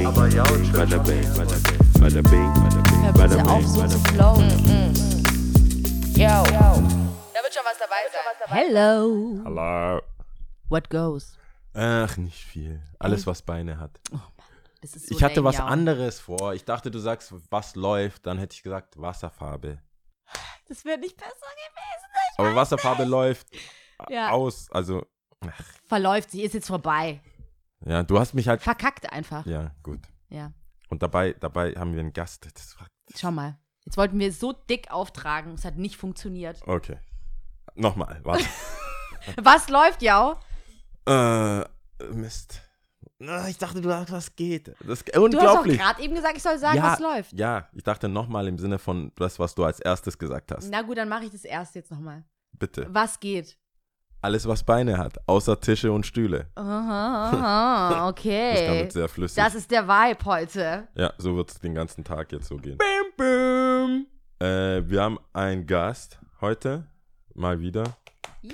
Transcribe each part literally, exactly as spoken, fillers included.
bing, bada bing, bada bing, bada bing, bada bing, Hör bada bitte auf, bing, so bada zu bing. flowen. Mm, mm. Yo. Da wird schon was dabei sein. Hello. Hallo. What goes? Ach, nicht viel. Alles, was Beine hat. Oh Mann, das ist so Ich hatte lame, was ja. anderes vor. Ich dachte, du sagst, was läuft. Dann hätte ich gesagt, Wasserfarbe. Das wäre nicht besser gewesen. Aber Wasserfarbe läuft Ja. aus. Also, Verläuft, sie ist jetzt vorbei. ja, du hast mich halt. Verkackt einfach. Ja, gut. Ja. Und dabei, dabei haben wir einen Gast. Das war, Schau mal. Jetzt wollten wir es so dick auftragen. Es hat nicht funktioniert. okay. Nochmal, warte. Was läuft, Jau? äh, Mist. Na, ich dachte, du sagst, was geht. Das ist Du hast doch unglaublich. gerade eben gesagt, ich soll sagen, ja, was läuft. Ja, ich dachte nochmal im Sinne von das, was du als erstes gesagt hast. Na gut, dann mache ich das erst jetzt nochmal. Bitte. Was geht? Alles, was Beine hat, außer Tische und Stühle. Aha, aha, Das okay. damit sehr flüssig. Das ist der Vibe heute. Ja, so wird es den ganzen Tag jetzt so gehen. Bim, bim. Äh, wir haben einen Gast heute, mal wieder. Yay!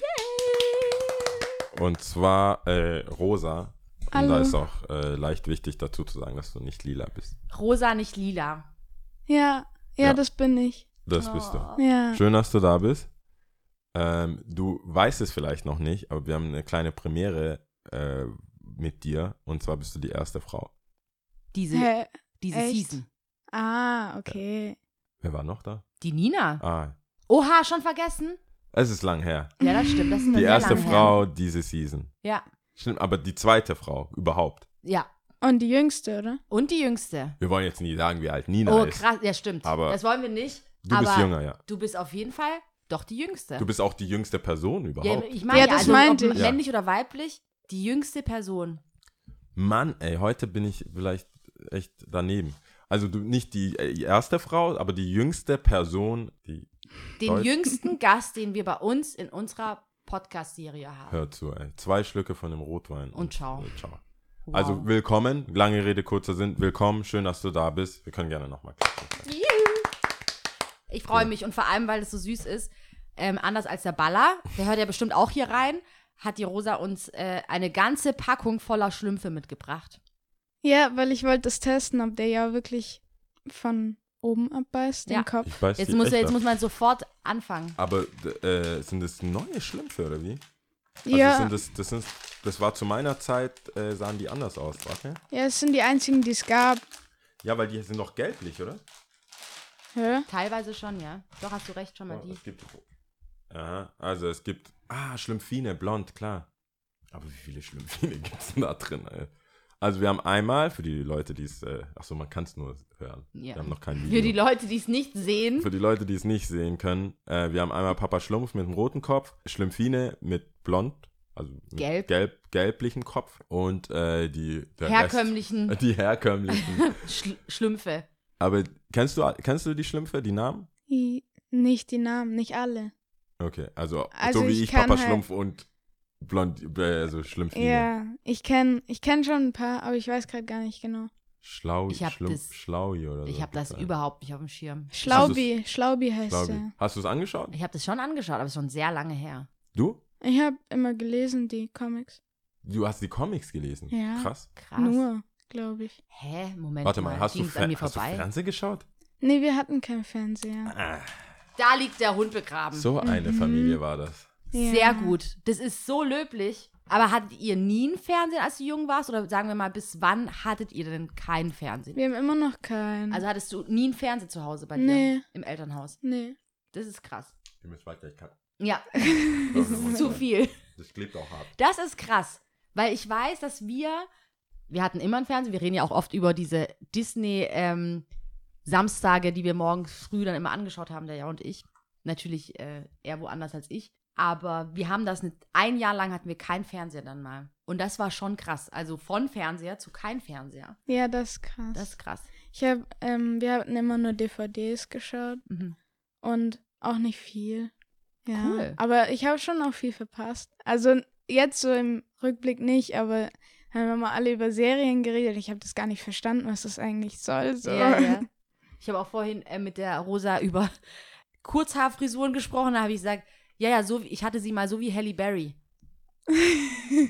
Und zwar äh, Rosa. Und Hallo. da ist auch äh, leicht wichtig dazu zu sagen, dass du nicht lila bist. Rosa, nicht lila. Ja, ja, Ja. das bin ich. Das Oh. bist du. Ja. Schön, dass du da bist. Ähm, du weißt es vielleicht noch nicht, aber wir haben eine kleine Premiere äh, mit dir. Und zwar bist du die erste Frau. Diese, Hä? diese echt? Season. Ah, okay. Wer war noch da? Die Nina. Ah, Oha, schon vergessen? es ist lang her. Ja, das stimmt. Das ist eine Die sehr erste lange Frau diese Season. Her. Stimmt, aber die zweite Frau überhaupt. Ja. Ja. Und die jüngste, oder? Und die jüngste. Wir wollen jetzt nie sagen, wie alt Nina Oh, ist. krass. Ja, stimmt. Aber das wollen wir nicht. Du aber bist jünger, ja. Du bist auf jeden Fall doch die Jüngste. Du bist auch die jüngste Person ja, überhaupt. ich meine, Ja, das also, meinte ob ich. männlich oder weiblich, die jüngste Person. Mann, ey, heute bin ich vielleicht echt daneben. Also du nicht die äh, erste Frau, aber die jüngste Person, die Den Deutsch- jüngsten Gast, den wir bei uns in unserer Podcast-Serie haben. hört zu, ey. Zwei Schlücke von dem Rotwein. Und ciao. äh, ciao. Wow. Also willkommen, lange Rede, kurzer Sinn. Willkommen, schön, dass du da bist. Wir können gerne nochmal klatschen. Ich freue Cool. mich und vor allem, weil es so süß ist, ähm, anders als der Baller, der hört ja bestimmt auch hier rein, hat die Rosa uns äh, eine ganze Packung voller Schlümpfe mitgebracht. Ja, weil ich wollte das testen, ob der ja wirklich von oben abbeißt, den Ja. Kopf. Ich weiß Jetzt nicht, muss, echt jetzt das. muss man sofort anfangen. Aber äh, sind das neue Schlümpfe oder wie? Also ja, sind das, das, sind, das war zu meiner Zeit, äh, sahen die anders aus, warte. ja, es sind die einzigen, die es gab. Ja, weil die sind doch gelblich, oder? Hä? Teilweise schon, ja. Doch, hast du recht, schon mal Oh, die. es gibt, aha, also es gibt, ah, Schlümpfine, blond, klar. Aber wie viele Schlümpfine gibt es denn da drin? Ey? Also wir haben einmal, für die Leute, die es, äh, achso, man kann es nur hören. Ja. Wir haben noch kein Video. Für die Leute, die es nicht sehen. Für die Leute, die es nicht sehen können, äh, wir haben einmal Papa Schlumpf mit einem roten Kopf, Schlümpfine mit blond, also mit Gelb. gelb gelblichem Kopf und äh, die der Herkömmlichen Rest, die herkömmlichen. Schl Schlümpfe. Aber kennst du, kennst du die Schlümpfe, die Namen? Die, nicht die Namen, nicht alle. Okay, also, Also so wie ich ich, kann Papa halt- Schlumpf und blond, äh, also Schlümpfine. Ja, ich kenne ich kenn schon ein paar, aber ich weiß gerade gar nicht genau. Schlau, Ich hab Schlumpf, das- Schlaui oder so. Ich habe das gibt's überhaupt nicht auf dem Schirm. Schlaubi, Schlaubi heißt Schlaubi. er. Hast du es angeschaut? Ich habe das schon angeschaut, aber es ist schon sehr lange her. Du? Ich habe immer gelesen, die Comics. Du hast die Comics gelesen? Ja. Krass. Krass. Nur, glaube ich. Hä? Moment Warte mal. mal, hast, du, Ging's an Fer mir hast du vorbei? Fernsehen geschaut? Nee, wir hatten keinen Fernseher. Ah, Da liegt der Hund begraben. so eine Mhm. Familie war das. Ja. Sehr gut. Das ist so löblich. Aber hattet ihr nie ein Fernsehen, als du jung warst? Oder sagen wir mal, bis wann hattet ihr denn kein Fernsehen? Wir haben immer noch keinen. Also hattest du nie ein Fernsehen zu Hause bei dir? Nee. Im Elternhaus? nee. Das ist krass. Wir müssen weiter, ich kann. Ja, das ist zu viel. Das klebt auch hart. Das ist krass. Weil ich weiß, dass wir, wir hatten immer ein Fernsehen, wir reden ja auch oft über diese Disney-Samstage, die wir morgens früh dann immer angeschaut haben, der ja und ich. Natürlich äh, eher woanders als ich. Aber wir haben das, nicht, ein Jahr lang hatten wir kein Fernseher dann mal. Und das war schon krass. Also von Fernseher zu kein Fernseher. Ja, das ist krass. Das ist krass. ich hab, ähm, wir hatten immer nur D V Ds geschaut Mhm. und auch nicht viel. Ja. Cool. Aber ich habe schon auch viel verpasst. Also jetzt so im Rückblick nicht, aber haben wir mal alle über Serien geredet. Ich habe das gar nicht verstanden, was das eigentlich soll. So. Ja, ja. Ich habe auch vorhin äh, mit der Rosa über Kurzhaarfrisuren gesprochen. Da habe ich gesagt, ja, ja, so wie, ich hatte sie mal so wie Halle Berry.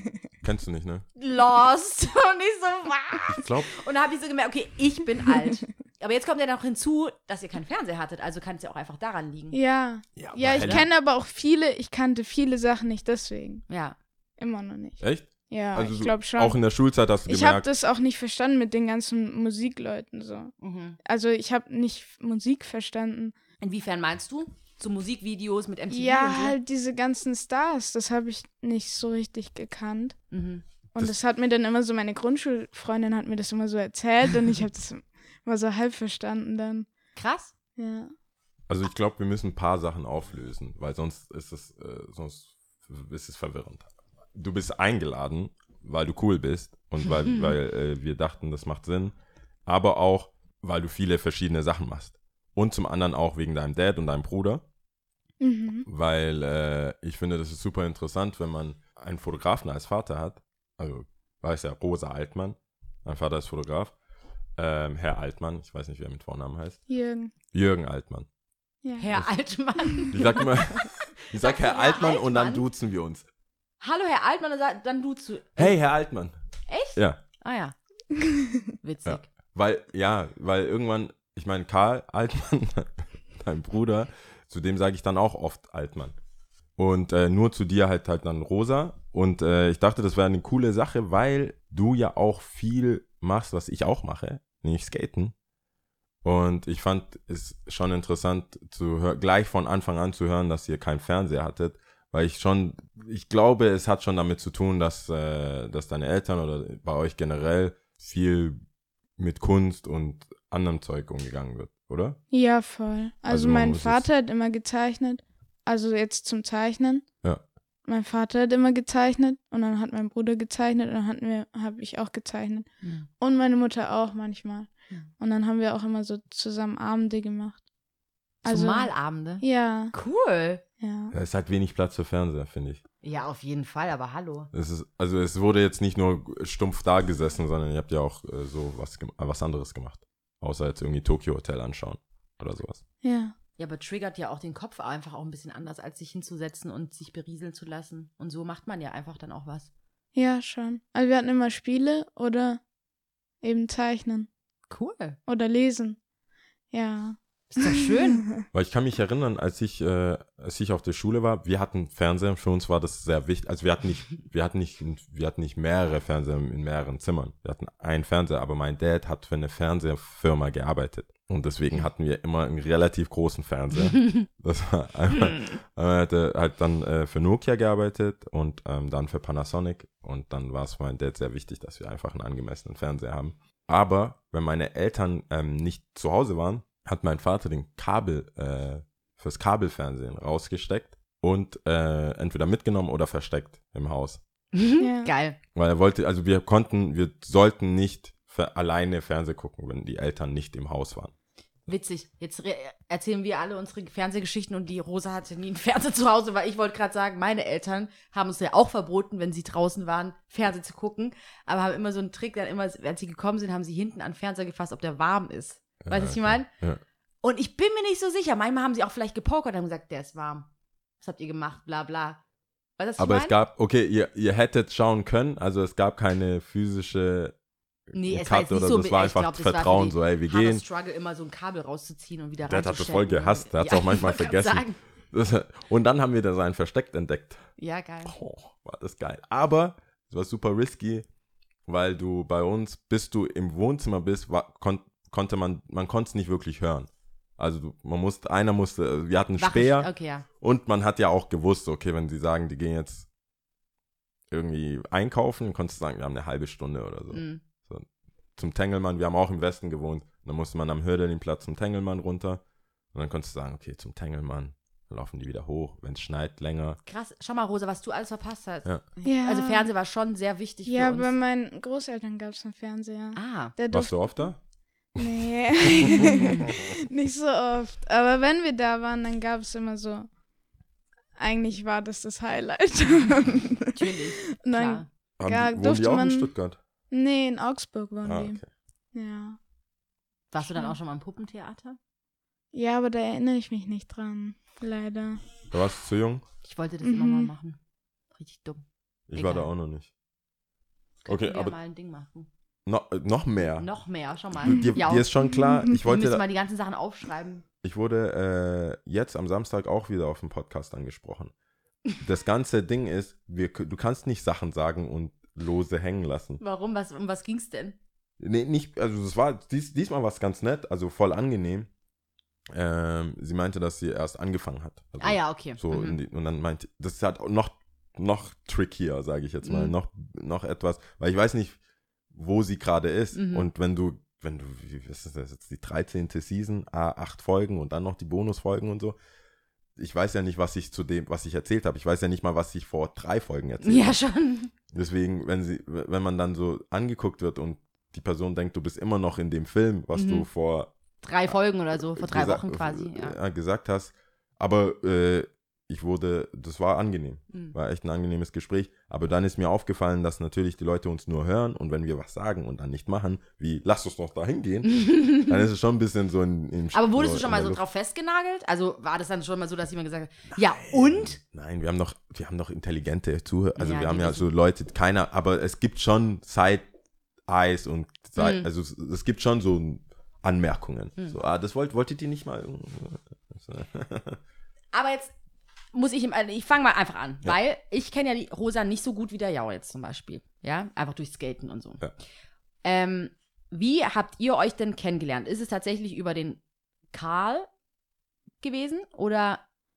Kennst du nicht, ne? Lost. Und ich so, was? Ich glaube, Und da habe ich so gemerkt, okay, ich bin alt. Aber jetzt kommt ja noch hinzu, dass ihr keinen Fernseher hattet. Also kann es ja auch einfach daran liegen. Ja. Ja, Ja, aber ich Hella- kenne aber auch viele, ich kannte viele Sachen nicht deswegen. Ja. Immer noch nicht. echt? Ja, Also ich du- glaube schon. Auch in der Schulzeit hast du Ich habe gemerkt, das auch nicht verstanden mit den ganzen Musikleuten so. Mhm. Also ich habe nicht Musik verstanden. Inwiefern meinst du? Zu Musikvideos mit M T V und Ja, so? halt diese ganzen Stars, das habe ich nicht so richtig gekannt. Mhm. Und Das- das, hat mir dann immer so, meine Grundschulfreundin hat mir das immer so erzählt und ich habe das immer so halb verstanden dann. Krass. Ja. also ich glaube, wir müssen ein paar Sachen auflösen, weil sonst ist es, äh, sonst ist es verwirrend. Du bist eingeladen, weil du cool bist und weil, weil äh, wir dachten, das macht Sinn, aber auch, weil du viele verschiedene Sachen machst. Und zum anderen auch wegen deinem Dad und deinem Bruder, Mhm. weil äh, ich finde, das ist super interessant, wenn man einen Fotografen als Vater hat. Also, weiß ja, Rosa Altmann, mein Vater ist Fotograf. Ähm, Herr Altmann, ich weiß nicht, wie er mit Vornamen heißt. Jürgen. Jürgen Altmann. Ja. Herr Altmann. Ich sag immer, ich sag Sagst du Herr Herr Altmann und dann Altmann? duzen wir uns. Hallo, Herr Altmann, und sa- dann du zu. Hey, Herr Altmann. Echt? Ja, Ah ja. Witzig. Ja. weil, ja, weil irgendwann, ich meine, Karl Altmann, dein Bruder, zu dem sage ich dann auch oft Altmann. Und äh, nur zu dir halt halt dann Rosa. Und äh, ich dachte, das wäre eine coole Sache, weil du ja auch viel machst, was ich auch mache, nämlich Skaten. Und ich fand es schon interessant, zu hör- gleich von Anfang an zu hören, dass ihr keinen Fernseher hattet. Weil ich schon, ich glaube, es hat schon damit zu tun, dass, äh, dass deine Eltern oder bei euch generell viel mit Kunst und anderem Zeug umgegangen wird, oder? Ja, voll. Also, Also man mein muss Vater hat immer gezeichnet. Also jetzt zum Zeichnen. Ja. Mein Vater hat immer gezeichnet und dann hat mein Bruder gezeichnet und dann hatten wir, habe ich auch gezeichnet. Mhm. Und meine Mutter auch manchmal. Mhm. Und dann haben wir auch immer so zusammen Abende gemacht. Also, Malabende. Ja, Cool. ja. Es ist halt wenig Platz für Fernseher, finde ich. Ja, auf jeden Fall, aber hallo. Es ist, also es wurde jetzt nicht nur stumpf da gesessen, sondern ihr habt ja auch äh, so was, gem- was anderes gemacht. Außer jetzt irgendwie Tokyo Hotel anschauen oder sowas. Ja. Ja, aber triggert ja auch den Kopf einfach auch ein bisschen anders, als sich hinzusetzen und sich berieseln zu lassen. Und so macht man ja einfach dann auch was. Ja, schon. Also wir hatten immer Spiele oder eben zeichnen Cool. oder lesen. Ja. Ist doch schön. Weil ich kann mich erinnern, als ich, äh, als ich auf der Schule war, wir hatten Fernseher, für uns war das sehr wichtig. Also wir hatten nicht, wir hatten nicht, wir hatten nicht mehrere Fernseher in mehreren Zimmern. Wir hatten einen Fernseher, aber mein Dad hat für eine Fernsehfirma gearbeitet. Und deswegen hatten wir immer einen relativ großen Fernseher. Das war einmal, er hatte halt dann äh, für Nokia gearbeitet und ähm, dann für Panasonic. Und dann war es für meinen Dad sehr wichtig, dass wir einfach einen angemessenen Fernseher haben. Aber wenn meine Eltern ähm, nicht zu Hause waren, hat mein Vater den Kabel äh, fürs Kabelfernsehen rausgesteckt und äh, entweder mitgenommen oder versteckt im Haus. Ja. Geil. Weil er wollte, also wir konnten, wir sollten nicht für alleine Fernsehen gucken, wenn die Eltern nicht im Haus waren. Witzig. Jetzt re- erzählen wir alle unsere Fernsehgeschichten und die Rosa hatte nie einen Fernseher zu Hause, weil ich wollte gerade sagen, meine Eltern haben es ja auch verboten, wenn sie draußen waren, Fernsehen zu gucken, aber haben immer so einen Trick, dann immer, als sie gekommen sind, haben sie hinten an den Fernseher gefasst, ob der warm ist. Weißt du, was ich meine? Ja. Und ich bin mir nicht so sicher. Manchmal haben sie auch vielleicht gepokert und haben gesagt, der ist warm. Was habt ihr gemacht? Bla bla. Weißt du, was Aber ich es mein? gab, okay, ihr, ihr hättet schauen können, also es gab keine physische Nee, es war jetzt Cut nicht oder so so, es war ich einfach glaub, das war für Vertrauen, die so, ey, wir harter gehen. Struggle, immer so ein Kabel rauszuziehen und wieder Der hat das reinzustellen. voll gehasst, der hat's auch manchmal ich wollte grad vergessen. sagen. Das, und dann haben wir da sein Versteck entdeckt. Ja, geil. Oh, war das geil. Aber es war super risky, weil du bei uns, bis du im Wohnzimmer bist, war, kon, konnte man, man konnte es nicht wirklich hören. Also du, man musste, einer musste, wir hatten einen Wach- Speer Okay, ja. und man hat ja auch gewusst, okay, wenn sie sagen, die gehen jetzt irgendwie einkaufen, dann konntest du sagen, wir haben eine halbe Stunde oder so. Mhm. Zum Tengelmann, wir haben auch im Westen gewohnt. Dann musste man am Hörderlinplatz zum Tengelmann runter. Und dann konntest du sagen, okay, zum Tengelmann. Dann laufen die wieder hoch. Wenn es schneit, länger. Krass. Schau mal, Rosa, was du alles verpasst hast. Ja. Ja. Also Fernsehen war schon sehr wichtig Ja, für uns. bei meinen Großeltern gab es einen Fernseher. Ah. Der Warst durfte, du oft da? Nee, nicht so oft. Aber wenn wir da waren, dann gab es immer so, eigentlich war das das Highlight. Natürlich. Und dann, Klar. Haben Ja, die, wohnen durfte die auch man- in Stuttgart? nee, in Augsburg waren Ah, die. okay. Ja. Warst du dann auch schon mal im Puppentheater? Ja, aber da erinnere ich mich nicht dran. Leider. Da warst du zu jung? Ich wollte das Mhm. immer mal machen. Richtig dumm. Ich Egal. war da auch noch nicht. Okay, wir aber mal ein Ding machen. no, noch mehr. Noch mehr, schon mal. Dir, ja, dir ist schon klar, ich wir wollte, müssen mal die ganzen Sachen aufschreiben. ich wurde äh, jetzt am Samstag auch wieder auf dem Podcast angesprochen. Das ganze Ding ist, wir, du kannst nicht Sachen sagen und lose hängen lassen. Warum? Was, um was ging's denn? Nee, nicht, also es war, dies, diesmal war es ganz nett, also voll angenehm. Ähm, sie meinte, dass sie erst angefangen hat. Also Ah ja, okay. so Mhm. in die, und dann meinte, das ist halt noch, noch trickier, sage ich jetzt mal, Mhm. noch, noch etwas, weil ich weiß nicht, wo sie gerade ist. Mhm. Und wenn du, wenn du, wie was ist das jetzt, die dreizehnte Season, ah, acht Folgen und dann noch die Bonusfolgen und so. Ich weiß ja nicht, was ich zu dem, was ich erzählt habe. Ich weiß ja nicht mal, was ich vor drei Folgen erzählt habe. Ja, schon. Deswegen, wenn sie, wenn man dann so angeguckt wird und die Person denkt, du bist immer noch in dem Film, was Mhm. du vor Drei Folgen oder so, vor drei gesa- Wochen quasi. Ja. äh, gesagt hast. Aber äh, ich wurde, das war angenehm. Mhm. War echt ein angenehmes Gespräch. Aber dann ist mir aufgefallen, dass natürlich die Leute uns nur hören und wenn wir was sagen und dann nicht machen, wie, lass uns doch da hingehen, dann ist es schon ein bisschen so in, im Aber wurdest so du schon in mal der so Luft. drauf festgenagelt? Also war das dann schon mal so, dass jemand gesagt hat, ja und? Nein, wir haben noch, wir haben noch intelligente Zuhörer. Also Ja, wir haben die ja wissen- so Leute, keiner, aber es gibt schon Side-Eyes und Side, Mhm. also es, es gibt schon so Anmerkungen. Mhm. So, ah, das wollt, wolltet ihr nicht mal. Aber jetzt muss ich, im- ich fange mal einfach an, Ja. weil ich kenne ja die Rosa nicht so gut wie der Jau jetzt zum Beispiel. Ja, einfach durch Skaten und so. Ja. Ähm, wie habt ihr euch denn kennengelernt? Ist es tatsächlich über den Karl gewesen oder?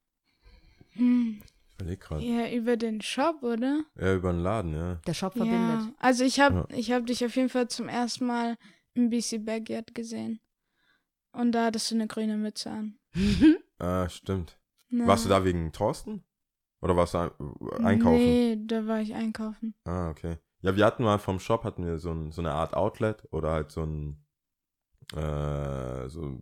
Hm. Ich überleg gerade. Ja, über den Shop, oder? Ja, über den Laden, ja. Der Shop Ja. verbindet. Also ich habe Ja. ich hab dich auf jeden Fall zum ersten Mal im B C Backyard gesehen. Und da hattest du eine grüne Mütze an. Ah, stimmt. Na. Warst du da wegen Thorsten? Oder warst du ein- einkaufen? Nee, da war ich einkaufen. Ah, okay. Ja, wir hatten mal vom Shop hatten wir so, ein, so eine Art Outlet oder halt so ein äh, so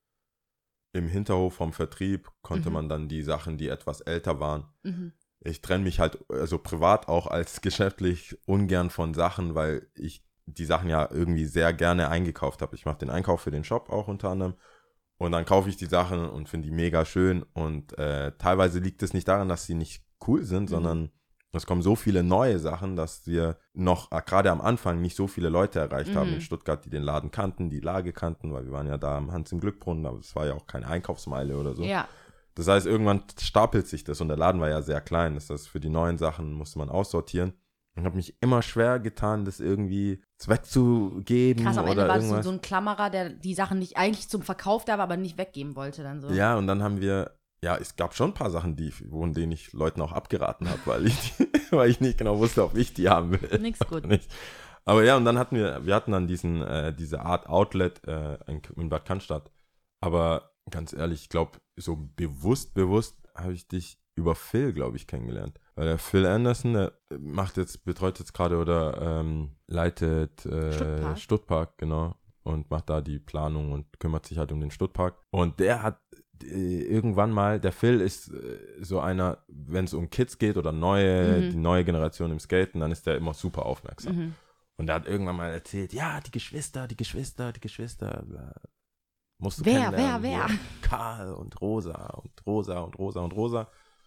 im Hinterhof vom Vertrieb konnte Mhm. man dann die Sachen, die etwas älter waren. Mhm. Ich trenne mich halt, also privat auch als geschäftlich ungern von Sachen, weil ich die Sachen ja irgendwie sehr gerne eingekauft habe. Ich mache den Einkauf für den Shop auch unter anderem und dann kaufe ich die Sachen und finde die mega schön und äh, teilweise liegt es nicht daran, dass sie nicht cool sind, Mhm. sondern es kommen so viele neue Sachen, dass wir noch äh, gerade am Anfang nicht so viele Leute erreicht haben Mhm. in Stuttgart, die den Laden kannten, die Lage kannten, weil wir waren ja da am Hans im Glückbrunnen, aber es war ja auch keine Einkaufsmeile oder so. Ja. Das heißt, irgendwann stapelt sich das und der Laden war ja sehr klein. Das heißt, für die neuen Sachen musste man aussortieren. Und habe mich immer schwer getan, das irgendwie wegzugeben Krass, am Ende oder war das so, irgendwas. so ein Klammerer, der die Sachen nicht eigentlich zum Verkauf da war, aber nicht weggeben wollte dann so. Ja, und dann haben wir, ja, es gab schon ein paar Sachen, die, von denen ich Leuten auch abgeraten habe, weil ich, die, weil ich nicht genau wusste, ob ich die haben will. Nix gut. Nicht. Aber ja, und dann hatten wir, wir hatten dann diesen, äh, diese Art Outlet äh, in, in Bad Cannstatt. Aber ganz ehrlich, ich glaube, so bewusst, bewusst habe ich dich über Phil, glaube ich, kennengelernt. Weil der Phil Anderson, der macht jetzt, betreut jetzt gerade oder ähm, leitet äh, Stuttpark. Stuttpark, genau. Und macht da die Planung und kümmert sich halt um den Stuttpark. Und der hat äh, irgendwann mal, der Phil ist äh, so einer, wenn es um Kids geht oder neue, Mhm. die neue Generation im Skaten, dann ist der immer super aufmerksam. Mhm. Und er hat irgendwann mal erzählt, ja, die Geschwister, die Geschwister, die Geschwister. bla. Musst du Wer, kennenlernen. wer, wer? Hier, Karl und Rosa und Rosa und Rosa und Rosa.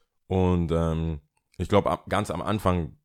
Und ähm, ich glaube, ganz am Anfang,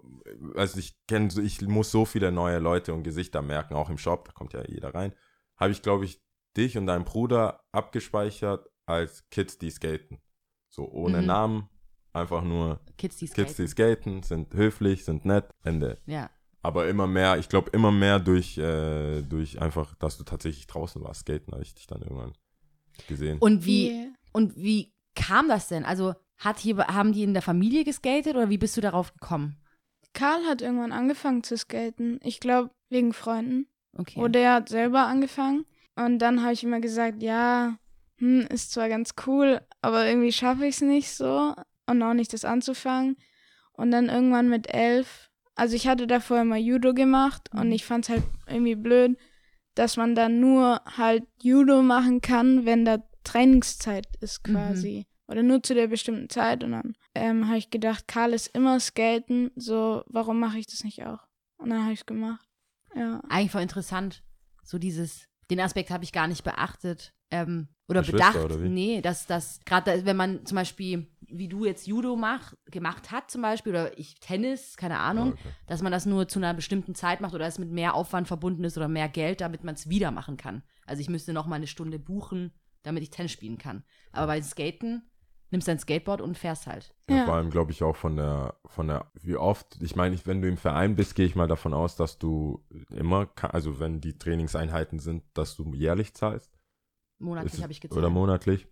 also ich kenne, ich muss so viele neue Leute und Gesichter merken, auch im Shop, da kommt ja jeder rein, habe ich, glaube ich, dich und deinen Bruder abgespeichert als Kids, die skaten. So ohne Mhm. Namen, einfach nur Kids, die Kids, die skaten. skaten, sind höflich, sind nett, Ende. Ja. Aber immer mehr, ich glaube immer mehr durch, äh, durch einfach, dass du tatsächlich draußen warst, skaten, habe ich dich dann irgendwann gesehen. Und wie, Yeah. und wie kam das denn? Also hat hier, haben die in der Familie geskatet oder wie bist du darauf gekommen? Karl hat irgendwann angefangen zu skaten. Ich glaube, wegen Freunden. Okay. Oder er hat selber angefangen. Und dann habe ich immer gesagt, ja, hm, ist zwar ganz cool, aber irgendwie schaffe ich es nicht so. Und auch nicht, das anzufangen. Und dann irgendwann mit elf, also ich hatte davor immer Judo gemacht und Mhm. ich fand es halt irgendwie blöd, dass man dann nur halt Judo machen kann, wenn da Trainingszeit ist quasi. Oder nur zu der bestimmten Zeit. Und dann ähm, habe ich gedacht, Karl ist immer skaten, so warum mache ich das nicht auch? Und dann habe ich es gemacht. Ja. Eigentlich voll interessant. So dieses, den Aspekt habe ich gar nicht beachtet. Ähm, oder Geschwister, bedacht. oder wie? Nee, dass das, gerade wenn man zum Beispiel wie du jetzt Judo mach, gemacht hat zum Beispiel, oder ich Tennis, keine Ahnung, Okay. dass man das nur zu einer bestimmten Zeit macht oder es mit mehr Aufwand verbunden ist oder mehr Geld, damit man es wieder machen kann. Also ich müsste noch mal eine Stunde buchen, damit ich Tennis spielen kann. Aber bei Skaten nimmst dein Skateboard und fährst halt. Ja, Ja. vor allem glaube ich auch von der, von der, wie oft, ich meine, ich- wenn du im Verein bist, gehe ich mal davon aus, dass du immer, ka- also wenn die Trainingseinheiten sind, dass du jährlich zahlst. Monatlich Ist- habe ich gezahlt. Oder monatlich.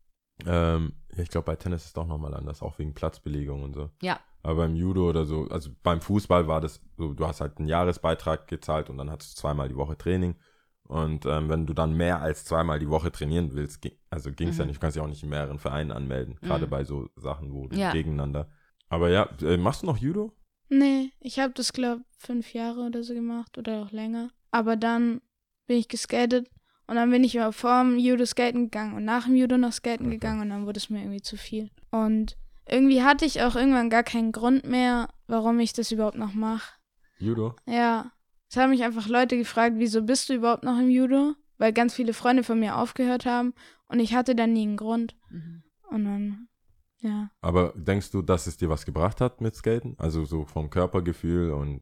Ähm, ja, ich glaube, bei Tennis ist es doch nochmal anders, auch wegen Platzbelegung und so. Ja. Aber beim Judo oder so, also beim Fußball war das so, du hast halt einen Jahresbeitrag gezahlt und dann hattest du zweimal die Woche Training. Und ähm, wenn du dann mehr als zweimal die Woche trainieren willst, ging, also ging es ja Mhm. nicht, du kannst dich auch nicht in mehreren Vereinen anmelden, gerade Mhm. bei so Sachen, wo du Ja. gegeneinander. Aber ja, äh, machst du noch Judo? Nee, ich habe das, glaube ich, fünf Jahre oder so gemacht oder auch länger. Aber dann bin ich geskatet und dann bin ich immer vor dem Judo skaten gegangen und nach dem Judo noch skaten Okay. gegangen und dann wurde es mir irgendwie zu viel. Und irgendwie hatte ich auch irgendwann gar keinen Grund mehr, warum ich das überhaupt noch mache. Judo? Ja, es haben mich einfach Leute gefragt, wieso bist du überhaupt noch im Judo? Weil ganz viele Freunde von mir aufgehört haben und ich hatte dann nie einen Grund. Mhm. Und dann, ja. Aber denkst du, dass es dir was gebracht hat mit Skaten? Also so vom Körpergefühl und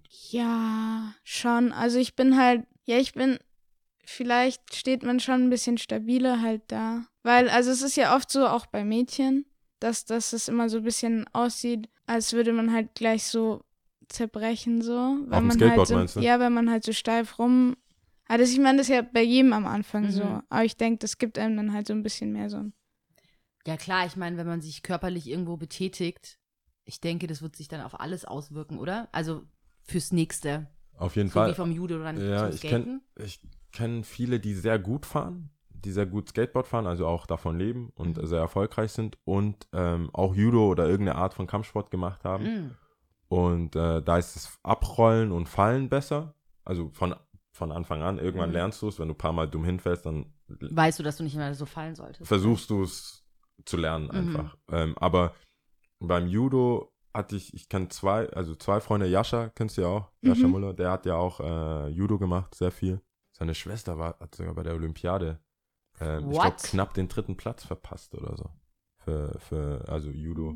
Ja, schon. Also ich bin halt, ja, ich bin, vielleicht steht man schon ein bisschen stabiler halt da. Weil, also es ist ja oft so, auch bei Mädchen, dass, dass es immer so ein bisschen aussieht, als würde man halt gleich so zerbrechen, so. Weil dem man Skateboard, halt so, meinst du? Ja, weil man halt so steif rum. Also ich meine, das ist ja bei jedem am Anfang Mhm. so. Aber ich denke, das gibt einem dann halt so ein bisschen mehr so ein. Ja klar, ich meine, wenn man sich körperlich irgendwo betätigt, ich denke, das wird sich dann auf alles auswirken, oder? Also fürs Nächste. auf jeden So Fall. wie vom Judo dann Ja, zum ich Skaten. kenne ich kenn viele, die sehr gut fahren, die sehr gut Skateboard fahren, also auch davon leben und Mhm. sehr erfolgreich sind und ähm, auch Judo oder irgendeine Art von Kampfsport gemacht haben. Mhm. Und äh, da ist das Abrollen und Fallen besser. Also von, von Anfang an. Irgendwann Mhm. lernst du es. Wenn du ein paar Mal dumm hinfällst, dann Weißt du, dass du nicht mehr so fallen solltest? versuchst du es zu lernen Mhm. einfach. Ähm, aber beim Judo hatte ich, ich kenne zwei, also zwei Freunde, Jascha, kennst du ja auch, Jascha Mhm. Muller, der hat ja auch äh, Judo gemacht, sehr viel. Seine Schwester war, hat sogar bei der Olympiade, ähm, ich glaube, What? knapp den dritten Platz verpasst oder so. Für, für also Judo.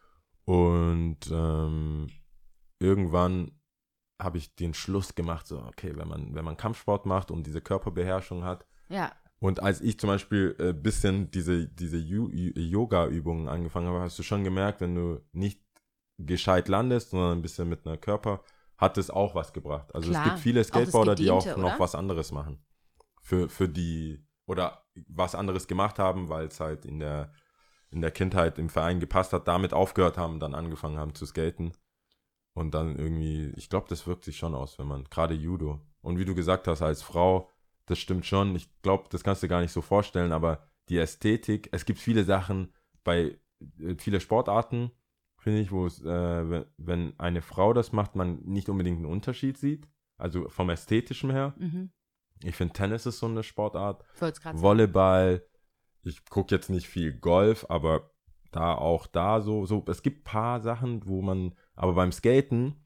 Und ähm, irgendwann habe ich den Schluss gemacht, so, okay, wenn man, wenn man Kampfsport macht und diese Körperbeherrschung hat, Ja. und als ich zum Beispiel ein äh, bisschen diese, diese Ju- Ju- Yoga-Übungen angefangen habe, hast du schon gemerkt, wenn du nicht gescheit landest, sondern ein bisschen mit einer Körper, hat es auch was gebracht. Also Klar. es gibt viele Auch das Skateboarder, die auch Gedehnte, noch oder? was anderes machen. Für, für die, oder was anderes gemacht haben, weil es halt in der, in der Kindheit im Verein gepasst hat, damit aufgehört haben, dann angefangen haben zu skaten. Und dann irgendwie, ich glaube, das wirkt sich schon aus, wenn man, gerade Judo. Und wie du gesagt hast, als Frau, das stimmt schon. Ich glaube, das kannst du gar nicht so vorstellen, aber die Ästhetik, es gibt viele Sachen bei äh, viele Sportarten, finde ich, wo es, äh, wenn, wenn eine Frau das macht, man nicht unbedingt einen Unterschied sieht. Also vom Ästhetischen her. Mhm. Ich finde, Tennis ist so eine Sportart. Ich wollte es gerade sagen. Volleyball, ich gucke jetzt nicht viel Golf, aber da auch da so, so, es gibt ein paar Sachen, wo man, aber beim Skaten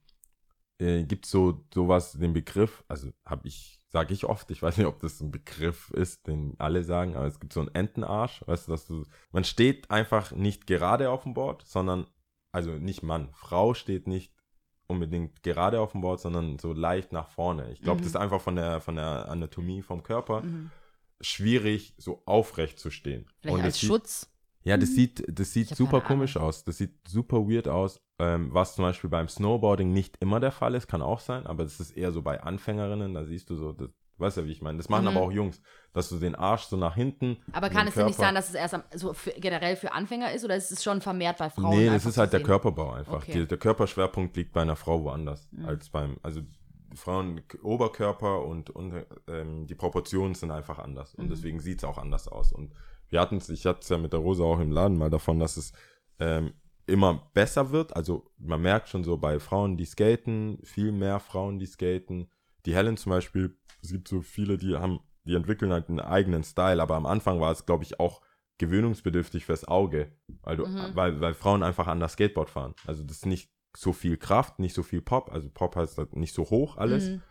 äh, gibt es so sowas, den Begriff, also habe ich, sage ich oft, ich weiß nicht, ob das ein Begriff ist, den alle sagen, aber es gibt so einen Entenarsch, weißt du, dass du, man steht einfach nicht gerade auf dem Board, sondern, also nicht Mann, Frau steht nicht unbedingt gerade auf dem Board, sondern so leicht nach vorne. Ich glaube, Mhm. das ist einfach von der, von der Anatomie vom Körper Mhm. schwierig, so aufrecht zu stehen. Vielleicht Und als das sieht- Schutz. Ja, das sieht, das Ich sieht hab super keine komisch aus. Das sieht super weird aus. Ähm, was zum Beispiel beim Snowboarding nicht immer der Fall ist, kann auch sein, aber das ist eher so bei Anfängerinnen, da siehst du so, das, weißt du, wie ich meine? Das machen Mhm. aber auch Jungs, dass du den Arsch so nach hinten. Aber und kann den es denn nicht Körper- sein, dass es erst am, so für, generell für Anfänger ist oder ist es schon vermehrt bei Frauen? Nee, das einfach ist halt zu der sehen? Körperbau einfach. Okay. Die, der Körperschwerpunkt liegt bei einer Frau woanders Mhm. als beim, also Frauen Oberkörper und, und ähm, die Proportionen sind einfach anders und Mhm. deswegen sieht es auch anders aus. Und wir hatten es, ich hatte es ja mit der Rosa auch im Laden mal davon, dass es ähm, immer besser wird. Also man merkt schon so bei Frauen, die skaten, viel mehr Frauen, die skaten. Die Helen zum Beispiel, es gibt so viele, die haben, die entwickeln halt einen eigenen Style, aber am Anfang war es, glaube ich, auch gewöhnungsbedürftig fürs Auge, weil du, Mhm. weil, weil Frauen einfach anders Skateboard fahren. Also das ist nicht so viel Kraft, nicht so viel Pop, also Pop heißt halt nicht so hoch alles, Mhm.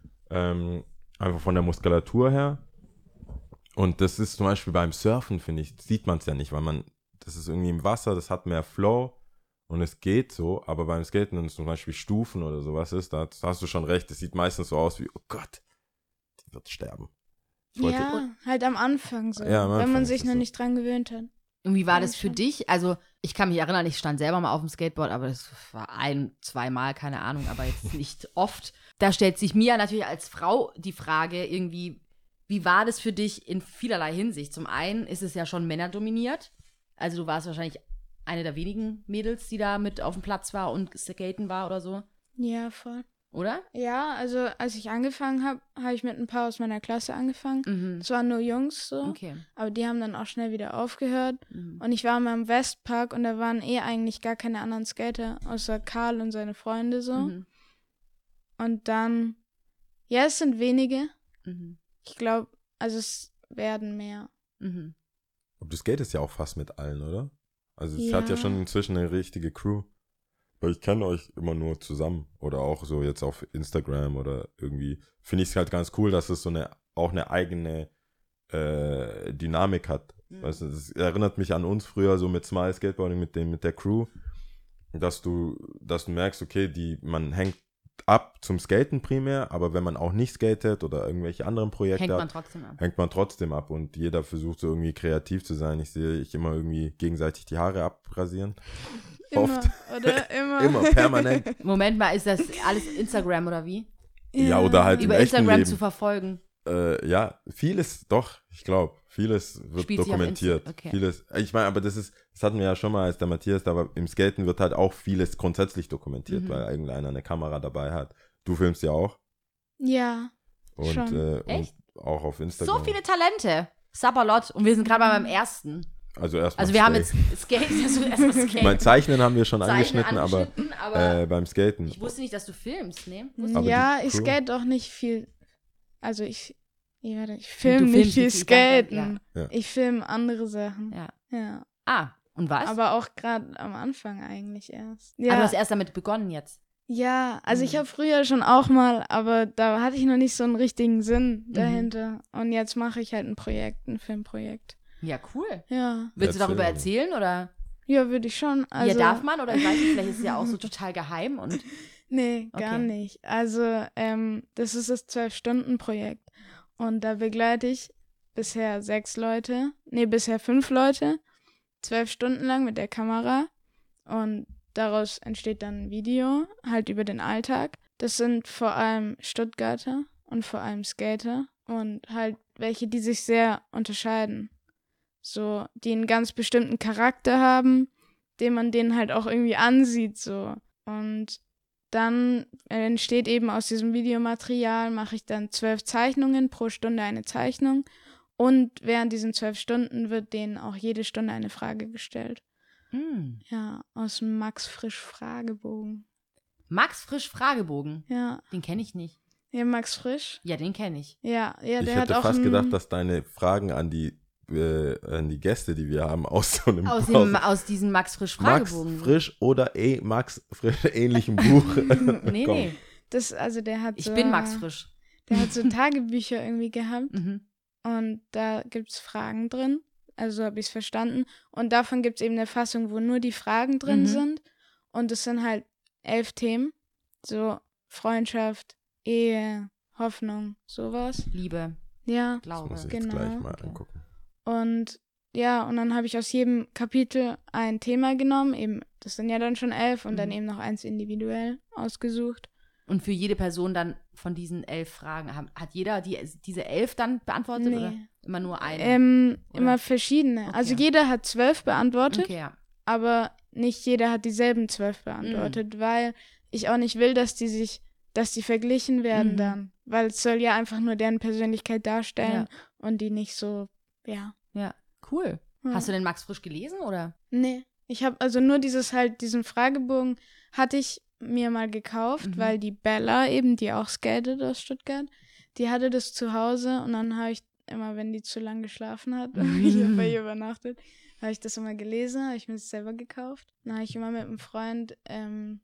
ähm, einfach von der Muskulatur her. Und das ist zum Beispiel beim Surfen, finde ich, sieht man es ja nicht, weil man, das ist irgendwie im Wasser, das hat mehr Flow und es geht so, aber beim Skaten, wenn es zum Beispiel Stufen oder sowas ist, da hast du schon recht, das sieht meistens so aus wie, oh Gott, die wird sterben. Ich wollte- Ja, halt am Anfang so, Ja, am wenn Anfang man ist sich es noch so. nicht dran gewöhnt hat. Und wie war Ja, das für schon. dich? Also, ich kann mich erinnern, ich stand selber mal auf dem Skateboard, aber das war ein, zweimal, keine Ahnung, aber jetzt nicht oft. Da stellt sich mir natürlich als Frau die Frage irgendwie, wie war das für dich in vielerlei Hinsicht? Zum einen ist es ja schon männerdominiert. Also, du warst wahrscheinlich eine der wenigen Mädels, die da mit auf dem Platz war und skaten war oder so, Ja, voll. oder? Ja, also als ich angefangen habe, habe ich mit ein paar aus meiner Klasse angefangen. Mhm. Es waren nur Jungs so, Okay. aber die haben dann auch schnell wieder aufgehört. Mhm. Und ich war mal im Westpark und da waren eh eigentlich gar keine anderen Skater, außer Karl und seine Freunde so. Mhm. Und dann, ja, es sind wenige. Mhm. Ich glaube, also es werden mehr. Mhm. Aber du skatest ja auch fast mit allen, oder? Also es Ja. hat ja schon inzwischen eine richtige Crew. Weil ich kenne euch immer nur zusammen. Oder auch so jetzt auf Instagram oder irgendwie. Finde ich es halt ganz cool, dass es so eine auch eine eigene äh, Dynamik hat. Mhm. Weißt du, das erinnert mich an uns früher so mit Smile Skateboarding, mit dem, mit der Crew. Dass du, dass du merkst, okay, die, man hängt ab zum Skaten primär, aber wenn man auch nicht skatet oder irgendwelche anderen Projekte Hängt man hat, trotzdem ab. hängt man trotzdem ab und jeder versucht so irgendwie kreativ zu sein. Ich sehe ich immer irgendwie gegenseitig die Haare abrasieren. Oft. Immer, oder? Immer. Immer, permanent. Moment mal, ist das alles Instagram oder wie? Ja, oder halt im Über echten Instagram Leben. zu verfolgen. Äh, ja, vieles, doch, ich glaube, vieles wird Spielt sich auf dokumentiert. Insta- okay. Vieles, ich meine, aber das ist, das hatten wir ja schon mal, als der Matthias da war, im Skaten wird halt auch vieles grundsätzlich dokumentiert, Mhm. weil irgendeiner eine Kamera dabei hat. Du filmst ja auch. Ja. Und, Schon. äh, und Echt? auch auf Instagram. So viele Talente. Sabalot. Und wir sind gerade mal beim ersten. Also erstmal Also wir haben Skate. jetzt Skate, also erstmal Skate. Mein Zeichnen haben wir schon Zeichnen angeschnitten, aber, angeschnitten, aber äh, beim Skaten. ich wusste nicht, dass du filmst, ne? Aber Ja, die ich Crew- skate auch nicht viel. Also ich, ich, warte, ich Du film filmst nicht viel nicht die ganze- Skaten. ja. Ja. Ich film andere Sachen. Ja. Ja. Ah, und was? Aber auch gerade am Anfang eigentlich erst. Ah, du Ja, hast erst damit begonnen jetzt. ja, also ich Mhm. habe früher schon auch mal, aber da hatte ich noch nicht so einen richtigen Sinn Mhm. dahinter. Und jetzt mache ich halt ein Projekt, ein Filmprojekt. Ja, cool. Ja, Willst du darüber Erzähl. erzählen oder? ja, würde ich schon. Also, Hier darf man oder ich weiß nicht, vielleicht ist es ja auch so total geheim und Nee, gar Okay. nicht. Also, ähm, das ist das zwölf-Stunden-Projekt. Und da begleite ich bisher sechs Leute, nee, bisher fünf Leute, zwölf Stunden lang mit der Kamera. Und daraus entsteht dann ein Video, halt über den Alltag. Das sind vor allem Stuttgarter und vor allem Skater und halt welche, die sich sehr unterscheiden. So, die einen ganz bestimmten Charakter haben, den man denen halt auch irgendwie ansieht, so. Und dann entsteht eben aus diesem Videomaterial, mache ich dann zwölf Zeichnungen, pro Stunde eine Zeichnung. Und während diesen zwölf Stunden wird denen auch jede Stunde eine Frage gestellt. Hm. Ja, aus dem Max Frisch Fragebogen. Max Frisch Fragebogen. Ja, Den kenne ich nicht. ja, Max Frisch. Ja, den kenne ich. Ja, ja, Ich der hat hätte auch fast ein, gedacht, dass deine Fragen an die, äh, an die Gäste, die wir haben, aus so einem Aus, dem, aus diesem Max Frisch Max Fragebogen. Frisch oder eh Max Frisch ähnlichen Buch. Nee, kommt. nee. das, also der hat Ich so, bin Max Frisch. Der hat so Tagebücher irgendwie gehabt. Mhm. Und da gibt's Fragen drin. Also so habe ich es verstanden. Und davon gibt's eben eine Fassung, wo nur die Fragen drin Mhm. sind. Und es sind halt elf Themen. So Freundschaft, Ehe, Hoffnung, sowas. Liebe, Ja. Das Glaube. muss ich Genau. jetzt gleich mal Okay. angucken. Und ja, und dann habe ich aus jedem Kapitel ein Thema genommen. Eben, das sind ja dann schon elf. Und dann Mhm. eben noch eins individuell ausgesucht. Und für jede Person dann von diesen elf Fragen, haben- hat jeder die, diese elf dann beantwortet Nee. oder immer nur eine? Ähm, Oder? immer verschiedene. Okay. Also jeder hat zwölf beantwortet. Okay, ja. Aber nicht jeder hat dieselben zwölf beantwortet, weil ich auch nicht will, dass die sich, dass die verglichen werden Mhm. dann. Weil es soll ja einfach nur deren Persönlichkeit darstellen und die nicht so, ja. Ja, cool. ja. Hast du denn Max Frisch gelesen oder? Nee. Ich habe also nur dieses halt, diesen Fragebogen hatte ich mir mal gekauft, Mhm. weil die Bella eben, die auch skatet aus Stuttgart, die hatte das zu Hause und dann habe ich immer, wenn die zu lang geschlafen hat, ich habe bei ihr übernachtet, habe ich das immer gelesen, habe ich mir das selber gekauft. Dann habe ich immer mit einem Freund ähm,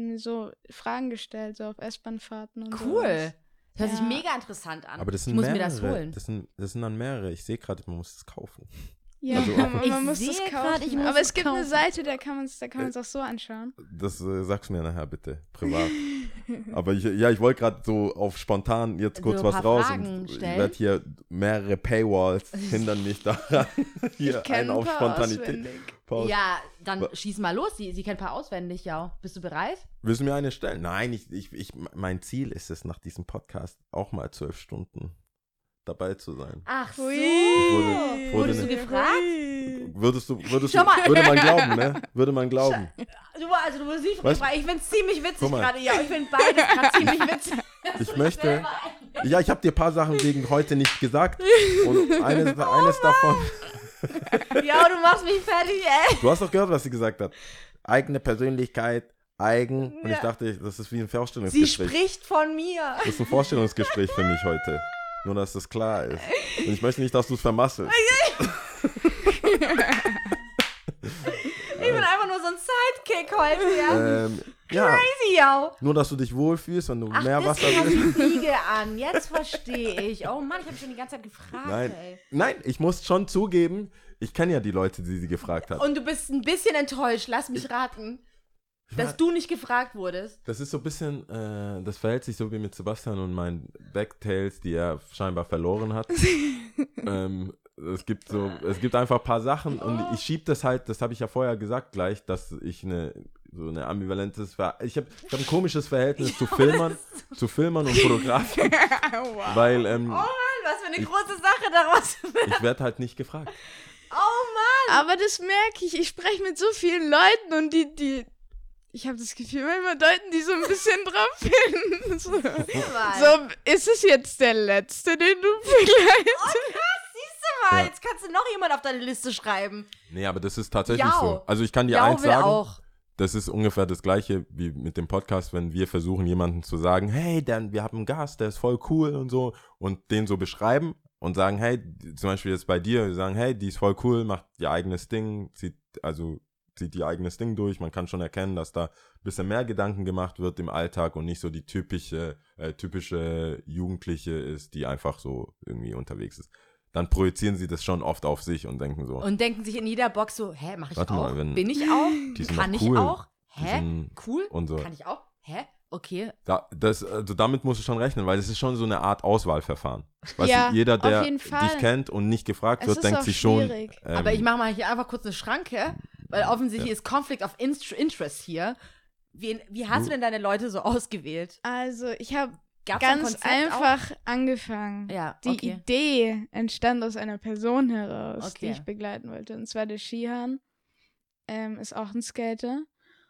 so Fragen gestellt, so auf S-Bahn-Fahrten und so. Cool. Das hört sich Ja. mega interessant an. Aber das ich sind muss mehrere. mir das holen. Das sind, das sind dann mehrere. Ich sehe gerade, man muss es kaufen. Ja, Also man, auch- man muss Ich das sehe kaufen. grad, ich muss Aber es es gibt eine kaufen. Seite, da kann man es da kann man's auch so anschauen. Das äh, sagst du mir nachher bitte, privat. Aber ich, ja, ich wollte gerade so auf spontan jetzt kurz So ein was paar raus Fragen und ich stellen. werde hier mehrere Paywalls hindern mich daran, hier Ich kenn einen ein auf paar Spontanität. auswendig. Pause. Ja, dann Wa- schieß mal los. Sie, sie kennt ein paar auswendig, ja. Bist du bereit? Willst du mir eine stellen? Nein, ich, ich, ich, mein Ziel ist es, nach diesem Podcast auch mal zwölf Stunden dabei zu sein. Ach so. Hui. wurde- ich wurde Wurdest du ne- gefragt? Hui. Würdest du, würdest Schau du, mal. würde man glauben, ne? Würde man glauben. Du, also du wurdest nicht Was? gefragt. Ich find's ziemlich witzig Guck mal. gerade. Ja, ich find beides gerade ziemlich witzig. Ich möchte, ja, ich habe dir ein paar Sachen wegen heute nicht gesagt und eines, Oh eines davon, Ja, du machst mich fertig, ey. du hast doch gehört, was sie gesagt hat. Eigene Persönlichkeit, eigen, und ich Ja. dachte, das ist wie ein Sie Vorstellungsgespräch. spricht von mir. Das ist ein Vorstellungsgespräch für mich heute. Nur, dass das klar ist. Und ich möchte nicht, dass du es vermasselst. Ich bin einfach nur so ein Sidekick heute, ja. Ähm, ja, Crazy, ja. nur, dass du dich wohlfühlst, wenn du Ach, mehr Wasser deswegen hast willst. du Fliege an. Jetzt verstehe ich. Oh Mann, ich habe schon die ganze Zeit gefragt, Nein, ey. nein, ich muss schon zugeben, ich kenne ja die Leute, die sie gefragt hat. Und du bist ein bisschen enttäuscht. Lass mich raten. Dass du nicht gefragt wurdest. Das ist so ein bisschen, äh, das verhält sich so wie mit Sebastian und meinen Backtails, die er scheinbar verloren hat. ähm, es gibt so, es gibt einfach ein paar Sachen und ich schiebe das halt, das habe ich ja vorher gesagt gleich, dass ich eine, so eine ambivalentes, Ver ich habe ich hab ein komisches Verhältnis zu Filmern, zu Filmern und Fotografen, Wow. weil ähm, Oh Mann, was für eine große Sache daraus wird. ich werde halt nicht gefragt. Oh Mann. Aber das merke ich. Ich spreche mit so vielen Leuten und die, die. Ich habe das Gefühl, manchmal deuten die so ein bisschen drauf hin. So, Mann. so, ist es jetzt der letzte, den du begleitest? Siehst du mal, Ja. jetzt kannst du noch jemand auf deine Liste schreiben. Nee, aber das ist tatsächlich Jau. so. Also ich kann dir Ja, eins will sagen, auch. das ist ungefähr das Gleiche wie mit dem Podcast, wenn wir versuchen, jemandem zu sagen, hey, dann, wir haben einen Gast, der ist voll cool und so, und den so beschreiben und sagen, hey, zum Beispiel jetzt bei dir, wir sagen, hey, die ist voll cool, macht ihr eigenes Ding, zieht, also zieht ihr eigenes Ding durch, man kann schon erkennen, dass da ein bisschen mehr Gedanken gemacht wird im Alltag und nicht so die typische, äh, typische Jugendliche ist, die einfach so irgendwie unterwegs ist. Dann projizieren sie das schon oft auf sich und denken so, Und denken sich in jeder Box so, hä, mach ich Warte auch? mal, wenn- Bin ich auch? die sind Kann doch ich cool. auch? Die Hä? sind- Cool? und so. Kann ich auch? Hä? Okay. Da, das, also damit musst du schon rechnen, weil es ist schon so eine Art Auswahlverfahren. Weißt Ja, du, jeder, auf der jeden Fall. dich kennt und nicht gefragt Es wird, ist denkt auch sich schon. schwierig. Ähm, Aber ich mache mal hier einfach kurz eine Schranke, weil offensichtlich ja. ist Conflict of Inst- Interest hier. Wie, wie hast Du- du denn deine Leute so ausgewählt? Also, ich habe Gab's ein ganz Konzept einfach angefangen. Auch? Ja, Die okay. Idee entstand aus einer Person heraus, die Okay. ich begleiten wollte. Und zwar der Shihan. Ähm, ist auch ein Skater.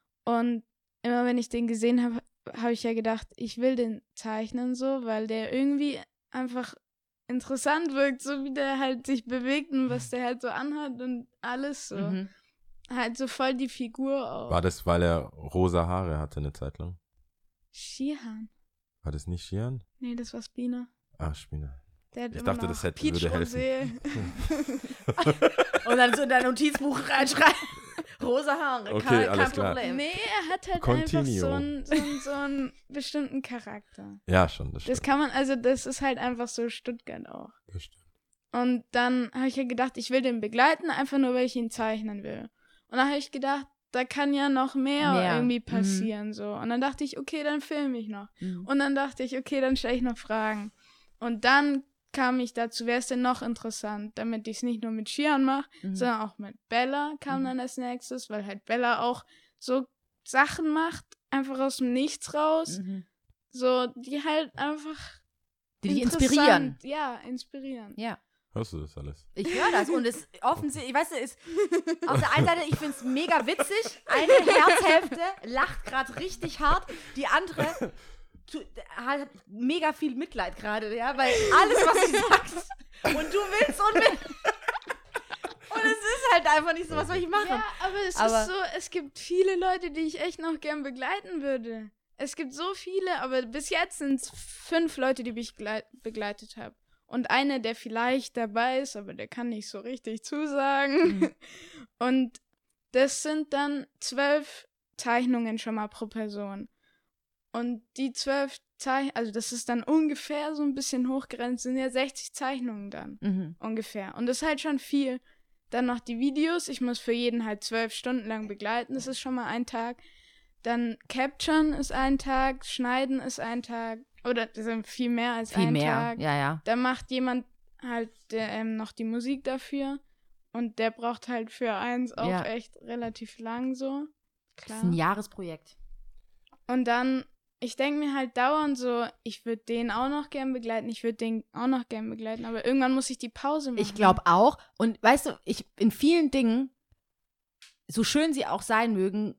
Und immer wenn ich den gesehen habe, habe ich ja gedacht, ich will den zeichnen so, weil der irgendwie einfach interessant wirkt, so wie der halt sich bewegt und was der halt so anhat und alles so. Mhm. Halt so voll die Figur auch. war das, weil er rosa Haare hatte eine Zeit lang? Shihan. War das nicht Shian? Nee, das war Spina. Ah, Spinner. Der hat Ich immer dachte, noch das hätte- Peach würde helfen. Rosé. Und dann so in dein Notizbuch reinschreiben. Rosa Haare, Okay, kein, alles kein klar. Problem. Nee, er hat halt Continuo. einfach so einen, so, einen, so einen bestimmten Charakter. Ja, schon, das Das stimmt. kann man, also das ist halt einfach so Stuttgart auch. Das stimmt. Und dann habe ich ja gedacht, ich will den begleiten, einfach nur, weil ich ihn zeichnen will. Und dann habe ich gedacht, da kann ja noch mehr, Mehr. irgendwie Mhm. passieren, so. Und dann dachte ich, okay, dann filme ich noch. Mhm. Und dann dachte ich, okay, dann stelle ich noch Fragen. Und dann kam ich dazu, wer ist denn noch interessant, damit ich es nicht nur mit Shian mache, Mhm. sondern auch mit Bella kam Mhm. dann als nächstes, weil halt Bella auch so Sachen macht, einfach aus dem Nichts raus, Mhm. so, die halt einfach Die dich interessant- inspirieren. Ja, inspirieren. Ja. Hörst du das alles? Ich höre das und es offensichtlich, weißt du, ist auf der einen Seite, ich finde es mega witzig, eine Herzhälfte lacht gerade richtig hart, die andere tu, hat mega viel Mitleid gerade, ja, weil alles, was sie sagt und du willst unbedingt und es ist halt einfach nicht so, was soll ich machen? Ja, aber es Aber- ist so, es gibt viele Leute, die ich echt noch gern begleiten würde. Es gibt so viele, aber bis jetzt sind es fünf Leute, die ich gleit- begleitet habe. Und einer, der vielleicht dabei ist, aber der kann nicht so richtig zusagen. Mhm. Und das sind dann zwölf Zeichnungen schon mal pro Person. Und die zwölf Zeichnungen, also das ist dann ungefähr so ein bisschen hochgrenzt, sind ja sechzig Zeichnungen dann. Mhm. Ungefähr. Und das ist halt schon viel. Dann noch die Videos. Ich muss für jeden halt zwölf Stunden lang begleiten. Das ist schon mal ein Tag. Dann Capturen ist ein Tag. Schneiden ist ein Tag. Oder das sind viel mehr als Viel ein mehr, Tag. ja, ja. Da macht jemand halt der, ähm, noch die Musik dafür. Und der braucht halt für eins auch Ja. echt relativ lang so. Das Klar. ist ein Jahresprojekt. Und dann, ich denke mir halt dauernd so, ich würde den auch noch gern begleiten, ich würde den auch noch gern begleiten, aber irgendwann muss ich die Pause machen. Ich glaube auch. Und weißt du, ich in vielen Dingen, so schön sie auch sein mögen,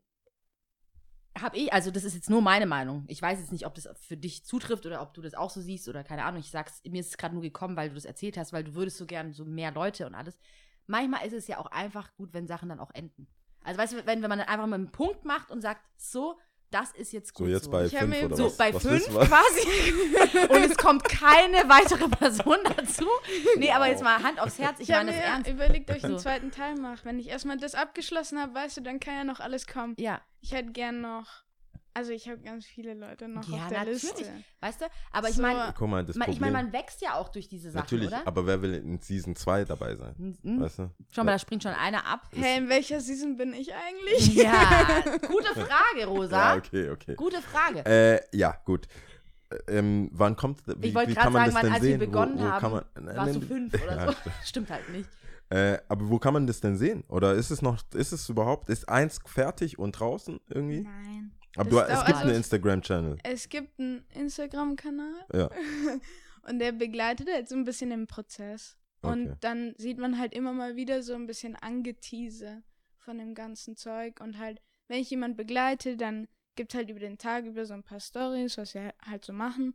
habe ich, also das ist jetzt nur meine Meinung. Ich weiß jetzt nicht, ob das für dich zutrifft oder ob du das auch so siehst oder keine Ahnung. Ich sag's, mir ist es gerade nur gekommen, weil du das erzählt hast, weil du würdest so gern so mehr Leute und alles. Manchmal ist es ja auch einfach gut, wenn Sachen dann auch enden. Also weißt du, wenn, wenn man dann einfach mal einen Punkt macht und sagt, so, das ist jetzt gut So jetzt so. bei Ich hab fünf mir oder so was? bei was fünf willst du? quasi und es kommt keine weitere Person dazu. Nee, aber jetzt mal Hand aufs Herz, ich, Ich habe meine mir das ernst. überlegt, ob ich den So. zweiten Teil mache. Wenn ich erstmal das abgeschlossen habe, weißt du, dann kann ja noch alles kommen. Ja, Ich hätte gern noch, also ich habe ganz viele Leute noch ja, auf der natürlich. Liste. Weißt du? Aber ich So. meine, Guck mal, das man, ich Problem. meine, man wächst ja auch durch diese Sachen, Natürlich, oder? aber wer will in Season zwei dabei sein? Mhm. Weißt du? Schon mal, da springt schon einer ab. Hey, in welcher Season bin ich eigentlich? Ja, gute Frage, Rosa. Ja, okay, okay. Gute Frage. Äh, ja, gut. Ähm, wann kommt, wie, ich wollte wie gerade kann man sagen, das wann, denn als sehen? wir begonnen wo, wo haben, kann man, warst du nein, fünf oder ja, so. stimmt. Stimmt halt nicht. Äh, aber wo kann man das denn sehen? Oder ist es noch, ist es überhaupt, ist eins fertig und draußen irgendwie? Nein. Aber Das du, es dauert- gibt also- einen Instagram-Channel. Es gibt einen Instagram-Kanal Ja, und der begleitet jetzt so ein bisschen den Prozess. Und Okay. dann sieht man halt immer mal wieder so ein bisschen Angetease von dem ganzen Zeug. Und halt, wenn ich jemanden begleite, dann gibt halt über den Tag über so ein paar Storys, was wir halt so machen.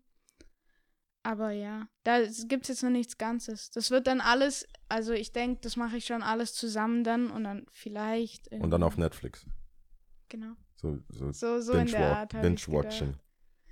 Aber ja, da gibt es jetzt noch nichts Ganzes. Das wird dann alles, also ich denke, das mache ich schon alles zusammen dann und dann vielleicht. und dann auf Netflix. Genau. So, so, So, so in der Art. hab ich's Binge-Watching. gedacht.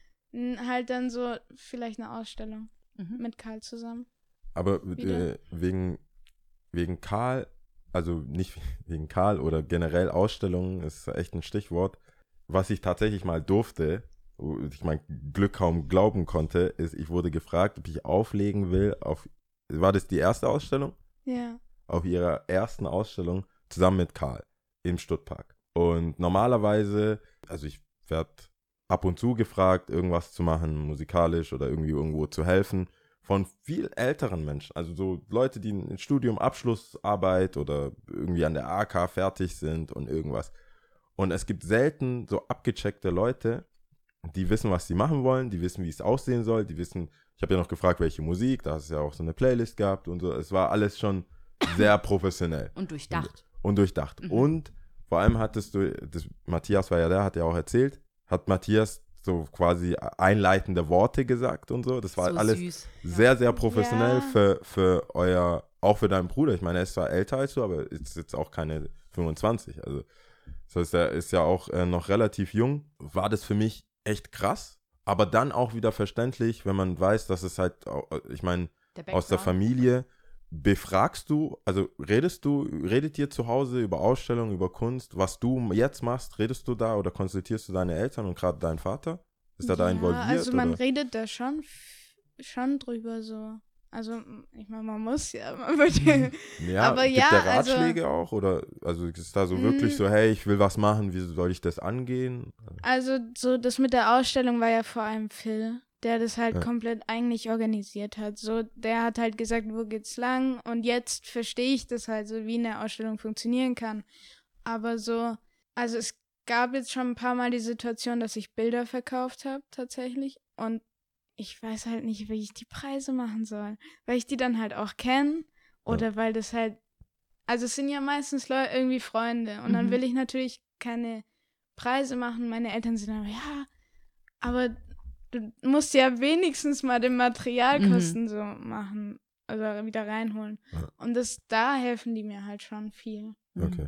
N- Halt dann so vielleicht eine Ausstellung Mhm. mit Karl zusammen. Aber Wieder. äh, wegen, wegen Karl, also nicht wegen Karl oder generell Ausstellungen, ist echt ein Stichwort. Was ich tatsächlich mal durfte, wo ich mein Glück kaum glauben konnte, ist, ich wurde gefragt, ob ich auflegen will auf, war das die erste Ausstellung? Ja. Auf ihrer ersten Ausstellung zusammen mit Karl im Stuttpark. Und normalerweise, also ich werde ab und zu gefragt, irgendwas zu machen, musikalisch oder irgendwie irgendwo zu helfen, von viel älteren Menschen. Also so Leute, die ein Studium, Abschlussarbeit oder irgendwie an der A K fertig sind und irgendwas. Und es gibt selten so abgecheckte Leute, die wissen, was sie machen wollen, die wissen, wie es aussehen soll, die wissen, ich habe ja noch gefragt, welche Musik, da hast du ja auch so eine Playlist gehabt und so. Es war alles schon sehr professionell. Und durchdacht. Und durchdacht. Mhm. Und vor allem hattest du, das, Matthias war ja da, hat ja auch erzählt, hat Matthias so quasi einleitende Worte gesagt und so. Das war so alles süß. sehr, sehr professionell Ja. für, für euer, auch für deinen Bruder. Ich meine, er ist zwar älter als du, aber ist jetzt auch keine fünfundzwanzig. Also das heißt, er ist ja auch äh, noch relativ jung. War das für mich echt krass, aber dann auch wieder verständlich, wenn man weiß, dass es halt, auch, ich meine, Der aus der Background. Familie. Befragst du, also redest du, redet ihr zu Hause über Ausstellungen, über Kunst, was du jetzt machst, redest du da oder konsultierst du deine Eltern und gerade deinen Vater? Ist er da Ja, involviert? Also man oder? redet da schon, f- schon drüber so. Also ich meine, man muss ja. Man wird Ja, aber gibt ja, der also- Ratschläge auch? Oder also ist da so wirklich Mm. so, hey, ich will was machen, wie soll ich das angehen? Also so das mit der Ausstellung war ja vor allem Phil, der das halt Ja. komplett eigentlich organisiert hat. So, der hat halt gesagt, wo geht's lang? Und jetzt verstehe ich das halt so, wie eine Ausstellung funktionieren kann. Aber so, also es gab jetzt schon ein paar Mal die Situation, dass ich Bilder verkauft habe tatsächlich. Und ich weiß halt nicht, wie ich die Preise machen soll. Weil ich die dann halt auch kenne. Oder weil das halt, also es sind ja meistens Leute irgendwie Freunde. Und dann Mhm. will ich natürlich keine Preise machen. Meine Eltern sind aber, ja, aber du musst ja wenigstens mal den Materialkosten so machen. Also wieder reinholen. Ja. Und das, da helfen die mir halt schon viel. Okay.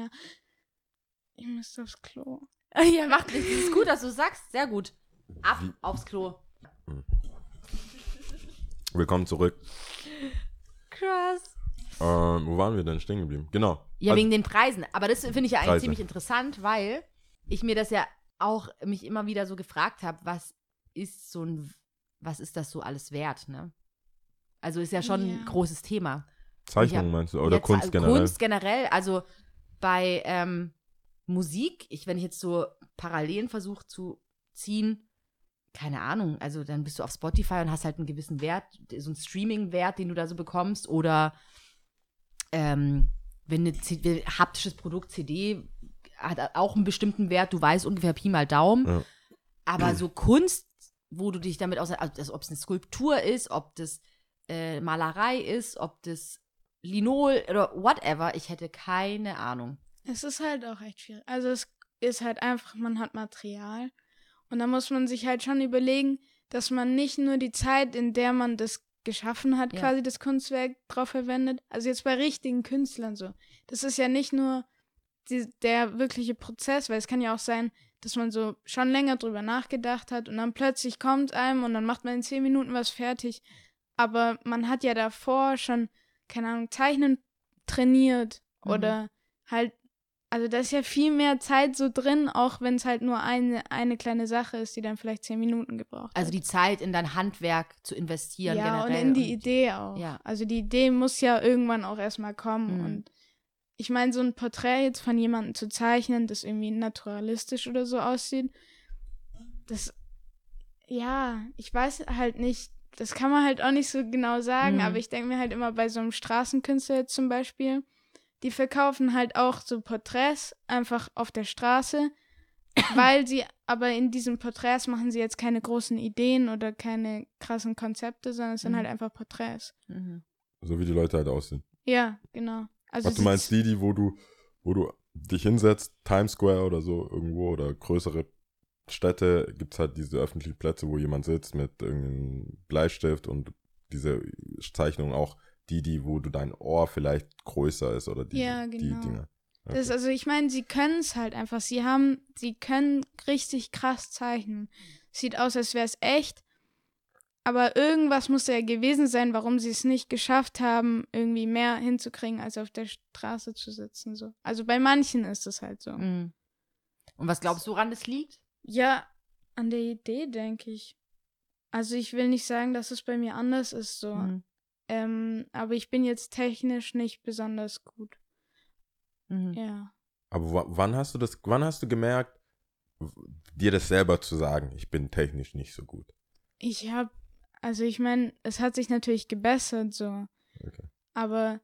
Ich muss aufs Klo. Ja, macht nichts. Es ist gut, dass du sagst. Sehr gut. Ab Wie- aufs Klo. Willkommen zurück. Krass. Ähm, wo waren wir denn stehen geblieben? Genau. Ja, Also- wegen den Preisen. Aber das finde ich ja eigentlich Preise. ziemlich interessant, weil ich mir das ja auch mich immer wieder so gefragt habe, was ist so ein, was ist das so alles wert, ne? Also ist ja schon Ja. ein großes Thema. Zeichnung Ja, meinst du? Oder ja, Kunst Ze- generell? Kunst generell, also bei ähm, Musik, ich, wenn ich jetzt so Parallelen versuche zu ziehen, keine Ahnung, also dann bist du auf Spotify und hast halt einen gewissen Wert, so einen Streaming-Wert, den du da so bekommst, oder ähm, wenn ein haptisches Produkt, C D, hat auch einen bestimmten Wert, du weißt ungefähr Pi mal Daumen, Ja. aber so Kunst, wo du dich damit auseinander, also ob es eine Skulptur ist, ob das äh, Malerei ist, ob das Linol oder whatever, ich hätte keine Ahnung. Es ist halt auch echt schwierig. Also es ist halt einfach, man hat Material und da muss man sich halt schon überlegen, dass man nicht nur die Zeit, in der man das geschaffen hat, Ja. quasi das Kunstwerk drauf verwendet. Also jetzt bei richtigen Künstlern so. Das ist ja nicht nur die, der wirkliche Prozess, weil es kann ja auch sein, dass man so schon länger drüber nachgedacht hat und dann plötzlich kommt einem und dann macht man in zehn Minuten was fertig. Aber man hat ja davor schon, keine Ahnung, Zeichnen trainiert Mhm. oder halt, also da ist ja viel mehr Zeit so drin, auch wenn es halt nur eine, eine kleine Sache ist, die dann vielleicht zehn Minuten gebraucht Also hat. die Zeit in dein Handwerk zu investieren Ja, generell. und in die Idee auch. Ja. Also die Idee muss ja irgendwann auch erstmal kommen. Mhm. Und ich meine, so ein Porträt jetzt von jemandem zu zeichnen, das irgendwie naturalistisch oder so aussieht, das, ja, ich weiß halt nicht, das kann man halt auch nicht so genau sagen, Mhm. aber ich denke mir halt immer bei so einem Straßenkünstler jetzt zum Beispiel, die verkaufen halt auch so Porträts einfach auf der Straße, weil sie, aber in diesen Porträts machen sie jetzt keine großen Ideen oder keine krassen Konzepte, sondern es sind Mhm. halt einfach Porträts. Mhm. So wie die Leute halt aussehen. Ja, genau. Also Was du sie- meinst, die, die, wo du, wo du dich hinsetzt, Times Square oder so irgendwo oder größere Städte, gibt es halt diese öffentlichen Plätze, wo jemand sitzt mit irgendeinem Bleistift und diese Zeichnung auch die, die, wo du dein Ohr vielleicht größer ist oder die, Ja, die genau. Dinger. Das, Okay. also ich meine, sie können es halt einfach. Sie haben, sie können richtig krass zeichnen. Sieht aus, als wäre es echt. Aber irgendwas muss ja gewesen sein, warum sie es nicht geschafft haben, irgendwie mehr hinzukriegen, als auf der Straße zu sitzen. So. Also bei manchen ist es halt so. Mhm. Und was glaubst du, woran das liegt? Ja, an der Idee, denke ich. Also ich will nicht sagen, dass es bei mir anders ist, so. Mhm. Ähm, aber ich bin jetzt technisch nicht besonders gut. Mhm. Ja. Aber w- wann hast du das, wann hast du gemerkt, w- dir das selber zu sagen, ich bin technisch nicht so gut? Ich habe, also ich meine, es hat sich natürlich gebessert, so. Okay. Aber,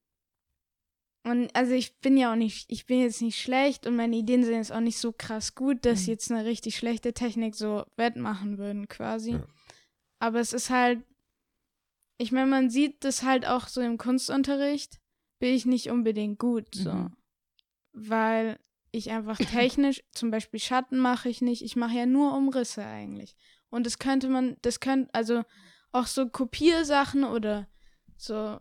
und also ich bin ja auch nicht, ich bin jetzt nicht schlecht und meine Ideen sind jetzt auch nicht so krass gut, dass Mhm. sie jetzt eine richtig schlechte Technik so wettmachen würden, quasi. Ja. Aber es ist halt, ich meine, man sieht das halt auch so im Kunstunterricht, bin ich nicht unbedingt gut, so. Mhm. Weil ich einfach technisch, zum Beispiel Schatten mache ich nicht, ich mache ja nur Umrisse eigentlich. Und das könnte man, das könnte, also auch so Kopiersachen oder so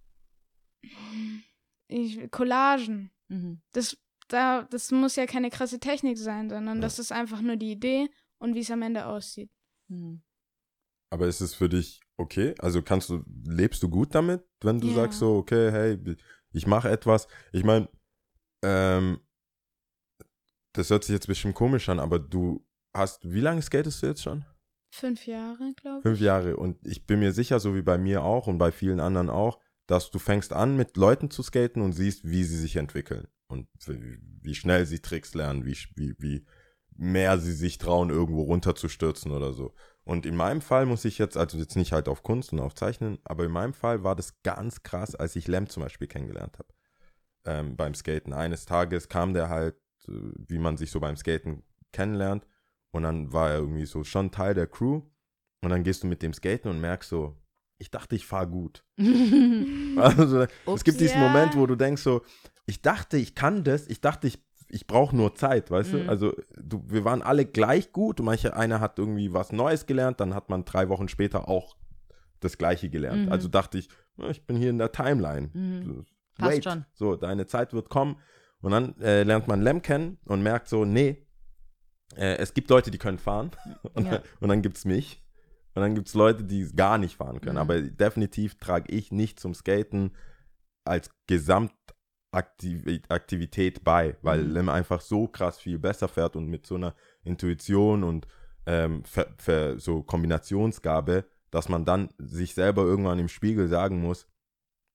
ich, Collagen. Mhm. Das, da, das muss ja keine krasse Technik sein, sondern Ja. das ist einfach nur die Idee und wie es am Ende aussieht. Mhm. Aber ist es für dich okay? Also kannst du, lebst du gut damit, wenn du Ja. sagst so, okay, hey, ich mache etwas. Ich meine, ähm, das hört sich jetzt ein bisschen komisch an, aber du hast, wie lange skatest du jetzt schon? Fünf Jahre, glaube ich. Fünf Jahre. Und ich bin mir sicher, so wie bei mir auch und bei vielen anderen auch, dass du fängst an, mit Leuten zu skaten und siehst, wie sie sich entwickeln. Und wie, wie schnell sie Tricks lernen, wie, wie, wie mehr sie sich trauen, irgendwo runterzustürzen oder so. Und in meinem Fall muss ich jetzt, also jetzt nicht halt auf Kunst und auf Zeichnen, aber in meinem Fall war das ganz krass, als ich Lem zum Beispiel kennengelernt habe. Ähm, beim Skaten. Eines Tages kam der halt, äh, wie man sich so beim Skaten kennenlernt. Und dann war er irgendwie so schon Teil der Crew. Und dann gehst du mit dem Skaten und merkst so, ich dachte, ich fahre gut. Also es gibt diesen Ja. Moment, wo du denkst so, ich dachte, ich kann das, ich dachte, ich, ich brauche nur Zeit, weißt Mhm. du? Also du, wir waren alle gleich gut und manche, einer hat irgendwie was Neues gelernt, dann hat man drei Wochen später auch das Gleiche gelernt. Mhm. Also dachte ich, na, ich bin hier in der Timeline. Mhm. So, Passt Wait, schon. so, deine Zeit wird kommen. Und dann äh, lernt man Lem kennen und merkt so, nee, äh, es gibt Leute, die können fahren. Und, Ja. und dann gibt es mich. Und dann gibt es Leute, die gar nicht fahren können. Mhm. Aber definitiv trage ich nicht zum Skaten als Gesamtaktivität bei, weil Mhm. Lem einfach so krass viel besser fährt und mit so einer Intuition und ähm, ver, ver, so Kombinationsgabe, dass man dann sich selber irgendwann im Spiegel sagen muss,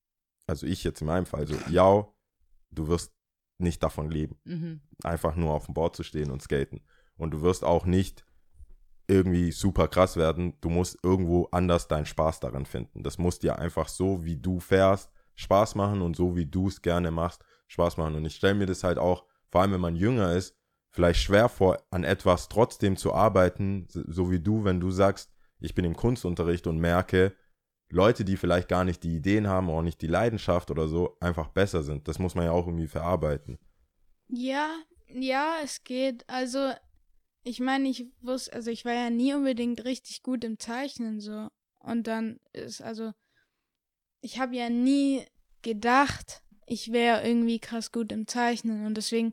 also ich jetzt in meinem Fall, so, ja, du wirst nicht davon leben, Mhm. einfach nur auf dem Board zu stehen und skaten. Und du wirst auch nicht irgendwie super krass werden. Du musst irgendwo anders deinen Spaß daran finden. Das muss dir einfach so, wie du fährst, Spaß machen und so, wie du es gerne machst, Spaß machen. Und ich stelle mir das halt auch, vor allem wenn man jünger ist, vielleicht schwer vor, an etwas trotzdem zu arbeiten, so wie du, wenn du sagst, ich bin im Kunstunterricht und merke, Leute, die vielleicht gar nicht die Ideen haben, auch nicht die Leidenschaft oder so, einfach besser sind. Das muss man ja auch irgendwie verarbeiten. Ja, ja, es geht. Also, ich meine, ich wusste, also ich war ja nie unbedingt richtig gut im Zeichnen so. Und dann ist, also, ich habe ja nie gedacht, ich wäre irgendwie krass gut im Zeichnen. Und deswegen,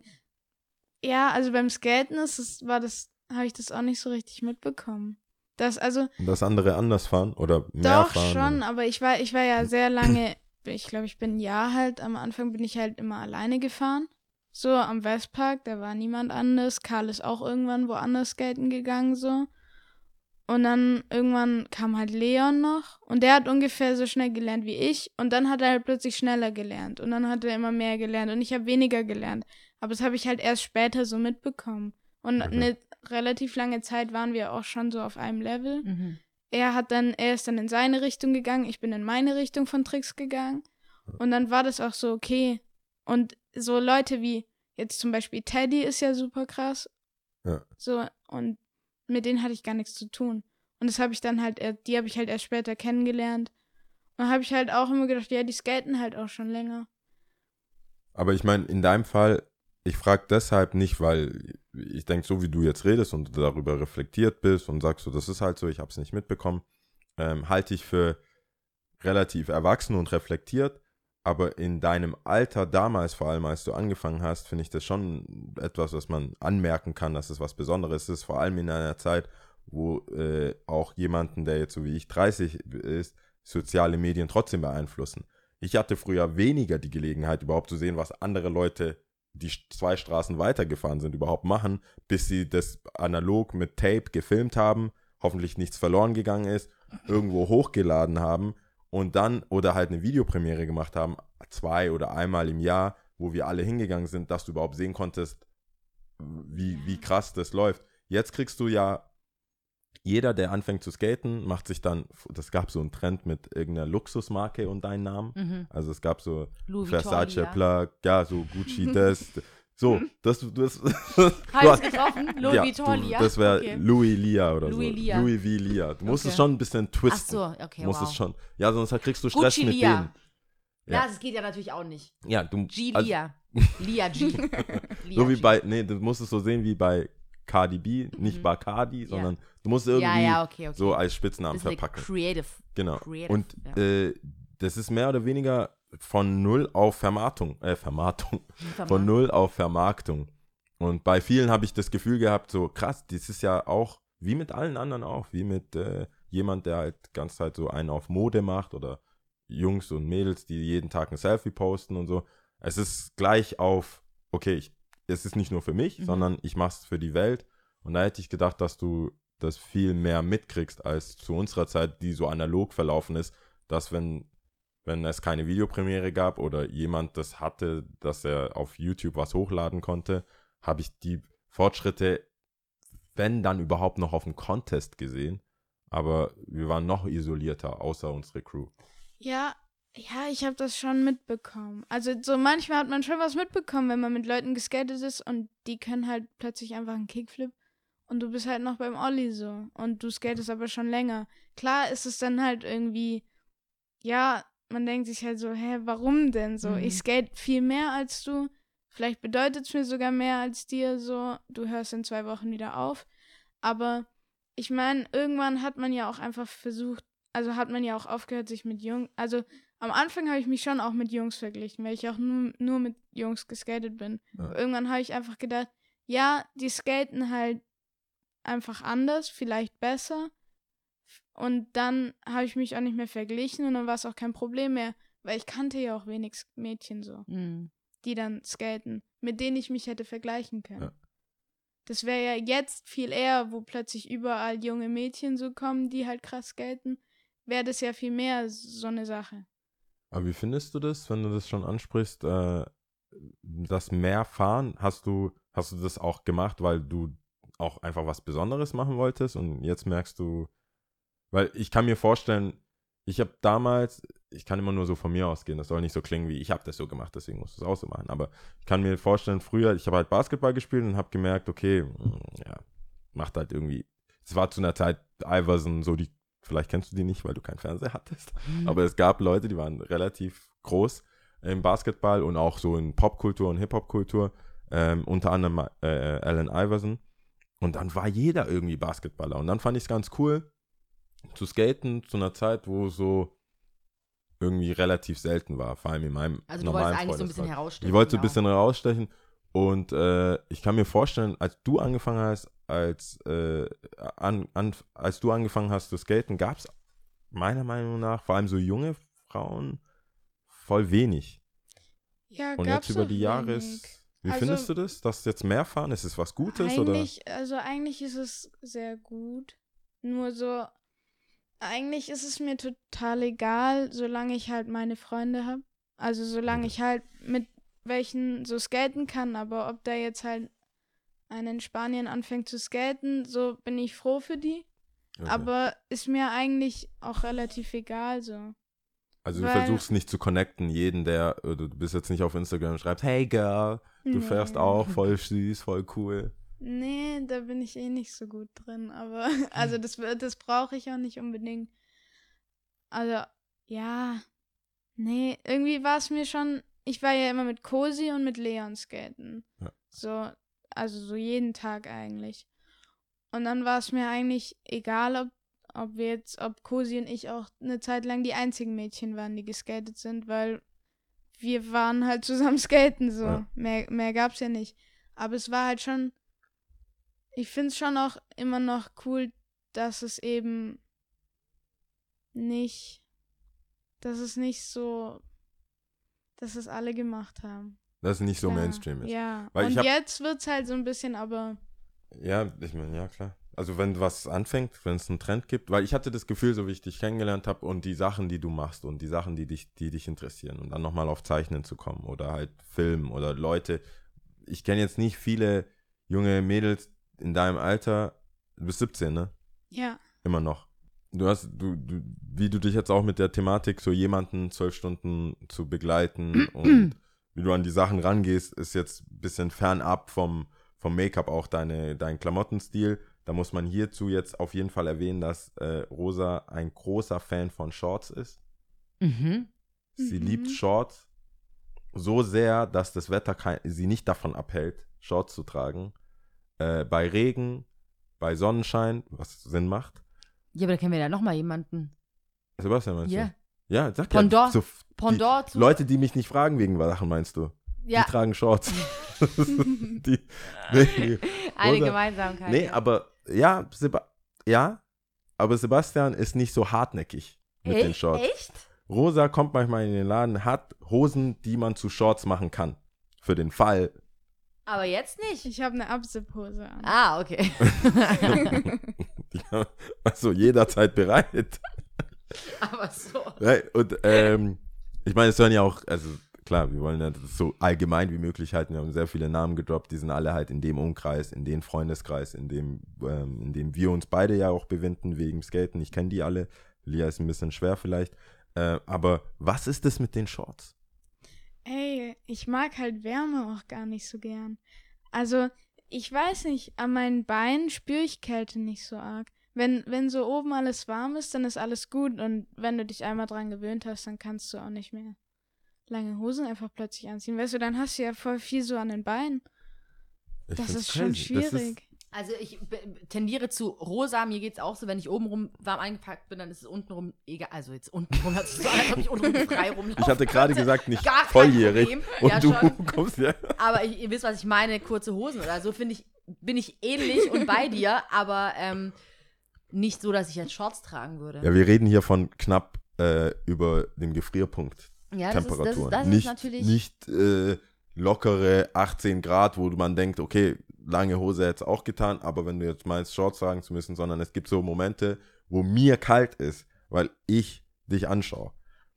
ja, also beim Skaten ist es, war das, habe ich das auch nicht so richtig mitbekommen. Das, also, Und dass andere anders fahren oder mehr doch fahren? schon, oder? aber ich war, ich war ja sehr lange, ich glaube, ich bin ein Jahr halt, am Anfang bin ich halt immer alleine gefahren. So, am Westpark, da war niemand anders. Karl ist auch irgendwann woanders skaten gegangen, so. Und dann irgendwann kam halt Leon noch und der hat ungefähr so schnell gelernt wie ich und dann hat er halt plötzlich schneller gelernt und dann hat er immer mehr gelernt und ich habe weniger gelernt. Aber das habe ich halt erst später so mitbekommen. Und Mhm. eine relativ lange Zeit waren wir auch schon so auf einem Level. Mhm. Er hat dann, er ist dann in seine Richtung gegangen, ich bin in meine Richtung von Tricks gegangen. Und dann war das auch so okay. Und so Leute wie jetzt zum Beispiel Teddy ist ja super krass. Ja. So, und mit denen hatte ich gar nichts zu tun. Und das habe ich dann halt, er- die habe ich halt erst später kennengelernt. Und habe ich halt auch immer gedacht, ja, die skaten halt auch schon länger. Aber ich meine, in deinem Fall, ich frage deshalb nicht, weil ich denke, so wie du jetzt redest und darüber reflektiert bist und sagst so, das ist halt so, ich habe es nicht mitbekommen, ähm, halte ich für relativ erwachsen und reflektiert. Aber in deinem Alter damals, vor allem als du angefangen hast, finde ich das schon etwas, was man anmerken kann, dass es was Besonderes ist. Vor allem in einer Zeit, wo äh, auch jemanden, der jetzt so wie ich dreißig ist, soziale Medien trotzdem beeinflussen. Ich hatte früher weniger die Gelegenheit, überhaupt zu sehen, was andere Leute, die zwei Straßen weitergefahren sind, überhaupt machen, bis sie das analog mit Tape gefilmt haben, hoffentlich nichts verloren gegangen ist, irgendwo hochgeladen haben und dann oder halt eine Videopremiere gemacht haben, zwei oder einmal im Jahr, wo wir alle hingegangen sind, dass du überhaupt sehen konntest, wie, wie krass das läuft. Jetzt kriegst du ja, jeder, der anfängt zu skaten, macht sich dann, das gab so einen Trend mit irgendeiner Luxusmarke und deinen Namen. Mhm. Also es gab so Louis Versace Vuitton, ja. Plug, ja, so Gucci das. So, das, das, Habe ich getroffen? Louis ja, Vuitton, du, ja? das wäre Okay. Louis Lia oder Louis so. Lia. Louis V. Lia. Du musst Okay. es schon ein bisschen Ach twisten. so, okay, musst wow. es schon. Ja, sonst kriegst du Stress Gucci mit Lia. denen. Ja, Ja. das geht ja natürlich auch nicht. Ja, du. G. also, Lia. Lia G. Lia so wie G. bei, nee, du musst es so sehen wie bei Cardi B, nicht Mhm. Bacardi, Ja. sondern du musst irgendwie Ja, ja, okay, okay. so als Spitznamen Bisschen verpacken. creative. Genau. Creative, Und ja. äh, das ist mehr oder weniger von null auf Vermarktung, äh, Vermarktung, Vermarktung. von null auf Vermarktung. Und bei vielen habe ich das Gefühl gehabt, so krass, das ist ja auch, wie mit allen anderen auch, wie mit äh, jemand, der halt ganz halt so einen auf Mode macht oder Jungs und Mädels, die jeden Tag ein Selfie posten und so. Es ist gleich auf, okay, ich, es ist nicht nur für mich, Mhm. sondern ich mache es für die Welt. Und da hätte ich gedacht, dass du das viel mehr mitkriegst als zu unserer Zeit, die so analog verlaufen ist, dass wenn, wenn es keine Videopremiere gab oder jemand das hatte, dass er auf YouTube was hochladen konnte, habe ich die Fortschritte, wenn dann überhaupt noch auf dem Contest gesehen. Aber wir waren noch isolierter, außer unsere Crew. Ja, ja, ich habe das schon mitbekommen. Also so manchmal hat man schon was mitbekommen, wenn man mit Leuten geskatet ist und die können halt plötzlich einfach einen Kickflip und du bist halt noch beim Olli so und du skatest aber schon länger. Klar ist es dann halt irgendwie, ja, man denkt sich halt so, hä, warum denn so? Mhm. Ich skate viel mehr als du, vielleicht bedeutet es mir sogar mehr als dir so, du hörst in zwei Wochen wieder auf, aber ich meine, irgendwann hat man ja auch einfach versucht, also hat man ja auch aufgehört, sich mit Jungs, also am Anfang habe ich mich schon auch mit Jungs verglichen, weil ich auch nur, nur mit Jungs geskatet bin. Ja. Aber irgendwann habe ich einfach gedacht, ja, die skaten halt einfach anders, vielleicht besser. Und dann habe ich mich auch nicht mehr verglichen und dann war es auch kein Problem mehr, weil ich kannte ja auch wenig Mädchen so, Mhm. die dann skaten, mit denen ich mich hätte vergleichen können. Ja. Das wäre ja jetzt viel eher, wo plötzlich überall junge Mädchen so kommen, die halt krass skaten, wäre das ja viel mehr so eine Sache. Aber wie findest du das, wenn du das schon ansprichst, äh, das mehr fahren? Hast du, hast du das auch gemacht, weil du auch einfach was Besonderes machen wolltest und jetzt merkst du, weil ich kann mir vorstellen, ich habe damals, ich kann immer nur so von mir ausgehen, das soll nicht so klingen wie, ich habe das so gemacht, deswegen musst du es auch so machen, aber ich kann mir vorstellen, früher, ich habe halt Basketball gespielt und habe gemerkt, okay, ja, macht halt irgendwie, es war zu einer Zeit, Iverson, so die, vielleicht kennst du die nicht, weil du keinen Fernseher hattest, mhm. aber es gab Leute, die waren relativ groß im Basketball und auch so in Popkultur und Hip-Hop-Kultur, ähm, unter anderem äh, Allen Iverson. Und dann war jeder irgendwie Basketballer. Und dann fand ich es ganz cool, zu skaten zu einer Zeit, wo so irgendwie relativ selten war, vor allem in meinem Also normalen du wolltest eigentlich so ein bisschen herausstechen. Ich wollte so ein genau. bisschen herausstechen. Und äh, ich kann mir vorstellen, als du angefangen hast, als, äh, an, an, als du angefangen hast zu skaten, gab es meiner Meinung nach, vor allem so junge Frauen, voll wenig. Ja, Und gab's jetzt über auch die Jahre wenig. ist, wie Also, findest du das, dass jetzt mehr fahren? Ist es was Gutes? Eigentlich, Oder? also eigentlich ist es sehr gut. Nur so, eigentlich ist es mir total egal, solange ich halt meine Freunde habe. Also solange Okay. ich halt mit welchen so skaten kann, aber ob da jetzt halt einer in Spanien anfängt zu skaten, so bin ich froh für die. Okay. Aber ist mir eigentlich auch relativ egal so. Also du Weil- versuchst nicht zu connecten, jeden, der, äh, du bist jetzt nicht auf Instagram und schreibst, hey Girl, du Nee. fährst auch, voll süß, voll cool. Nee, da bin ich eh nicht so gut drin, aber also das, das brauche ich auch nicht unbedingt. Also, ja, nee, irgendwie war es mir schon, ich war ja immer mit Cosi und mit Leon skaten. Ja. So, also so jeden Tag eigentlich. Und dann war es mir eigentlich egal, ob, ob wir jetzt, ob Cosi und ich auch eine Zeit lang die einzigen Mädchen waren, die geskatet sind, weil wir waren halt zusammen skaten, so. Ja. Mehr, mehr gab's ja nicht. Aber es war halt schon, ich finde es schon auch immer noch cool, dass es eben nicht, dass es nicht so, dass es alle gemacht haben. Dass es nicht so Ja, Mainstream ist. Ja, Weil ich und hab- jetzt wird's halt so ein bisschen, aber Ja, ich meine, ja klar. Also wenn was anfängt, wenn es einen Trend gibt, weil ich hatte das Gefühl, so wie ich dich kennengelernt habe und die Sachen, die du machst und die Sachen, die dich, die dich interessieren und dann nochmal auf Zeichnen zu kommen oder halt Film oder Leute. Ich kenne jetzt nicht viele junge Mädels in deinem Alter, du bist siebzehn, ne? ja, Immer noch. Du hast, du, du, wie du dich jetzt auch mit der Thematik, so jemanden zwölf Stunden zu begleiten und wie du an die Sachen rangehst, ist jetzt ein bisschen fernab vom, vom Make-up auch deine, dein Klamottenstil. Da muss man hierzu jetzt auf jeden Fall erwähnen, dass äh, Rosa ein großer Fan von Shorts ist. Mhm. Sie Mhm. liebt Shorts so sehr, dass das Wetter kein, sie nicht davon abhält, Shorts zu tragen. Äh, bei Regen, bei Sonnenschein, was Sinn macht. Ja, aber da kennen wir ja nochmal jemanden. Sebastian, meinst Ja. du? Ja, sag Pendant- ja. So, Pendant die zu- Leute, die mich nicht fragen wegen Sachen, meinst du? Ja, Die tragen Shorts. die, nee, eine Rosa- Gemeinsamkeit. nee, ja. aber ja, Seba ja, aber Sebastian ist nicht so hartnäckig mit den Echt? Shorts. Echt? Rosa kommt manchmal in den Laden, hat Hosen, die man zu Shorts machen kann. Für den Fall. Aber jetzt nicht. ich habe eine Absippose an. Ah, okay. Ja, also jederzeit bereit. Aber so. Ja, und ähm, ich meine, es sollen ja auch, also klar, wir wollen ja das so allgemein wie möglich halten. Wir haben sehr viele Namen gedroppt, die sind alle halt in dem Umkreis, in dem Freundeskreis, in dem, ähm, in dem wir uns beide ja auch befinden wegen Skaten. Ich kenne die alle. Lia ist ein bisschen schwer vielleicht. Äh, aber was ist das mit den Shorts? Ey, ich mag halt Wärme auch gar nicht so gern. Also, ich weiß nicht, an meinen Beinen spüre ich Kälte nicht so arg. Wenn, wenn so oben alles warm ist, dann ist alles gut. Und wenn du dich einmal dran gewöhnt hast, dann kannst du auch nicht mehr lange Hosen einfach plötzlich anziehen. Weißt du, dann hast du ja voll viel so an den Beinen. Ich Das find's ist schon crazy. Das ist- schwierig. Also ich b- tendiere zu rosa, mir geht's auch so, wenn ich obenrum warm eingepackt bin, dann ist es untenrum egal. Also jetzt untenrum hat es so an, als ob ich untenrum frei rumlaufe. Ich hatte gerade gesagt, nicht Gar kein volljährig. Problem. Und Ja, du schon. kommst ja. Aber ich, ihr wisst, was ich meine, kurze Hosen oder so, finde ich, bin ich ähnlich und bei dir, aber ähm, nicht so, dass ich jetzt Shorts tragen würde. Ja, wir reden hier von knapp äh, über dem Gefrierpunkt. Ja, das ist, das ist, Temperaturen. das ist nicht natürlich. nicht äh, lockere achtzehn Grad, wo man denkt, okay, lange Hose hätte es auch getan, aber wenn du jetzt meinst, Shorts tragen zu müssen, sondern es gibt so Momente, wo mir kalt ist, weil ich dich anschaue.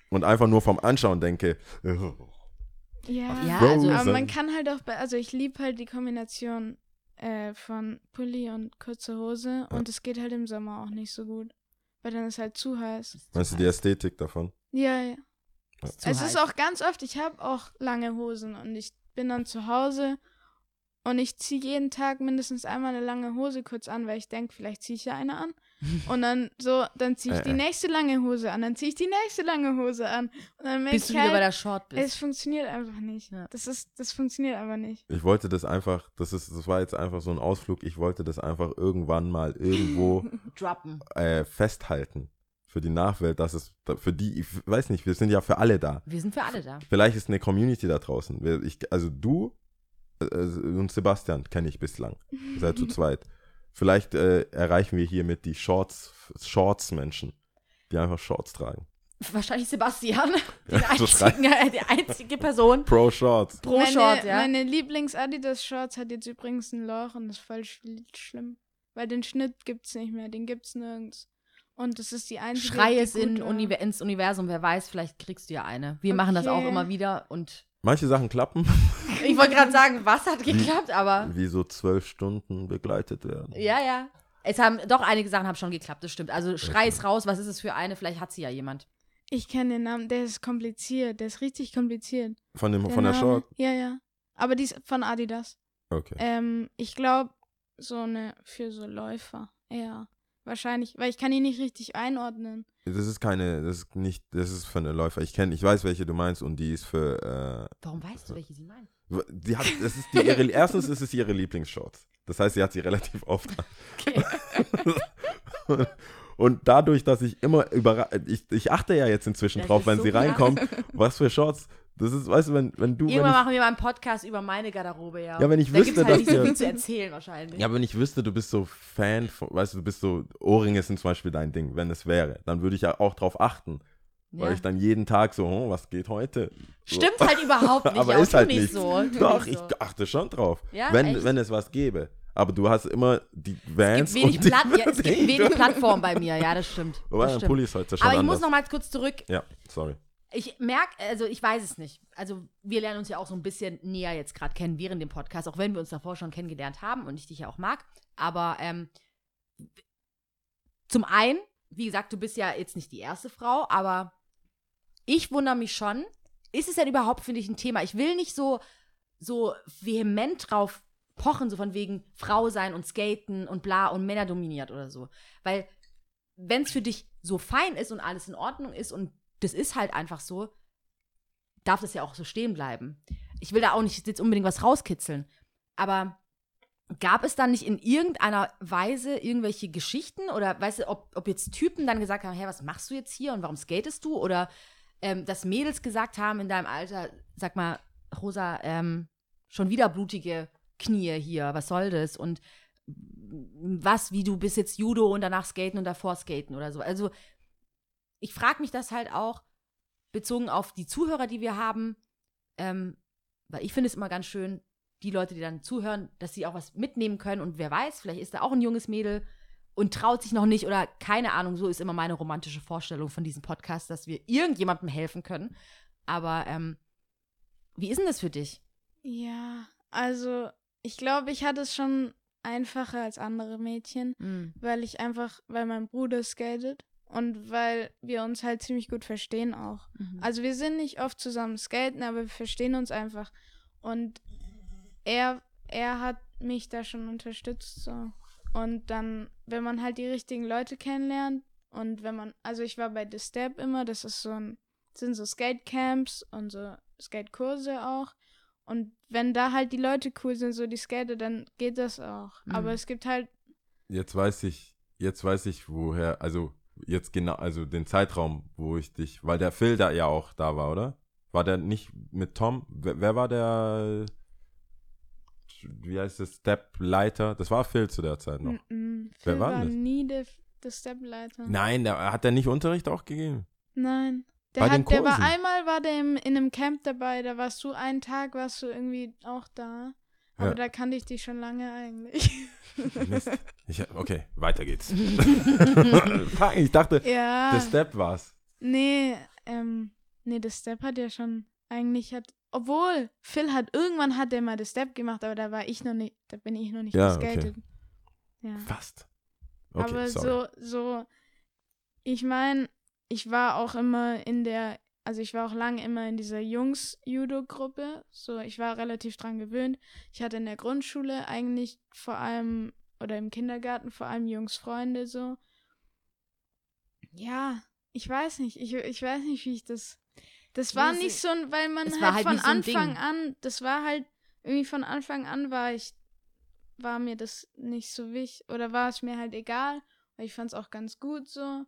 und einfach nur vom Anschauen denke, oh, Ja, Ja, Frozen. also- aber man kann halt auch, bei, also ich liebe halt die Kombination äh, von Pulli und kurze Hose und es geht halt im Sommer auch nicht so gut, weil dann ist halt zu heiß. meinst du die Ästhetik davon? Ja, ja. Ist zu Es heiß. ist auch ganz oft, ich habe auch lange Hosen und ich bin dann zu Hause und ich ziehe jeden Tag mindestens einmal eine lange Hose kurz an, weil ich denke, vielleicht ziehe ich ja eine an. Und dann so, dann ziehe ich Äh, die äh. nächste lange Hose an, dann ziehe ich die nächste lange Hose an. Und dann merke Bis du ich wieder bei halt, der Short bist. es funktioniert einfach nicht. Ja. Das ist, das funktioniert einfach nicht. Ich wollte das einfach, das ist, das war jetzt einfach so ein Ausflug, ich wollte das einfach irgendwann mal irgendwo Droppen. äh, festhalten. Für die Nachwelt, dass es, für die, ich weiß nicht, wir sind ja für alle da. Wir sind für alle da. Vielleicht ist eine Community da draußen. Wir- Ich, also du äh, und Sebastian kenne ich bislang. Ihr seid zu zweit. Vielleicht äh, erreichen wir hiermit die Shorts, Shorts-Menschen, die einfach Shorts tragen. Wahrscheinlich Sebastian. Die, Ja, so einzigen, äh, die einzige Person Pro Shorts. pro meine, Short, ja. Meine Lieblings-Adidas-Shorts hat jetzt übrigens ein Loch und das ist voll sch- schlimm. Weil den Schnitt gibt's nicht mehr, den gibt's nirgends. Und das ist die einzige, Schrei die es gut in war. Univer- ins Universum. Wer weiß, vielleicht kriegst du ja eine. Wir machen das auch Okay. immer wieder. Und Manche Sachen klappen, ich wollte gerade sagen, was hat geklappt, aber wie so zwölf Stunden begleitet werden. ja, ja. Es haben doch einige Sachen haben schon geklappt, das stimmt. Also schrei es raus, was ist es für eine? Vielleicht hat sie ja jemand. Ich kenne den Namen, der ist kompliziert, der ist richtig kompliziert. Von, dem, von der Name- Short? Ja, ja. Aber die ist von Adidas. Okay. Ähm, ich glaube, so eine für so Läufer. Ja, wahrscheinlich, weil ich kann ihn nicht richtig einordnen. Das ist keine, das ist nicht, das ist für eine Läufer. Ich kenne, ich weiß, welche du meinst und die ist für, Warum weißt du, welche sie meint? äh, die hat, das ist die, ihre, erstens ist es ihre Lieblingsshorts. Das heißt, sie hat sie relativ oft an. Okay. und, und dadurch, dass ich immer überra ich, ich achte ja jetzt inzwischen Das drauf, ist wenn so sie krass. reinkommen, was für Shorts. Das ist, weißt du, wenn, wenn du, wenn Irgendwann ich, machen wir mal einen Podcast über meine Garderobe, ja. Ja, wenn ich da wüsste, gibt's halt dass nicht so wir- viel zu erzählen wahrscheinlich. ja, wenn ich wüsste, du bist so Fan, von, weißt du, du bist so, Ohrringe sind zum Beispiel dein Ding, wenn es wäre, dann würde ich ja auch drauf achten, weil Ja. ich dann jeden Tag so, hm, was geht heute? So. Stimmt halt überhaupt nicht. Aber auch ist du halt nicht nicht. so. Du Doch, nicht ich so. achte schon drauf, Ja, wenn, echt? wenn es was gäbe. Aber du hast immer die Es Vans gibt wenig, und die, Platt, ja, es gibt wenig Plattform bei mir, ja, das stimmt. Wobei, Das ein stimmt. Pulli ist heute schon Aber ich anders. muss noch mal kurz zurück. Ja, sorry. Ich merke, also ich weiß es nicht. Also wir lernen uns ja auch so ein bisschen näher jetzt gerade kennen während dem Podcast, auch wenn wir uns davor schon kennengelernt haben und ich dich ja auch mag. Aber ähm, zum einen, wie gesagt, du bist ja jetzt nicht die erste Frau, aber ich wundere mich schon, ist es denn überhaupt, finde ich, ein Thema? Ich will nicht so, so vehement drauf pochen, so von wegen Frau sein und Skaten und bla und Männer dominiert oder so. Weil wenn es für dich so fein ist und alles in Ordnung ist und das ist halt einfach so, darf das ja auch so stehen bleiben. Ich will da auch nicht jetzt unbedingt was rauskitzeln. Aber gab es dann nicht in irgendeiner Weise irgendwelche Geschichten oder weißt du, ob, ob jetzt Typen dann gesagt haben, hey, was machst du jetzt hier und warum skatest du? Oder ähm, dass Mädels gesagt haben in deinem Alter, sag mal, Rosa, ähm, schon wieder blutige Knie hier, was soll das? Und was, wie du bist jetzt Judo und danach Skaten und davor Skaten oder so. Also ich frage mich das halt auch, bezogen auf die Zuhörer, die wir haben, ähm, weil ich finde es immer ganz schön, die Leute, die dann zuhören, dass sie auch was mitnehmen können und wer weiß, vielleicht ist da auch ein junges Mädel und traut sich noch nicht oder keine Ahnung, so ist immer meine romantische Vorstellung von diesem Podcast, dass wir irgendjemandem helfen können. Aber ähm, wie ist denn das für dich? Ja, also ich glaube, ich hatte es schon einfacher als andere Mädchen, Mhm. weil ich einfach, weil mein Bruder skatet und weil wir uns halt ziemlich gut verstehen auch. Mhm. Also wir sind nicht oft zusammen skaten, aber wir verstehen uns einfach. Und er, er hat mich da schon unterstützt. So. Und dann, wenn man halt die richtigen Leute kennenlernt und wenn man, also ich war bei The Step immer, das ist so ein, sind so Skatecamps und so Skatekurse auch. Und wenn da halt die Leute cool sind, so die Skater, dann geht das auch. Mhm. Aber es gibt halt, Jetzt weiß ich, jetzt weiß ich, woher, also jetzt genau, also den Zeitraum, wo ich dich, weil der Phil da ja auch da war, oder? War der nicht mit Tom? Wer, wer war der, wie heißt das, Step-Leiter? Das war Phil zu der Zeit noch. mm, mm, Wer Phil war war denn das? nie der, der Stepleiter. Nein, der, hat der nicht Unterricht auch gegeben? Nein. Der, Bei den hat, der war Kursen? einmal war der im, in einem Camp dabei, da warst du einen Tag, warst du irgendwie auch da. Aber Ja. da kannte ich dich schon lange eigentlich. Mist. Ich, okay, weiter geht's. Fuck, ich dachte, Ja. der Step war's. Nee, ähm, Nee, das Step hat ja schon eigentlich hat, obwohl Phil hat, irgendwann hat er mal das Step gemacht, aber da war ich noch nicht, da bin ich noch nicht Ja, geskatet. Okay. Ja. Fast. Okay, aber sorry. so, so, ich meine, ich war auch immer in der, also ich war auch lange immer in dieser Jungs-Judo-Gruppe, so, ich war relativ dran gewöhnt. Ich hatte in der Grundschule eigentlich vor allem, oder im Kindergarten vor allem Jungsfreunde, so. Ja, ich weiß nicht, ich, ich weiß nicht, wie ich das, das war nicht so, weil man halt, halt von so Anfang an, das war halt, irgendwie von Anfang an war ich, war mir das nicht so wichtig, oder war es mir halt egal, weil ich fand es auch ganz gut so.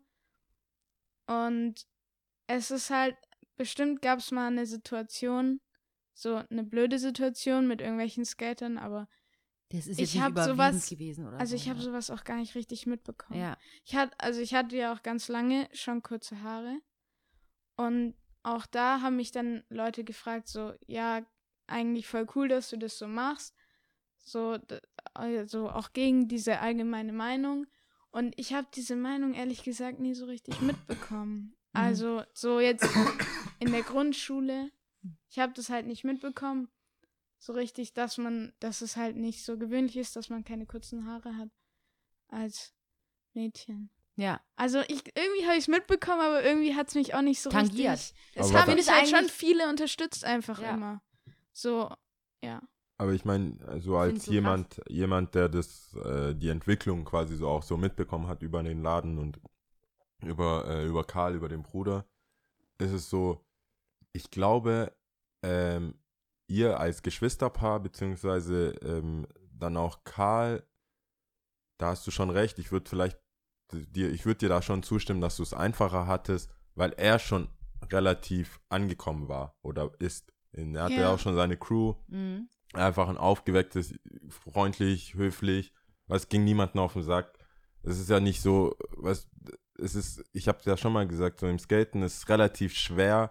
Und es ist halt, bestimmt gab es mal eine Situation, so eine blöde Situation mit irgendwelchen Skatern, aber das ist ich jetzt nicht hab überwiegend sowas, gewesen, oder also so, ich habe ja. sowas auch gar nicht richtig mitbekommen. Ja. Ich hatte, also ich hatte ja auch ganz lange schon kurze Haare und auch da haben mich dann Leute gefragt, so, ja, eigentlich voll cool, dass du das so machst, so, also auch gegen diese allgemeine Meinung. Und ich habe diese Meinung ehrlich gesagt nie so richtig mitbekommen. Mhm. Also so jetzt in der Grundschule, ich habe das halt nicht mitbekommen, so richtig, dass man, dass es halt nicht so gewöhnlich ist, dass man keine kurzen Haare hat als Mädchen. Ja. Also ich, irgendwie habe ich es mitbekommen, aber irgendwie hat es mich auch nicht so tangiert. richtig. Es Aber haben mich halt eigentlich- schon viele unterstützt einfach Ja. immer. So, ja. Aber ich meine, so als Findest du jemand, jemand, der das, äh, die Entwicklung quasi so auch so mitbekommen hat über den Laden und über, äh, über Karl, über den Bruder, ist es so, ich glaube, ähm, ihr als Geschwisterpaar, beziehungsweise ähm, dann auch Karl, da hast du schon recht, ich würde vielleicht dir, ich würde dir da schon zustimmen, dass du es einfacher hattest, weil er schon relativ angekommen war oder ist. Er hatte ja Ja. auch schon seine Crew. Mhm. Einfach ein aufgewecktes, freundlich, höflich, was ging niemandem auf den Sack. Es ist ja nicht so, was, es ist, ich habe ja schon mal gesagt, so im Skaten ist es relativ schwer,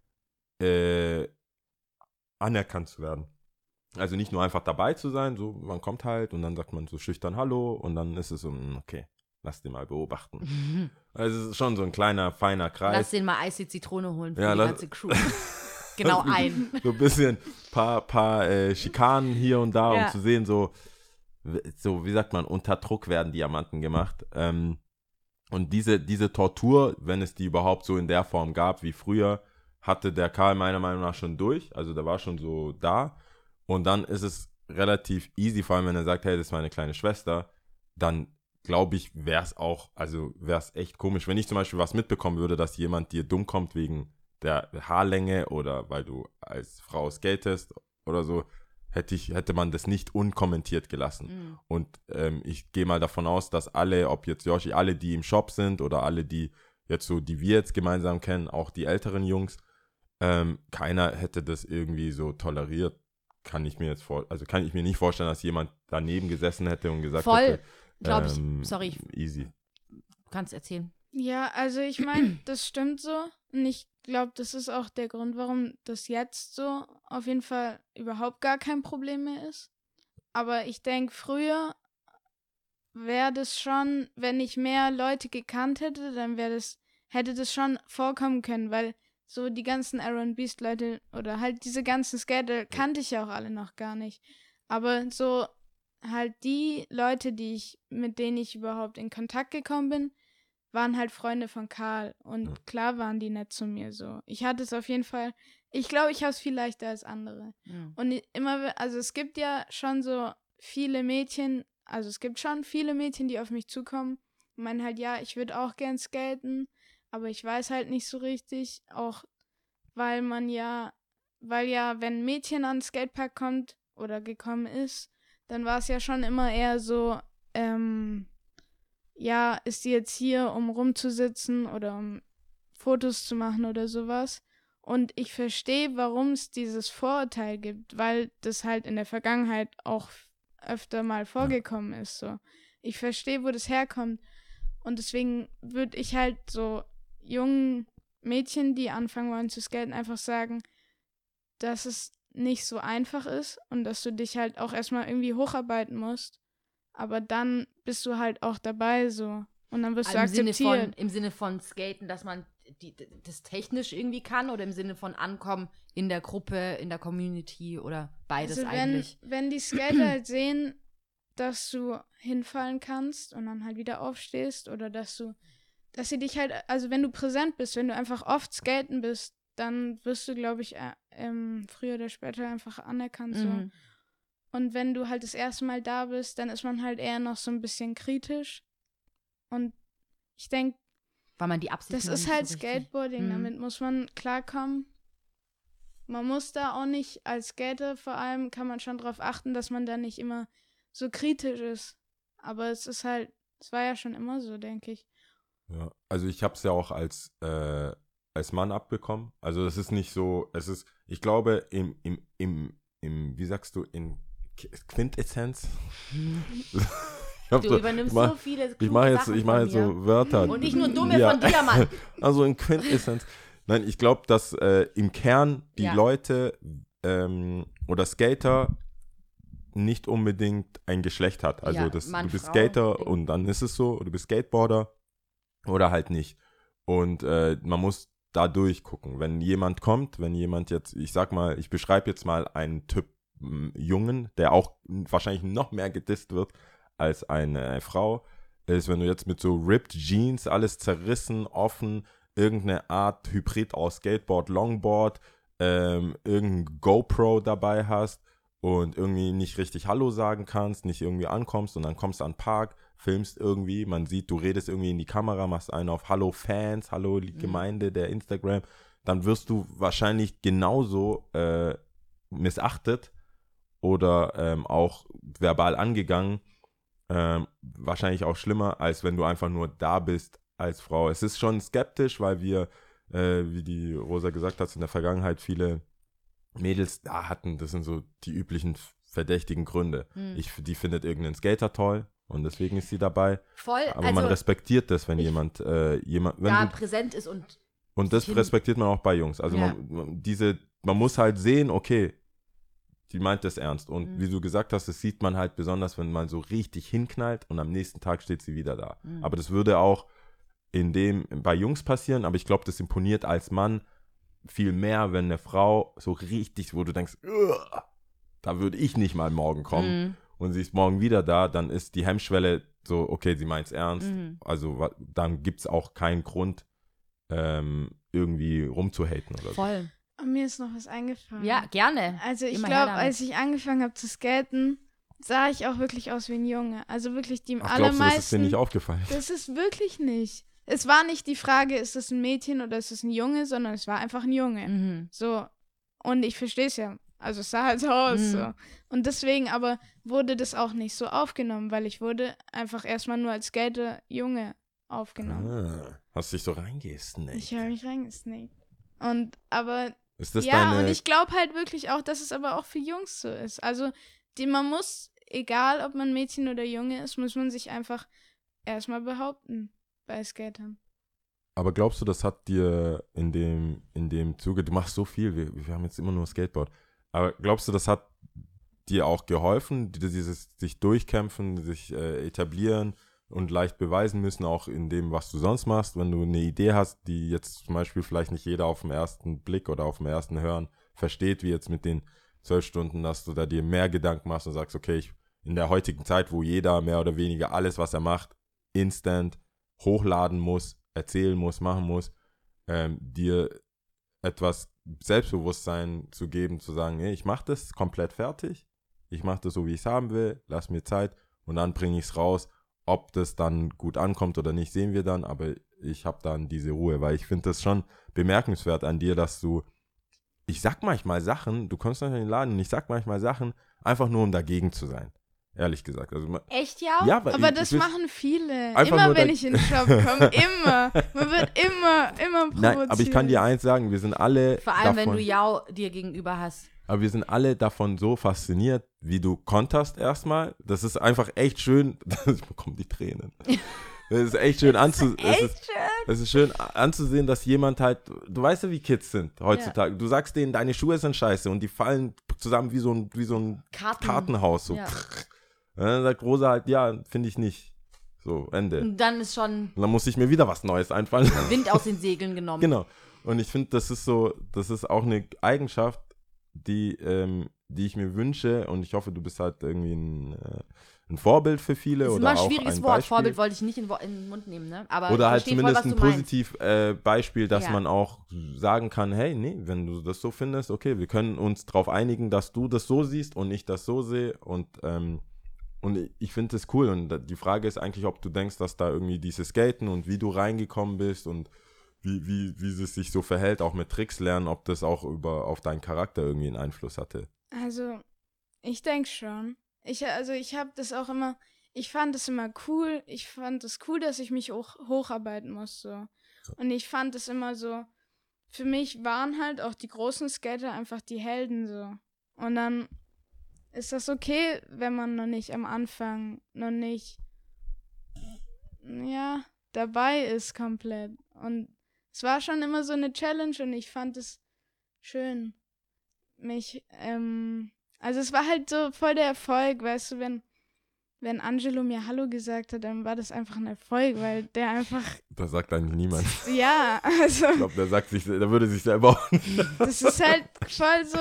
äh, anerkannt zu werden. Also nicht nur einfach dabei zu sein, so, man kommt halt und dann sagt man so schüchtern Hallo und dann ist es so, okay, lass den mal beobachten. Mhm. Also es ist schon so ein kleiner, feiner Kreis. Lass den mal Eis die Zitrone holen für Ja, die lass- ganze Crew. Genau ein. So ein bisschen paar, paar äh, Schikanen hier und da, Ja. um zu sehen, so, so, wie sagt man, unter Druck werden Diamanten gemacht. Ähm, und diese, diese Tortur, wenn es die überhaupt so in der Form gab wie früher, hatte der Karl meiner Meinung nach schon durch. Also der war schon so da. Und dann ist es relativ easy, vor allem wenn er sagt, hey, das ist meine kleine Schwester, dann glaube ich, wäre es auch, also wäre es echt komisch, wenn ich zum Beispiel was mitbekommen würde, dass jemand dir dumm kommt wegen der Haarlänge oder weil du als Frau skatest oder so, hätte ich, hätte man das nicht unkommentiert gelassen. Mhm. Und ähm, ich gehe mal davon aus, dass alle, ob jetzt Yoshi, alle, die im Shop sind oder alle, die jetzt so, die wir jetzt gemeinsam kennen, auch die älteren Jungs, ähm, keiner hätte das irgendwie so toleriert. Kann ich mir jetzt vor, also kann ich mir nicht vorstellen, dass jemand daneben gesessen hätte und gesagt Voll, hätte, glaube ich. ähm, Sorry, ich easy. kannst erzählen. Ja, also ich meine, das stimmt so. Und ich glaube, das ist auch der Grund, warum das jetzt so auf jeden Fall überhaupt gar kein Problem mehr ist. Aber ich denke, früher wäre das schon, wenn ich mehr Leute gekannt hätte, dann wäre das, hätte das schon vorkommen können, weil so die ganzen Aaron Beast Leute oder halt diese ganzen Skater kannte ich ja auch alle noch gar nicht. Aber so halt die Leute, die ich, mit denen ich überhaupt in Kontakt gekommen bin, waren halt Freunde von Karl. Und Ja. klar waren die nett zu mir so. Ich hatte es auf jeden Fall, ich glaube, ich habe es viel leichter als andere. Mhm. Und immer, also es gibt ja schon so viele Mädchen, also es gibt schon viele Mädchen, die auf mich zukommen und meinen halt, ja, ich würde auch gern skaten, aber ich weiß halt nicht so richtig, auch weil man ja, weil ja, wenn ein Mädchen an den Skatepark kommt oder gekommen ist, dann war es ja schon immer eher so, ähm, ja, ist sie jetzt hier, um rumzusitzen oder um Fotos zu machen oder sowas. Und ich verstehe, warum es dieses Vorurteil gibt, weil das halt in der Vergangenheit auch öfter mal vorgekommen ist. So. Ich verstehe, wo das herkommt. Und deswegen würde ich halt so jungen Mädchen, die anfangen wollen zu skaten, einfach sagen, dass es nicht so einfach ist und dass du dich halt auch erstmal irgendwie hocharbeiten musst. Aber dann bist du halt auch dabei so. Und dann wirst du Im Sinne, akzeptiert. von, Im Sinne von Skaten, dass man die, das technisch irgendwie kann oder im Sinne von Ankommen in der Gruppe, in der Community oder beides also wenn, eigentlich? Wenn die Skater halt sehen, dass du hinfallen kannst und dann halt wieder aufstehst oder dass du, dass sie dich halt, also wenn du präsent bist, wenn du einfach oft skaten bist, dann wirst du, glaube ich, äh, ähm, früher oder später einfach anerkannt. So. Mhm. Und wenn du halt das erste Mal da bist, dann ist man halt eher noch so ein bisschen kritisch. Und ich denke, Weil man die Absicht das noch ist nicht halt so richtig- Skateboarding, Mhm. damit muss man klarkommen. Man muss da auch nicht, als Skater vor allem, kann man schon darauf achten, dass man da nicht immer so kritisch ist. Aber es ist halt, es war ja schon immer so, denke ich. Ja, also ich habe es ja auch als, äh, als Mann abbekommen. Also es ist nicht so, es ist, ich glaube, im, im, im, im wie sagst du, in K- Quintessenz. Ich hab Du so- übernimmst ich mach- so viele Ich kluge mache jetzt, Sachen ich mach von jetzt mir. so Wörter. Und nicht nur dumme Ja. von dir, Mann. Also in Quintessenz. Nein, ich glaube, dass äh, im Kern die Ja. Leute ähm, oder Skater nicht unbedingt ein Geschlecht hat. Also Ja, das, Mann, du bist Frau, Skater Ding. und dann ist es so, du bist Skateboarder oder halt nicht. Und äh, man muss da durchgucken. Wenn jemand kommt, wenn jemand jetzt, ich sag mal, ich beschreibe jetzt mal einen Typ m, Jungen, der auch wahrscheinlich noch mehr gedisst wird als eine Frau, ist, wenn du jetzt mit so ripped Jeans, alles zerrissen, offen, irgendeine Art Hybrid aus Skateboard, Longboard, ähm, irgendein GoPro dabei hast und irgendwie nicht richtig Hallo sagen kannst, nicht irgendwie ankommst und dann kommst du an den Park, filmst irgendwie, man sieht, du redest irgendwie in die Kamera, machst einen auf Hallo Fans, Hallo Mhm. Gemeinde der Instagram, dann wirst du wahrscheinlich genauso äh, missachtet oder ähm, auch verbal angegangen, ähm, wahrscheinlich auch schlimmer, als wenn du einfach nur da bist als Frau. Es ist schon skeptisch, weil wir, äh, wie die Rosa gesagt hat, in der Vergangenheit viele Mädels da hatten, das sind so die üblichen verdächtigen Gründe. Hm. Ich, die findet irgendeinen Skater toll und deswegen ist sie dabei. Voll, Aber also man respektiert das, wenn ich- jemand, äh, jemand, wenn da du, präsent ist und und das hin- respektiert man auch bei Jungs. Also Ja. man, man, diese, man muss halt sehen, okay, die meint das ernst. Und Mhm. wie du gesagt hast, das sieht man halt besonders, wenn man so richtig hinknallt und am nächsten Tag steht sie wieder da. Mhm. Aber das würde auch in dem, bei Jungs passieren, aber ich glaube, das imponiert als Mann viel mehr, wenn eine Frau so richtig, wo du denkst, "Ugh, da würde ich nicht mal morgen kommen Mhm. und sie ist morgen wieder da, dann ist die Hemmschwelle so, okay, sie meint es ernst. Mhm. Also wa- dann gibt es auch keinen Grund, ähm, irgendwie rumzuhaten oder so. Voll. Und mir ist noch was eingefallen. Ja, gerne. Also ich Immer her glaube, damit. als ich angefangen habe zu skaten, sah ich auch wirklich aus wie ein Junge. Also wirklich die Ach, glaubst du, das ist dir allermeisten. nicht aufgefallen? Das ist wirklich nicht. Es war nicht die Frage, ist es ein Mädchen oder ist es ein Junge, sondern es war einfach ein Junge. Mhm. So. Und ich verstehe es ja. Also es sah halt so aus. Mhm. So. Und deswegen aber wurde das auch nicht so aufgenommen, weil ich wurde einfach erstmal nur als Skater Junge aufgenommen. Ah, hast dich so reingesnackt. Ich habe mich reingesnackt. Und aber Ist das ja, deine... und ich glaube halt wirklich auch, dass es aber auch für Jungs so ist. Also, die, man muss, egal ob man Mädchen oder Junge ist, muss man sich einfach erstmal behaupten bei Skatern. Aber glaubst du, das hat dir in dem, in dem Zuge, du machst so viel, wir, wir haben jetzt immer nur Skateboard, aber glaubst du, das hat dir auch geholfen, dieses sich durchkämpfen, sich äh, etablieren und leicht beweisen müssen, auch in dem, was du sonst machst, wenn du eine Idee hast, die jetzt zum Beispiel vielleicht nicht jeder auf den ersten Blick oder auf den ersten Hören versteht, wie jetzt mit den zwölf Stunden, dass du da dir mehr Gedanken machst und sagst, okay, ich, in der heutigen Zeit, wo jeder mehr oder weniger alles, was er macht, instant hochladen muss, erzählen muss, machen muss, ähm, dir etwas Selbstbewusstsein zu geben, zu sagen, hey, ich mache das komplett fertig, ich mache das so, wie ich es haben will, lass mir Zeit und dann bringe ich es raus. Ob das dann gut ankommt oder nicht, sehen wir dann, aber ich habe dann diese Ruhe, weil ich finde das schon bemerkenswert an dir, dass du, ich sag manchmal Sachen, du kommst dann in den Laden und ich sag manchmal Sachen, einfach nur um dagegen zu sein, ehrlich gesagt. Also, ma- Echt, ja? ja, weil Aber ich, das ich will's- machen viele. Einfach Immer nur wenn da- ich in den Shop komme. Immer. Man wird immer, immer provoziert. Nein, aber ich kann dir eins sagen, wir sind alle Vor allem, davon, wenn du Yao dir gegenüber hast. aber wir sind alle davon so fasziniert, wie du konterst erstmal. Das ist einfach echt schön, ich bekomme die Tränen. Das ist echt schön anzusehen. Echt Es ist, schön. es ist schön anzusehen, dass jemand halt, du weißt ja, wie Kids sind heutzutage. Du sagst denen, deine Schuhe sind scheiße und die fallen zusammen wie so ein, wie so ein Karten. Kartenhaus. So. Ja. Und dann sagt Rosa halt, ja, finde ich nicht. So, Ende. Und dann ist schon Und dann muss ich mir wieder was Neues einfallen. Wind aus den Segeln genommen. Genau. Und ich finde, das ist so, das ist auch eine Eigenschaft, die, ähm, die ich mir wünsche, und ich hoffe, du bist halt irgendwie ein, äh, ein Vorbild für viele. Das ist oder immer ein auch schwieriges ein Wort. Beispiel. Vorbild wollte ich nicht in, in den Mund nehmen, ne? Aber Oder ich halt verstehe zumindest voll, ein was du meinst. positiv äh, Beispiel, dass Ja. man auch sagen kann, hey, nee, wenn du das so findest, okay, wir können uns darauf einigen, dass du das so siehst und ich das so sehe, und ähm, und ich, ich finde das cool, und die Frage ist eigentlich, ob du denkst, dass da irgendwie dieses Skaten und wie du reingekommen bist und wie, wie, wie es sich so verhält, auch mit Tricks lernen, ob das auch über auf deinen Charakter irgendwie einen Einfluss hatte. Also, ich denke schon. Ich, also, ich habe das auch immer, ich fand es immer cool. Ich fand es cool, dass ich mich hoch, hocharbeiten muss, so. Und ich fand es immer so, für mich waren halt auch die großen Skater einfach die Helden, so. Und dann ist das okay, wenn man noch nicht am Anfang, noch nicht, ja, dabei ist komplett. Und es war schon immer so eine Challenge, und ich fand es schön, mich, ähm, also es war halt so voll der Erfolg, weißt du, wenn, wenn Angelo mir Hallo gesagt hat, dann war das einfach ein Erfolg, weil der einfach, Das sagt eigentlich niemand. ja, also Ich glaube, der sagt sich, der würde sich selber auch das ist halt voll so,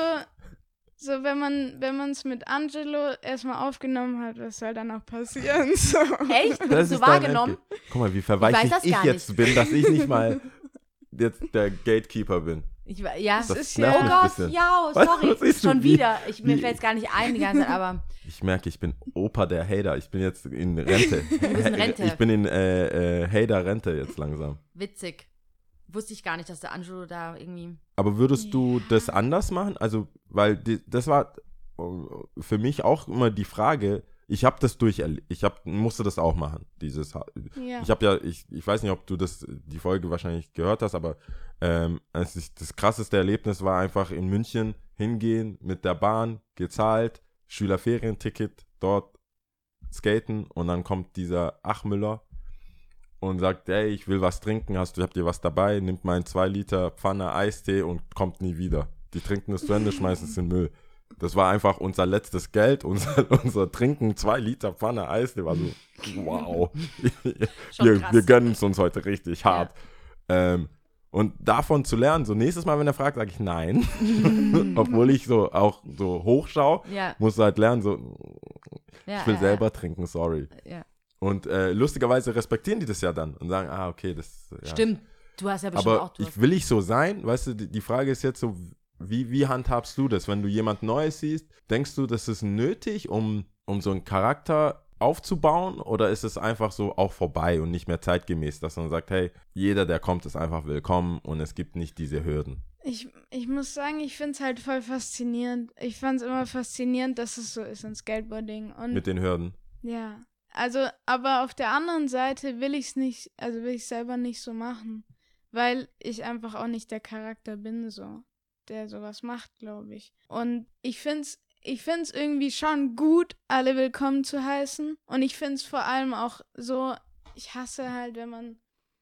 so wenn man, wenn man es mit Angelo erstmal aufgenommen hat, was soll dann auch passieren, so. Echt? Das Wurdest du ist dein wahrgenommen? Endge- Guck mal, wie Ich weiß verweichlicht das ich, gar jetzt nicht. bin, dass ich nicht mal jetzt der Gatekeeper bin. Ich, wa- ja. Das ist nervt ja- mich Oh ein Gott, bisschen. ja, Weißt du, sorry. was siehst du, Schon wie- wieder. Ich, mir wie- fällt es gar nicht ein die ganze Zeit, aber Ich merke, ich bin Opa der Hater. Ich bin jetzt in Rente. bist in Rente. Ich bin in äh, äh, Hater-Rente jetzt langsam. witzig. Wusste ich gar nicht, dass der Angelo da irgendwie. Aber würdest du Ja. das anders machen? Also, weil die, das war äh, für mich auch immer die Frage. Ich habe das durch, ich hab, musste das auch machen. Dieses, Ja. ich habe ja, ich, ich weiß nicht, ob du das, die Folge wahrscheinlich gehört hast, aber ähm, es ist, das krasseste Erlebnis war einfach in München hingehen, mit der Bahn, gezahlt, Schülerferienticket, dort skaten, und dann kommt dieser Achmüller und sagt, hey, ich will was trinken, hast du, habt ihr was dabei? Nimmt mal einen zwei Liter Pfanne Eistee und kommt nie wieder. Die trinken es zu Ende, schmeißen es in den Müll. Das war einfach unser letztes Geld, unser, unser Trinken, zwei Liter Pfanne Eistee, war so, wow. Schon wir, krass. wir gönnen es uns heute richtig hart. Ähm, und davon zu lernen, so nächstes Mal, wenn er fragt, sage ich nein. Obwohl ich so auch so hochschaue, Ja. musst du halt lernen, so, ja ich will ja, selber trinken, sorry. Ja. ja. Und äh, lustigerweise respektieren die das ja dann und sagen, ah, okay, das ja. Stimmt. Du hast ja bestimmt Aber auch. Du ich, hast, will ich so sein? Weißt du, die, die Frage ist jetzt so, wie, wie handhabst du das? Wenn du jemand Neues siehst, denkst du, das ist nötig, um, um so einen Charakter aufzubauen, oder ist es einfach so auch vorbei und nicht mehr zeitgemäß, dass man sagt, hey, jeder, der kommt, ist einfach willkommen und es gibt nicht diese Hürden? Ich, ich muss sagen, ich finde es halt voll faszinierend. Ich fand es immer faszinierend, dass es so ist in Skateboarding. Und Mit den Hürden. ja, also, aber auf der anderen Seite will ich es nicht, also will ich selber nicht so machen, weil ich einfach auch nicht der Charakter bin, so, der sowas macht, glaube ich. Und ich finde es ich find's irgendwie schon gut, alle willkommen zu heißen. Und ich finde es vor allem auch so, ich hasse halt, wenn man,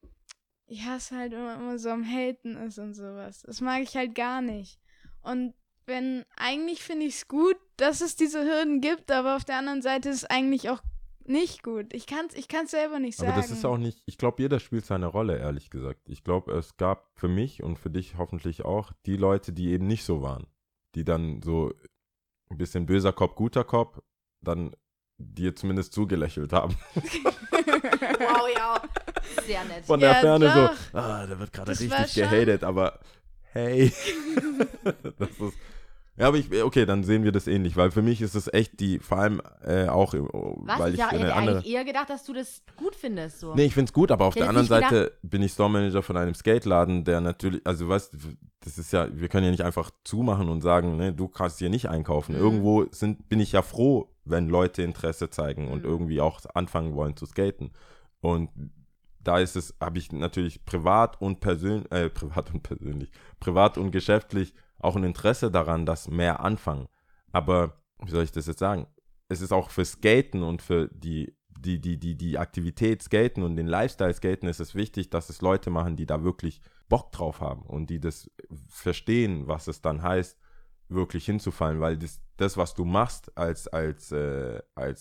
ich hasse halt, wenn man immer so am Haten ist und sowas. Das mag ich halt gar nicht. Und wenn, eigentlich finde ich es gut, dass es diese Hürden gibt, aber auf der anderen Seite ist es eigentlich auch nicht gut. Ich kann es ich kann's selber nicht sagen. Aber das ist auch nicht, ich glaube, jeder spielt seine Rolle, ehrlich gesagt. Ich glaube, es gab für mich und für dich hoffentlich auch die Leute, die eben nicht so waren. Die dann so ein bisschen böser Kopf, guter Kopf, dann dir zumindest zugelächelt haben. wow, ja. Sehr nett. Von der Ja, Ferne doch. so, ah, da wird gerade Das war richtig schon- gehatet, aber hey. das ist, ja, aber ich, okay, dann sehen wir das ähnlich, weil für mich ist es echt die, vor allem äh, auch, Was? weil ich ich habe eine andere... eigentlich eher gedacht, dass du das gut findest. So. Nee, ich find's gut, aber auf Ich der hätte anderen nicht Seite bin ich Store-Manager von einem Skateladen, der natürlich, also weißt du, das ist ja, wir können ja nicht einfach zumachen und sagen, ne, du kannst hier nicht einkaufen. Mhm. Irgendwo sind, bin ich ja froh, wenn Leute Interesse zeigen und Mhm. irgendwie auch anfangen wollen zu skaten. Und da ist es, habe ich natürlich privat und persönlich, äh, privat und persönlich, privat und geschäftlich auch ein Interesse daran, dass mehr anfangen. Aber, wie soll ich das jetzt sagen? Es ist auch für Skaten und für die, die, die, die, die Aktivität Skaten und den Lifestyle Skaten ist es wichtig, dass es Leute machen, die da wirklich Bock drauf haben und die das verstehen, was es dann heißt, wirklich hinzufallen, weil das, das was du machst als, als, äh, als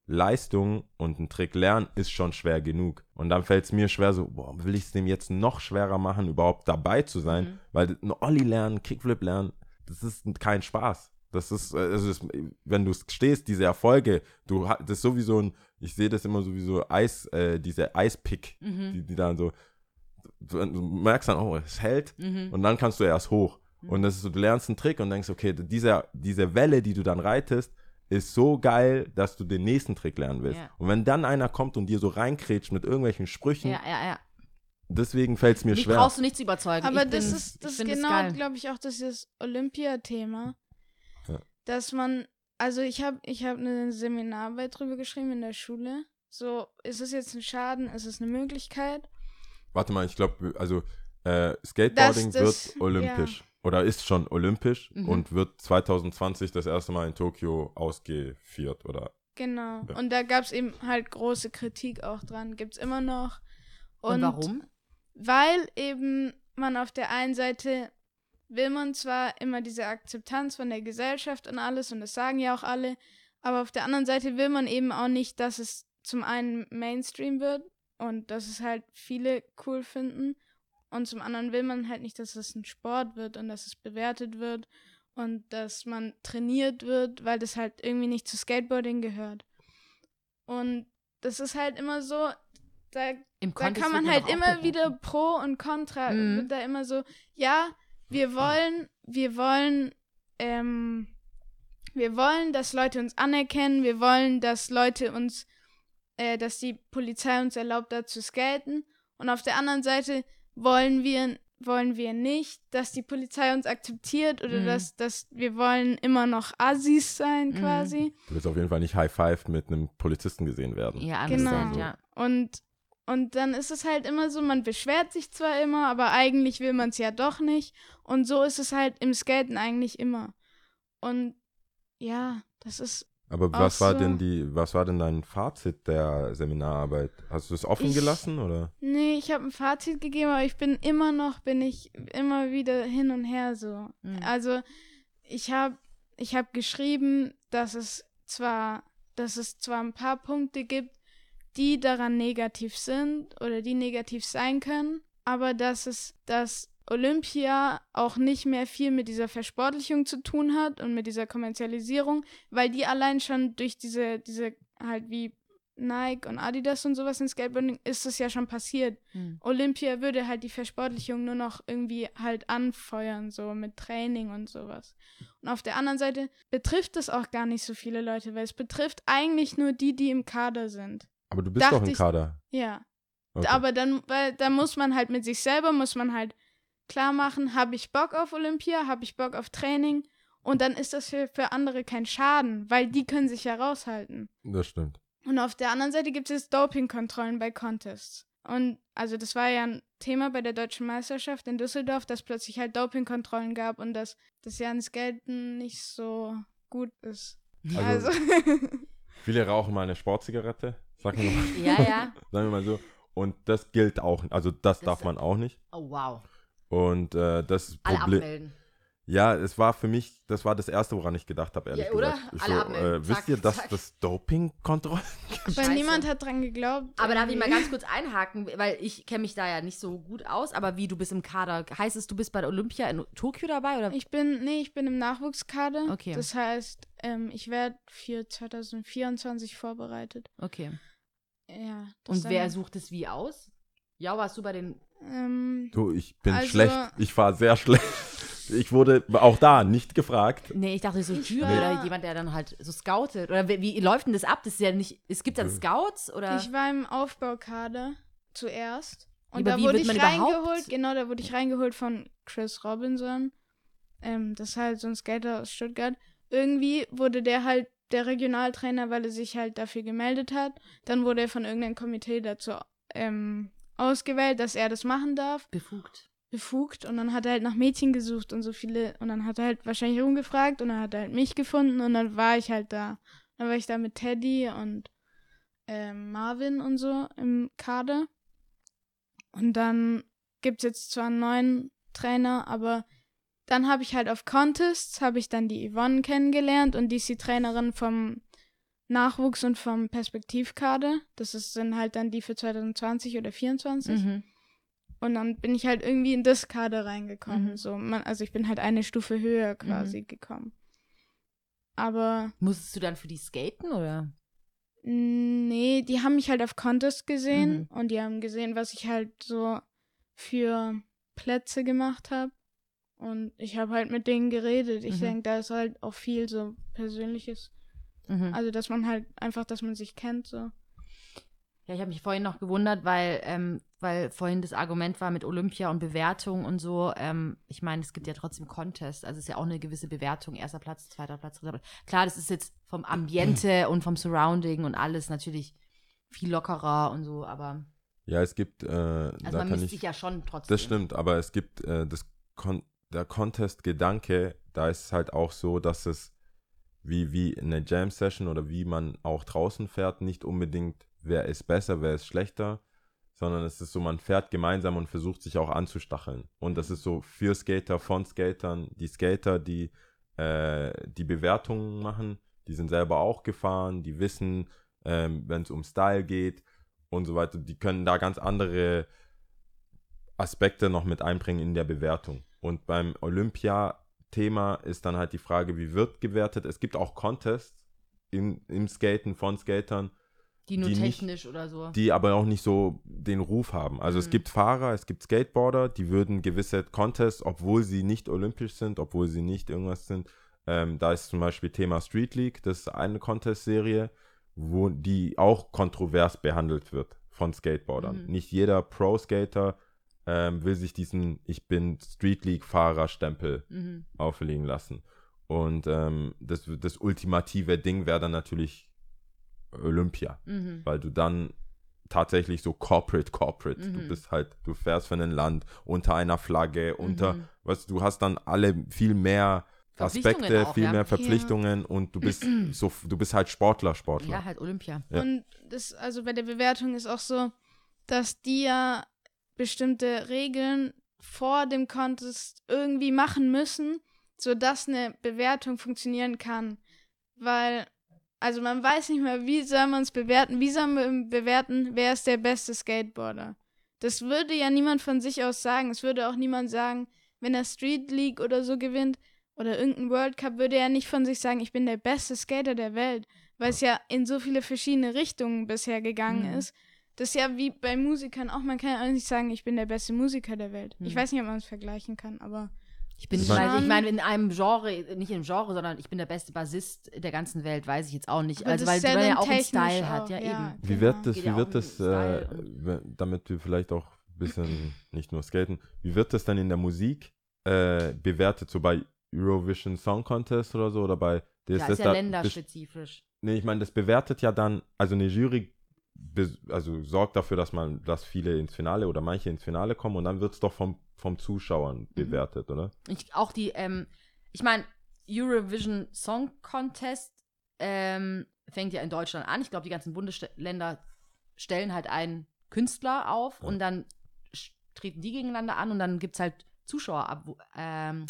Leistung und einen Trick lernen ist schon schwer genug. Und dann fällt es mir schwer so, boah, will ich es dem jetzt noch schwerer machen, überhaupt dabei zu sein? Mhm. Weil ein Ollie lernen, Kickflip lernen, das ist kein Spaß. Das ist, also das, wenn du stehst, diese Erfolge, du das ist sowieso ein, ich sehe das immer sowieso Eis, äh, diese Eispick, mhm. die, die dann so, du, du merkst dann, oh, es hält mhm. und dann kannst du erst hoch. Mhm. Und das ist so, du lernst einen Trick und denkst, okay, diese, diese Welle, die du dann reitest, ist so geil, dass du den nächsten Trick lernen willst. Ja. Und wenn dann einer kommt und dir so reinkrätscht mit irgendwelchen Sprüchen, ja, ja, ja. deswegen fällt es mir Mich schwer. brauchst du nicht zu überzeugen. Aber ich das bin, ist das genau, glaube ich, auch dieses Olympia-Thema, ja. dass man, also ich habe ich hab eine Seminararbeit drüber geschrieben in der Schule. So, ist es jetzt ein Schaden, ist es eine Möglichkeit? Warte mal, ich glaube, also äh, Skateboarding das, das, wird olympisch. Ja. Oder ist schon olympisch mhm. und wird zwanzig zwanzig das erste Mal in Tokio ausgeführt, oder? Genau. Ja. Und da gab es eben halt große Kritik auch dran. Gibt es immer noch. Und, und warum? Weil eben man auf der einen Seite will man zwar immer diese Akzeptanz von der Gesellschaft und alles, und das sagen ja auch alle, aber auf der anderen Seite will man eben auch nicht, dass es zum einen Mainstream wird und dass es halt viele cool finden. Und zum anderen will man halt nicht, dass es ein Sport wird und dass es bewertet wird und dass man trainiert wird, weil das halt irgendwie nicht zu Skateboarding gehört. Und das ist halt immer so, da, da kann man halt immer wieder Pro und Contra, mhm. wird da immer so, ja, wir wollen, wir wollen, ähm, wir wollen, dass Leute uns anerkennen, wir wollen, dass Leute uns, äh, dass die Polizei uns erlaubt, da zu skaten. Und auf der anderen Seite wollen wir, wollen wir nicht, dass die Polizei uns akzeptiert oder mhm. dass, dass wir wollen immer noch Assis sein mhm. quasi. Du willst auf jeden Fall nicht High Five mit einem Polizisten gesehen werden. Ja, genau. So. Ja. Und, und dann ist es halt immer so, man beschwert sich zwar immer, aber eigentlich will man es ja doch nicht. Und so ist es halt im Skaten eigentlich immer. Und ja, das ist Aber was war so, denn die, was war denn dein Fazit der Seminararbeit? Hast du es offen ich, gelassen, oder? Nee, ich habe ein Fazit gegeben, aber ich bin immer noch, bin ich immer wieder hin und her so. Mhm. Also ich habe ich hab geschrieben, dass es zwar, dass es zwar ein paar Punkte gibt, die daran negativ sind oder die negativ sein können, aber dass es, dass Olympia auch nicht mehr viel mit dieser Versportlichung zu tun hat und mit dieser Kommerzialisierung, weil die allein schon durch diese, diese halt wie Nike und Adidas und sowas in Skateboarding ist es ja schon passiert. Hm. Olympia würde halt die Versportlichung nur noch irgendwie halt anfeuern, so mit Training und sowas. Und auf der anderen Seite betrifft es auch gar nicht so viele Leute, weil es betrifft eigentlich nur die, die im Kader sind. Aber du bist Dacht doch im Kader. Ich, ja. Okay. Aber dann, weil da muss man halt mit sich selber, muss man halt klar machen, habe ich Bock auf Olympia, habe ich Bock auf Training und dann ist das für, für andere kein Schaden, weil die können sich ja raushalten. Das stimmt. Und auf der anderen Seite gibt es Dopingkontrollen bei Contests. Und also das war ja ein Thema bei der Deutschen Meisterschaft in Düsseldorf, dass plötzlich halt Dopingkontrollen gab und dass das ja ins Skaten nicht so gut ist. Also, also. Viele rauchen mal eine Sportzigarette, sagen wir mal. Ja, ja. Sagen wir mal so. Und das gilt auch, also das, das darf man auch nicht. Oh, wow. Und äh, das Alle Problem. Abmelden. Ja, es war für mich, das war das Erste, woran ich gedacht habe, ehrlich ja, oder? gesagt. Ich Alle so, abmelden. äh, wisst ihr, dass zack. das Dopingkontrollen gibt? Weil niemand hat dran geglaubt. Aber da darf ich mal ganz kurz einhaken, weil ich kenne mich da ja nicht so gut aus, aber wie, du bist im Kader, heißt es, du bist bei der Olympia in Tokio dabei, oder? Ich bin, nee, ich bin im Nachwuchskader. Okay. Das heißt, ähm, ich werde für zwanzig vierundzwanzig vorbereitet. Okay. Ja. Und wer sucht es wie aus? Ja, warst du bei den... Ähm, du, ich bin also, schlecht. Ich war sehr schlecht. Ich wurde auch da nicht gefragt. Nee, ich dachte so Jury oder jemand, der dann halt so scoutet. Oder wie, wie läuft denn das ab? Das ist ja nicht... Es gibt dann Scouts, oder? Ich war im Aufbaukader zuerst. Und ja, da wurde ich reingeholt. Überhaupt? Genau, da wurde ich reingeholt von Chris Robinson. Ähm, das ist halt so ein Skater aus Stuttgart. Irgendwie wurde der halt der Regionaltrainer, weil er sich halt dafür gemeldet hat. Dann wurde er von irgendeinem Komitee dazu ähm, ausgewählt, dass er das machen darf. Befugt. Befugt. Und dann hat er halt nach Mädchen gesucht und so viele. Und dann hat er halt wahrscheinlich rumgefragt und dann hat er halt mich gefunden und dann war ich halt da. Dann war ich da mit Teddy und ähm, Marvin und so im Kader. Und dann gibt es jetzt zwar einen neuen Trainer, aber dann habe ich halt auf Contests, habe ich dann die Yvonne kennengelernt und die ist die Trainerin vom Nachwuchs und vom Perspektivkader. Das ist, sind halt dann die für zwanzig zwanzig oder vierundzwanzig. Mhm. Und dann bin ich halt irgendwie in das Kader reingekommen. Mhm. So, man, also ich bin halt eine Stufe höher quasi Mhm. gekommen. Aber Musstest du dann für die skaten, oder? nee, die haben mich halt auf Contest gesehen Mhm. und die haben gesehen, was ich halt so für Plätze gemacht habe. Und ich habe halt mit denen geredet. Ich Mhm. denke, da ist halt auch viel so Persönliches. Mhm. Also, dass man halt einfach, dass man sich kennt, so. Ja, ich habe mich vorhin noch gewundert, weil, ähm, weil vorhin das Argument war mit Olympia und Bewertung und so. Ähm, ich meine, es gibt ja trotzdem Contest, also es ist ja auch eine gewisse Bewertung, erster Platz, zweiter Platz, dritter Platz. Klar, das ist jetzt vom Ambiente und vom Surrounding und alles natürlich viel lockerer und so, aber Ja, es gibt, äh, also da man kann misst ich, sich ja schon trotzdem. das stimmt, aber es gibt äh, das Kon der Contest-Gedanke, da ist es halt auch so, dass es wie, wie in der Jam-Session oder wie man auch draußen fährt, nicht unbedingt, wer ist besser, wer ist schlechter, sondern es ist so, man fährt gemeinsam und versucht sich auch anzustacheln. Und das ist so für Skater, von Skatern, die Skater, die äh, die Bewertungen machen, die sind selber auch gefahren, die wissen, ähm, wenn es um Style geht und so weiter, die können da ganz andere Aspekte noch mit einbringen in der Bewertung. Und beim Olympia-Thema ist dann halt die Frage, wie wird gewertet? Es gibt auch Contests im, im Skaten von Skatern, die nur die nicht- technisch oder so. die aber auch nicht so den Ruf haben. Also es Mhm. gibt Fahrer, es gibt Skateboarder, die würden gewisse Contests, obwohl sie nicht olympisch sind, obwohl sie nicht irgendwas sind, ähm, da ist zum Beispiel Thema Street League, das ist eine Contest-Serie, wo die auch kontrovers behandelt wird von Skateboardern. Mhm. Nicht jeder Pro-Skater ähm, will sich diesen Ich bin Street League-Fahrer-Stempel Mhm. auferlegen lassen. Und ähm, das, das ultimative Ding wäre dann natürlich Olympia, Mhm. weil du dann tatsächlich so corporate, corporate, du Mhm. bist halt, du fährst für ein Land unter einer Flagge, unter, Mhm. weißt du, du hast dann alle viel mehr Verpflichtungen Aspekte, auch, viel ja. mehr Verpflichtungen und du bist so, du bist halt Sportler, Sportler. Ja, halt Olympia. Ja. Und das, also bei der Bewertung ist auch so, dass die ja bestimmte Regeln vor dem Contest irgendwie machen müssen, sodass eine Bewertung funktionieren kann. Weil, also man weiß nicht mehr, wie soll man es bewerten, wie soll man bewerten, wer ist der beste Skateboarder. Das würde ja niemand von sich aus sagen. Es würde auch niemand sagen, wenn er Street League oder so gewinnt oder irgendein World Cup, würde er nicht von sich sagen, ich bin der beste Skater der Welt, weil es ja in so viele verschiedene Richtungen bisher gegangen Mhm. ist. Das ist ja wie bei Musikern auch, man kann ja auch nicht sagen, ich bin der beste Musiker der Welt. Mhm. Ich weiß nicht, ob man es vergleichen kann, aber Ich bin, Ich ich mein- meine, ich meine, in einem Genre, nicht im Genre, sondern ich bin der beste Bassist der ganzen Welt, weiß ich jetzt auch nicht. Aber also, das weil ist du ja ja dann auch einen technisch Style hat, auch, ja, ja. eben. Wie Genau. wird das, Geht wie ja auch wird um das, Style äh, und- wenn- damit wir vielleicht auch ein bisschen nicht nur skaten, wie wird das dann in der Musik äh, bewertet, so bei Eurovision Song Contest oder so, oder bei Ja, das ist ja da- länderspezifisch. Nee, ich meine, das bewertet ja dann, also eine Jury be- also sorgt dafür, dass man, dass viele ins Finale oder manche ins Finale kommen und dann wird es doch vom, vom Zuschauern bewertet, oder? Ich, auch die, ähm, ich meine, Eurovision Song Contest ähm, fängt ja in Deutschland an. Ich glaube, die ganzen Bundesländer stellen halt einen Künstler auf Ja. und dann sch- treten die gegeneinander an und dann gibt es halt Zuschauer ab, ähm,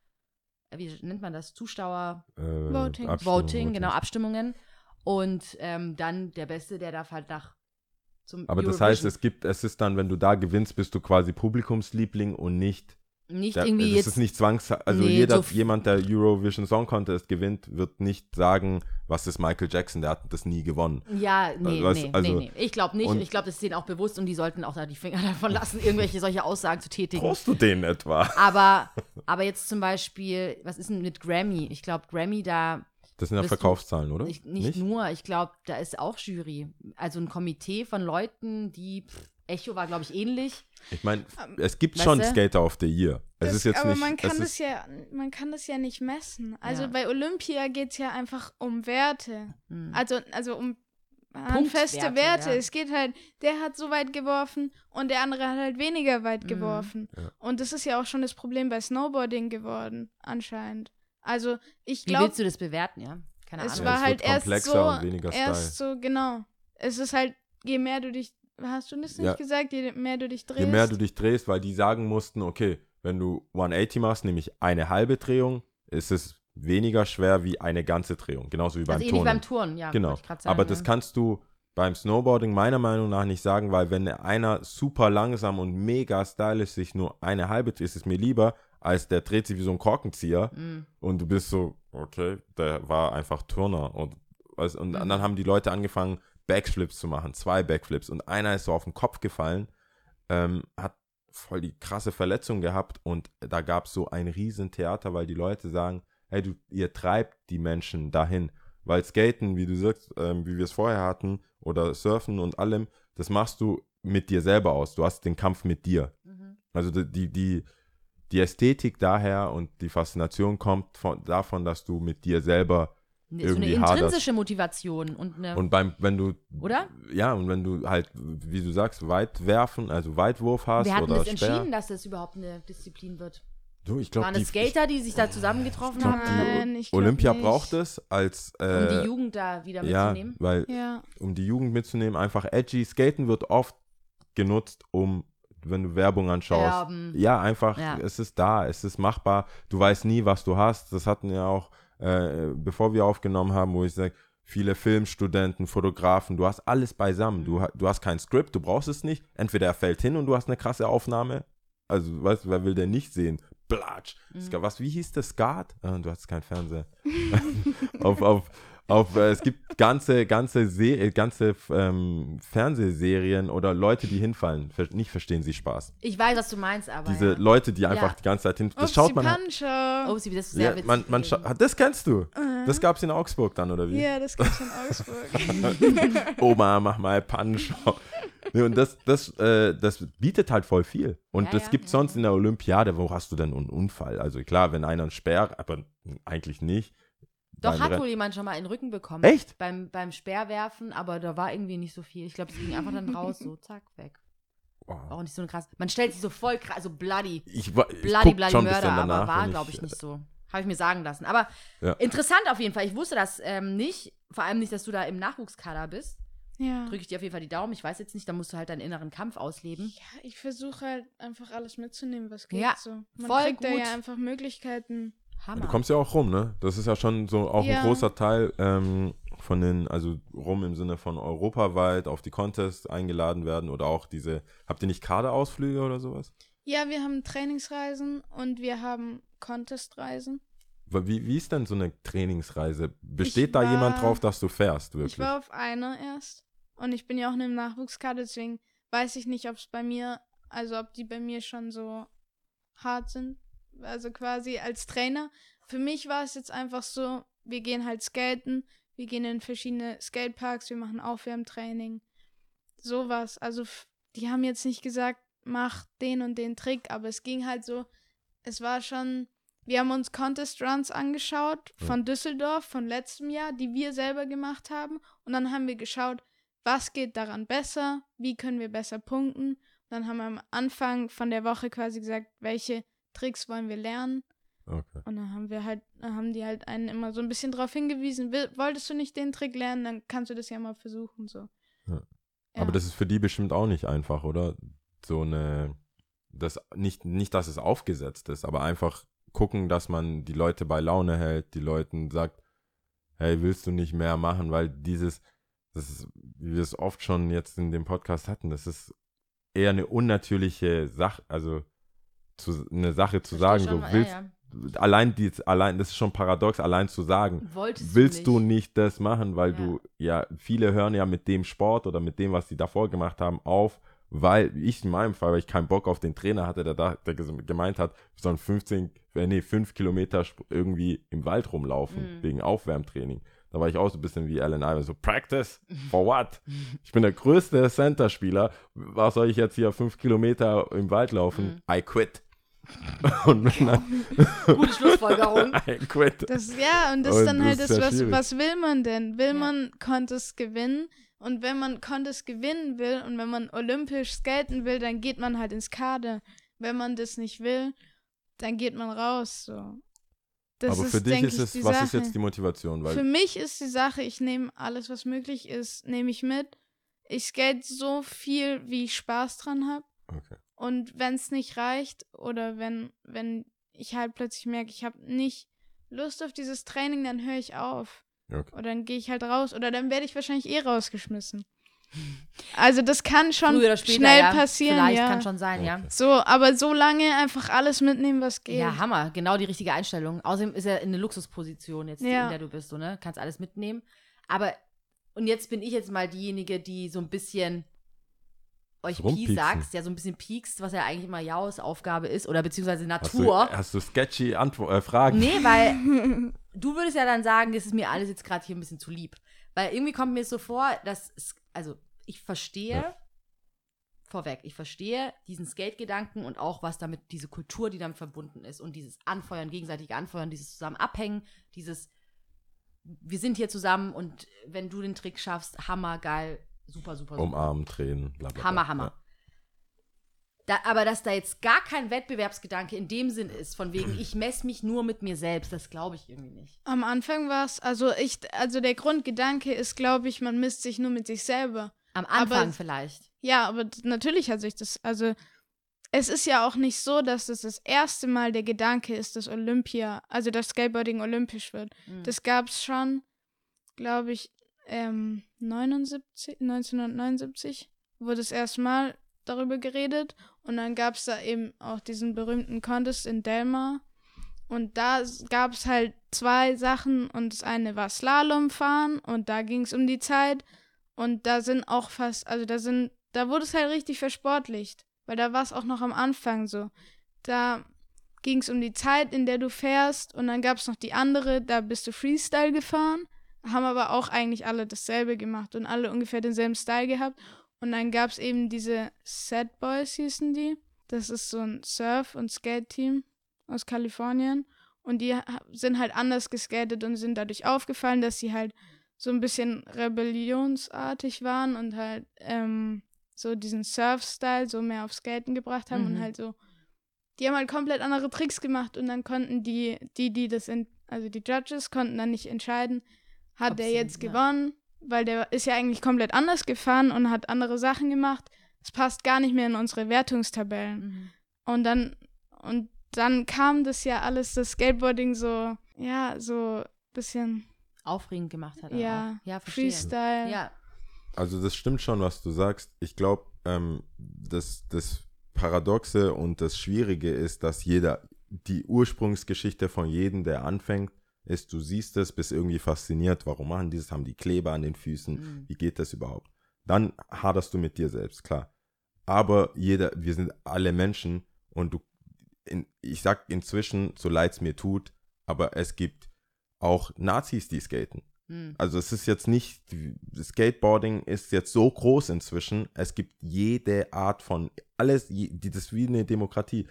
wie nennt man das? Zuschauer Äh, Voting. Abstimmung, Voting, genau, Abstimmungen. Und ähm, dann der Beste, der darf halt nach zum Aber das Eurovision- heißt, es gibt, es ist dann, wenn du da gewinnst, bist du quasi Publikumsliebling und nicht nicht Der, irgendwie es jetzt ist nicht zwangs, also Nee, jeder, so f- jemand, der Eurovision Song Contest gewinnt, wird nicht sagen, was ist Michael Jackson, der hat das nie gewonnen. Ja, nee, Weißt- nee, also- nee, nee. Ich glaube nicht. und- Und ich glaube, das ist denen auch bewusst und die sollten auch da die Finger davon lassen, irgendwelche solche Aussagen zu tätigen. Brauchst du den etwa? Aber, aber jetzt zum Beispiel, was ist denn mit Grammy? Ich glaube, Grammy, da, Das sind ja Bist du- Verkaufszahlen, oder? ich, nicht, nur, ich glaube, da ist auch Jury. Also ein Komitee von Leuten, die, pff, Echo war, glaube ich, ähnlich. Ich meine, es gibt Weißt schon du? Skater of the Year. Es Das, ist jetzt aber nicht, man kann es das ist, ja, man kann das ja nicht messen. Also Ja. bei Olympia geht es ja einfach um Werte. Hm. Also, also um handfeste Punktwerte, Werte. ja. Es geht halt, der hat so weit geworfen und der andere hat halt weniger weit Mhm. geworfen. Ja. Und das ist ja auch schon das Problem bei Snowboarding geworden, anscheinend. Also ich Wie glaube, willst du das bewerten, ja? Keine es Ahnung. war es halt wird erst komplexer so, und weniger erst so, genau. Es ist halt, je mehr du dich, hast du das nicht Ja. gesagt, je mehr du dich drehst. je mehr du dich drehst, weil die sagen mussten, okay, wenn du hundertachtzig machst, nämlich eine halbe Drehung, ist es weniger schwer wie eine ganze Drehung. Genauso wie beim Also ähnlich Turnen. beim Turnen, ja. Genau, wollte ich grad sagen, aber das ja. kannst du beim Snowboarding meiner Meinung nach nicht sagen, weil wenn einer super langsam und mega stylisch sich nur eine halbe dreht, ist es mir lieber, als der dreht sich wie so ein Korkenzieher Mhm. und du bist so, okay, der war einfach Turner. Und, und Mhm. dann haben die Leute angefangen, Backflips zu machen, zwei Backflips und einer ist so auf den Kopf gefallen, ähm, hat voll die krasse Verletzung gehabt und da gab es so ein riesen Theater, weil die Leute sagen, hey, du, ihr treibt die Menschen dahin. Weil Skaten, wie du sagst, ähm, wie wir es vorher hatten, oder Surfen und allem, das machst du mit dir selber aus. Du hast den Kampf mit dir. Mhm. Also die, die, die Ästhetik daher und die Faszination kommt von, davon, dass du mit dir selber Nee, so eine irgendwie haderst. intrinsische Motivation und eine, Und beim, wenn du, oder? ja, und wenn du halt, wie du sagst, weit werfen, also Weitwurf hast Wer hat denn oder das Speer. entschieden, dass das überhaupt eine Disziplin wird? Du, ich glaube, Waren die das Skater, die sich da zusammengetroffen ich glaub, haben? Nein, ich glaub Olympia nicht. braucht es als äh, Um die Jugend da wieder ja, mitzunehmen? weil Ja, um die Jugend mitzunehmen, einfach edgy. Skaten wird oft genutzt, um, wenn du Werbung anschaust. Werben. Ja, einfach, Ja. es ist da, es ist machbar. Du weißt nie, was du hast. Das hatten ja auch, äh, bevor wir aufgenommen haben, wo ich sage, viele Filmstudenten, Fotografen, du hast alles beisammen. Du, ha- du hast kein Skript, du brauchst es nicht. Entweder er fällt hin und du hast eine krasse Aufnahme. Also, weißt du, wer will denn nicht sehen? Blatsch. Mhm. Ska- Was, wie hieß das? Skat? Ah, du hast keinen Fernseher. auf, auf, auf, äh, es gibt ganze, ganze, Se äh, ganze ähm, Fernsehserien oder Leute, die hinfallen. Ver nicht verstehen sie Spaß. Ich weiß, was du meinst, aber Diese ja. Leute, die einfach Ja. die ganze Zeit hin. Das Upsi schaut man halt. Pancho. Oh, sie, das ist sehr Ja, witzig. man, man gewesen. scha- das kennst du. Äh. Das gab's in Augsburg dann, oder wie? Ja, das gibt's in Augsburg. Oma, mach mal Punch. Nee, und das, das, äh, das bietet halt voll viel. Und Ja, das ja, gibt ja, sonst ja. in der Olympiade. Wo hast du denn einen Unfall? Also klar, wenn einer einen Speer, aber eigentlich nicht. Doch, Beim hat Ren- wohl jemand schon mal in den Rücken bekommen. Echt? Beim, beim Speerwerfen, aber da war irgendwie nicht so viel. Ich glaube, es ging einfach dann raus, so zack, weg. War auch nicht so eine krass. Man stellt sich so voll krass, also bloody, Ich, wa- ich bloody, guck bloody schon ein bisschen Murder, danach, aber war, wenn glaube ich, äh, nicht so. Habe ich mir sagen lassen. Aber Ja. interessant auf jeden Fall. Ich wusste das ähm, nicht. Vor allem nicht, dass du da im Nachwuchskader bist. Ja. Drücke ich dir auf jeden Fall die Daumen. Ich weiß jetzt nicht, da musst du halt deinen inneren Kampf ausleben. Ja, ich versuche halt einfach alles mitzunehmen, was geht. Ja, so. Man voll kriegt da gut. ja einfach Möglichkeiten. Hammer. Du kommst ja auch rum, ne? Das ist ja schon so auch Ja. ein großer Teil ähm, von den, also rum im Sinne von europaweit auf die Contests eingeladen werden oder auch diese, habt ihr nicht Kaderausflüge oder sowas? Ja, wir haben Trainingsreisen und wir haben Contestreisen. Wie, wie ist denn so eine Trainingsreise? Besteht Ich da jemand war- drauf, dass du fährst, wirklich? Ich war auf einer erst und ich bin ja auch in einem Nachwuchskader, deswegen weiß ich nicht, ob es bei mir, also ob die bei mir schon so hart sind. Also quasi als Trainer. Für mich war es jetzt einfach so, wir gehen halt skaten, wir gehen in verschiedene Skateparks, wir machen Aufwärmtraining, sowas. Also f- die haben jetzt nicht gesagt, mach den und den Trick, aber es ging halt so, es war schon, wir haben uns Contest Runs angeschaut von Düsseldorf von letztem Jahr, die wir selber gemacht haben und dann haben wir geschaut, was geht daran besser, wie können wir besser punkten. Und dann haben wir am Anfang von der Woche quasi gesagt, welche Tricks wollen wir lernen. Okay. Und dann haben wir halt, dann haben die halt einen immer so ein bisschen darauf hingewiesen, will, wolltest du nicht den Trick lernen, dann kannst du das ja mal versuchen. So. Ja. Ja. Aber das ist für die bestimmt auch nicht einfach, oder? So eine, das nicht, nicht, dass es aufgesetzt ist, aber einfach gucken, dass man die Leute bei Laune hält, die Leuten sagt, hey, willst du nicht mehr machen? Weil dieses, das ist, wie wir es oft schon jetzt in dem Podcast hatten, das ist eher eine unnatürliche Sache, also zu, eine Sache zu Versteh sagen, schon, so ja, willst, ja. allein die, allein, das ist schon paradox, allein zu sagen, Wolltest willst du du nicht. nicht das machen, weil Ja. du, ja, viele hören ja mit dem Sport oder mit dem, was sie davor gemacht haben, auf, weil ich in meinem Fall, weil ich keinen Bock auf den Trainer hatte, der, da, der gemeint hat, wir sollen fünfzehn, äh, nee, fünf Kilometer sp- irgendwie im Wald rumlaufen, Mhm. wegen Aufwärmtraining. Da war ich auch so ein bisschen wie Allen Iverson, so, Practice? For what? Ich bin der größte Center-Spieler, was soll ich jetzt hier fünf Kilometer im Wald laufen? Mhm. I quit. Und dann, Gute Schlussfolgerung. I quit. Das, ja, und das Und ist dann das halt ist das, ja was, schwierig. was will man denn? Will Ja. man Contest gewinnen? Und wenn man Contest gewinnen will und wenn man olympisch skaten will, dann geht man halt ins Kader. Wenn man das nicht will, dann geht man raus. So. Das Aber ist, für dich denk ist ich, es, die was Sache. ist jetzt die Motivation? Weil Für mich ist die Sache, ich nehme alles, was möglich ist, nehme ich mit. Ich skate so viel, wie ich Spaß dran habe. okay. Und wenn es nicht reicht oder wenn, wenn ich halt plötzlich merke, ich habe nicht Lust auf dieses Training, dann höre ich auf. Okay. Oder dann gehe ich halt raus. Oder dann werde ich wahrscheinlich eh rausgeschmissen. Also das kann schon Früher oder später, schnell ja. passieren. Vielleicht ja. kann schon sein, ja. Okay. So, aber so lange einfach alles mitnehmen, was geht. Ja, Hammer. Genau die richtige Einstellung. Außerdem ist er in eine Luxusposition jetzt, Ja. in der du bist, so, ne? Kannst alles mitnehmen. Aber, und jetzt bin ich jetzt mal diejenige, die so ein bisschen euch Rumpieksen. piesackt, ja, so ein bisschen piekst, was ja eigentlich immer Jaus Aufgabe ist, oder beziehungsweise Hast du, Natur. hast du sketchy Antwo- äh, Fragen? Nee, weil du würdest ja dann sagen, das ist mir alles jetzt gerade hier ein bisschen zu lieb. Weil irgendwie kommt mir es so vor, dass, es, also ich verstehe, Ja. vorweg, ich verstehe diesen Skate-Gedanken und auch was damit, diese Kultur, die damit verbunden ist und dieses Anfeuern, gegenseitige Anfeuern, dieses zusammen abhängen, dieses, wir sind hier zusammen und wenn du den Trick schaffst, hammer, geil, super, super, super. Umarmen, Tränen, bla bla bla. Hammer, Hammer. Da, aber dass da jetzt gar kein Wettbewerbsgedanke in dem Sinn ist, von wegen, ich messe mich nur mit mir selbst, das glaube ich irgendwie nicht. Am Anfang war es, also ich, also der Grundgedanke ist, glaube ich, man misst sich nur mit sich selber. Am Anfang Aber- vielleicht. Ja, aber d- natürlich hat sich das, also es ist ja auch nicht so, dass das das erste Mal der Gedanke ist, dass Olympia, also dass Skateboarding olympisch wird. Mhm. Das gab es schon, glaube ich, ähm, neunundsiebzig, neunzehnhundertneunundsiebzig wurde das erste Mal darüber geredet und dann gab es da eben auch diesen berühmten Contest in Delmar und da gab es halt zwei Sachen und das eine war Slalomfahren und da ging es um die Zeit und da sind auch fast, also da sind, da wurde es halt richtig versportlicht, weil da war es auch noch am Anfang so. Da ging es um die Zeit, in der du fährst und dann gab es noch die andere, da bist du Freestyle gefahren, haben aber auch eigentlich alle dasselbe gemacht und alle ungefähr denselben Style gehabt. Und dann gab es eben diese Sad Boys, hießen die. Das ist so ein Surf- und Skate-Team aus Kalifornien. Und die ha- sind halt anders geskatet und sind dadurch aufgefallen, dass sie halt so ein bisschen rebellionsartig waren und halt ähm, so diesen Surf-Style so mehr auf Skaten gebracht haben Mhm. und halt so, die haben halt komplett andere Tricks gemacht und dann konnten die, die, die das, in, also die Judges konnten dann nicht entscheiden, hat Ob der sie- jetzt ja. gewonnen, weil der ist ja eigentlich komplett anders gefahren und hat andere Sachen gemacht. Es passt gar nicht mehr in unsere Wertungstabellen. Mhm. Und dann, und dann kam das ja alles, das Skateboarding so, ja, so bisschen, Aufregend gemacht hat. ja, auch. Ja, verstehe. Freestyle. Ja, Also das stimmt schon, was du sagst. Ich glaube, ähm, das, das Paradoxe und das Schwierige ist, dass jeder, die Ursprungsgeschichte von jedem, der anfängt, ist, du siehst es, bist irgendwie fasziniert, warum machen die das, haben die Kleber an den Füßen, Mhm. wie geht das überhaupt? Dann haderst du mit dir selbst, klar. Aber jeder, wir sind alle Menschen und du, in, ich sag inzwischen, so leid es mir tut, aber es gibt auch Nazis, die skaten. Mhm. Also es ist jetzt nicht, Skateboarding ist jetzt so groß inzwischen, es gibt jede Art von, alles, je- die- das ist wie eine Demokratie.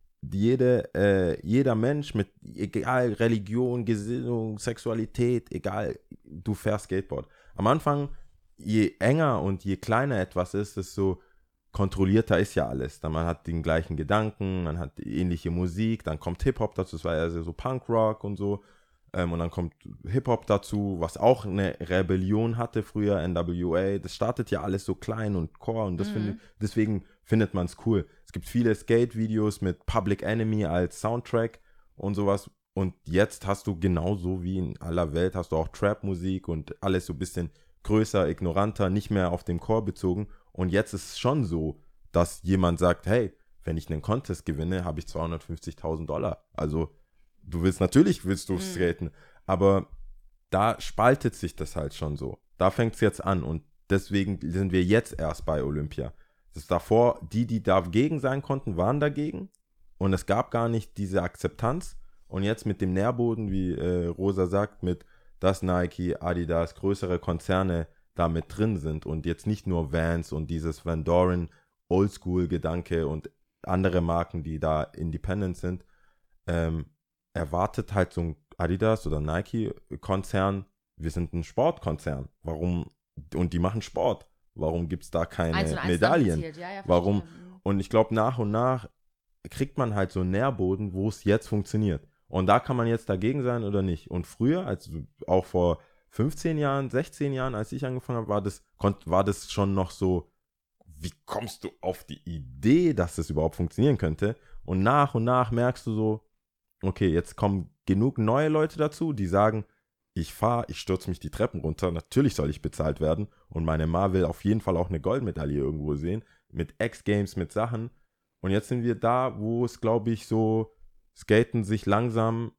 Jede, äh, jeder Mensch mit, egal Religion, Gesinnung, Sexualität, egal, du fährst Skateboard. Am Anfang, je enger und je kleiner etwas ist, desto kontrollierter ist ja alles. Dann man hat den gleichen Gedanken, man hat ähnliche Musik, dann kommt Hip-Hop dazu, das war ja so Punkrock und so. Ähm, und dann kommt Hip-Hop dazu, was auch eine Rebellion hatte früher, N W A. Das startet ja alles so klein und core und das Mhm. finde, deswegen findet man es cool. Es gibt viele Skate-Videos mit Public Enemy als Soundtrack und sowas. Und jetzt hast du genauso wie in aller Welt, hast du auch Trap-Musik und alles so ein bisschen größer, ignoranter, nicht mehr auf den Core bezogen. Und jetzt ist es schon so, dass jemand sagt, hey, wenn ich einen Contest gewinne, habe ich zweihundertfünfzigtausend Dollar. Also du willst, natürlich willst du Mhm. skaten, aber da spaltet sich das halt schon so. Da fängt es jetzt an und deswegen sind wir jetzt erst bei Olympia. Das ist davor, die, die dagegen sein konnten, waren dagegen und es gab gar nicht diese Akzeptanz und jetzt mit dem Nährboden, wie äh, Rosa sagt, mit dass Nike, Adidas, größere Konzerne da mit drin sind und jetzt nicht nur Vans und dieses Van Doren Oldschool-Gedanke und andere Marken, die da independent sind, ähm, erwartet halt so ein Adidas oder Nike-Konzern, wir sind ein Sportkonzern. Warum? Und die machen Sport. Warum gibt es da keine Eins und eins Medaillen? zusammengezählt. Ja, ja, Warum? verstehe. Mhm. Und ich glaube, nach und nach kriegt man halt so einen Nährboden, wo es jetzt funktioniert. Und da kann man jetzt dagegen sein oder nicht. Und früher, als auch vor fünfzehn Jahren, sechzehn Jahren, als ich angefangen habe, war das, konnt, war das schon noch so, wie kommst du auf die Idee, dass das überhaupt funktionieren könnte? Und nach und nach merkst du so, okay, jetzt kommen genug neue Leute dazu, die sagen, ich fahre, ich stürze mich die Treppen runter, natürlich soll ich bezahlt werden und meine Ma will auf jeden Fall auch eine Goldmedaille irgendwo sehen, mit X-Games, mit Sachen. Und jetzt sind wir da, wo es, glaube ich, so Skaten sich langsam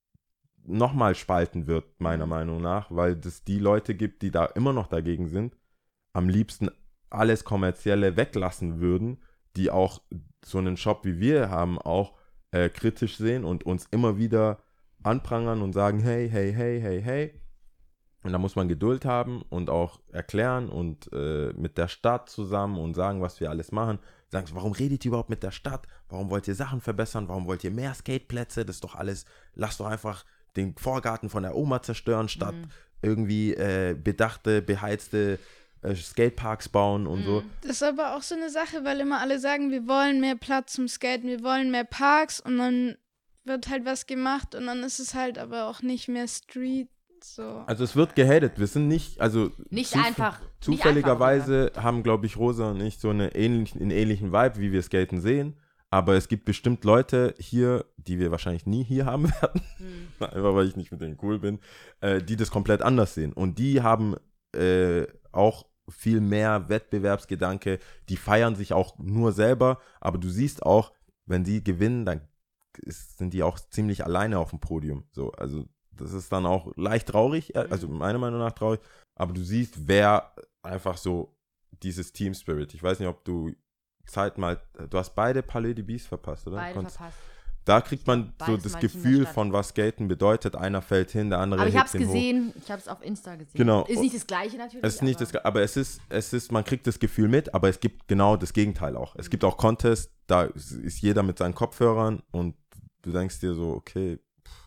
nochmal spalten wird, meiner Meinung nach, weil es die Leute gibt, die da immer noch dagegen sind, am liebsten alles Kommerzielle weglassen würden, die auch so einen Shop wie wir haben, auch äh, kritisch sehen und uns immer wieder anprangern und sagen, hey, hey, hey, hey, hey. Und da muss man Geduld haben und auch erklären und äh, mit der Stadt zusammen und sagen, was wir alles machen. Sagen, warum redet ihr überhaupt mit der Stadt? Warum wollt ihr Sachen verbessern? Warum wollt ihr mehr Skateplätze? Das ist doch alles, lasst doch einfach den Vorgarten von der Oma zerstören, statt mhm. irgendwie äh, bedachte, beheizte äh, Skateparks bauen und mhm. so. Das ist aber auch so eine Sache, weil immer alle sagen, wir wollen mehr Platz zum Skaten, wir wollen mehr Parks und dann wird halt was gemacht und dann ist es halt aber auch nicht mehr Street. So. Also es wird gehatet, wir sind nicht, also nicht zuf- einfach, zufälligerweise nicht einfach, haben, glaube ich, Rosa und ich so eine ähnlichen, einen ähnlichen Vibe, wie wir Skaten sehen, aber es gibt bestimmt Leute hier, die wir wahrscheinlich nie hier haben werden, hm. einfach weil ich nicht mit denen cool bin, äh, die das komplett anders sehen und die haben äh, auch viel mehr Wettbewerbsgedanke, die feiern sich auch nur selber, aber du siehst auch, wenn die gewinnen, dann ist, sind die auch ziemlich alleine auf dem Podium, so, also das ist dann auch leicht traurig, also meiner Meinung nach traurig, aber du siehst, wer einfach so dieses Team Spirit, ich weiß nicht, ob du Zeit mal, du hast beide Palais de Bis verpasst, oder? Beide Konntest, verpasst. Da kriegt man Beides so das mal Gefühl von, was Skaten bedeutet, einer fällt hin, der andere aber ich hebt hab's ihn gesehen, hoch. ich hab's auf Insta gesehen. Genau. Ist nicht das Gleiche natürlich. Es ist nicht aber das, aber es ist, es ist, man kriegt das Gefühl mit, aber es gibt genau das Gegenteil auch. Es gibt auch Contests, da ist jeder mit seinen Kopfhörern und du denkst dir so, okay,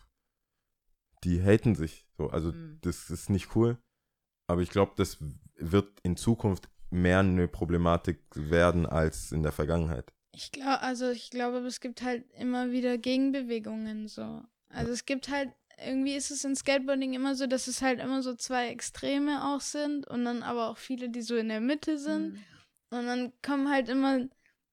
die haten sich. So, also mhm. das ist nicht cool. Aber ich glaube, das wird in Zukunft mehr eine Problematik werden als in der Vergangenheit. Ich glaube, also ich glaube, es gibt halt immer wieder Gegenbewegungen so. Also ja. es gibt halt, irgendwie ist es in Skateboarding immer so, dass es halt immer so zwei Extreme auch sind und dann aber auch viele, die so in der Mitte sind. Mhm. Und dann kommen halt immer,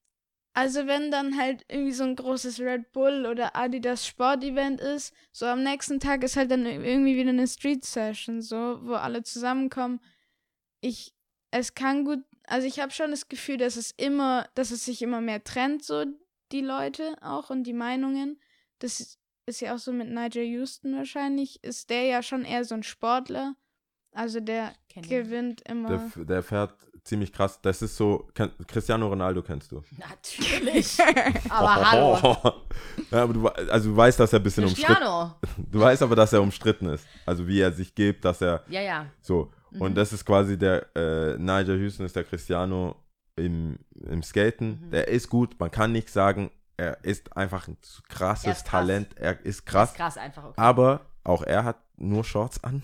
also wenn dann halt irgendwie so ein großes Red Bull oder Adidas Sportevent ist, so am nächsten Tag ist halt dann irgendwie wieder eine Street-Session, so, wo alle zusammenkommen. Ich, es kann gut, also ich habe schon das Gefühl, dass es immer, dass es sich immer mehr trennt, so die Leute auch und die Meinungen. Das ist ja auch so mit Nigel Houston wahrscheinlich, ist der ja schon eher so ein Sportler. Also der Kenn gewinnt ich. immer. Der, der fährt ziemlich krass. Das ist so, kann, Cristiano Ronaldo kennst du. Natürlich. Aber hallo. Ja, aber du, also du weißt, dass er ein bisschen Cristiano. umstritten. Du weißt aber, dass er umstritten ist. Also wie er sich gibt, dass er ja, ja. so. Mhm. Und das ist quasi der äh, Nigel Houston ist der Cristiano im, im Skaten. Mhm. Der ist gut, man kann nicht sagen, er ist einfach ein krasses er ist krass. Talent. Er ist krass. Er ist krass einfach, okay. Aber auch er hat nur Shorts an.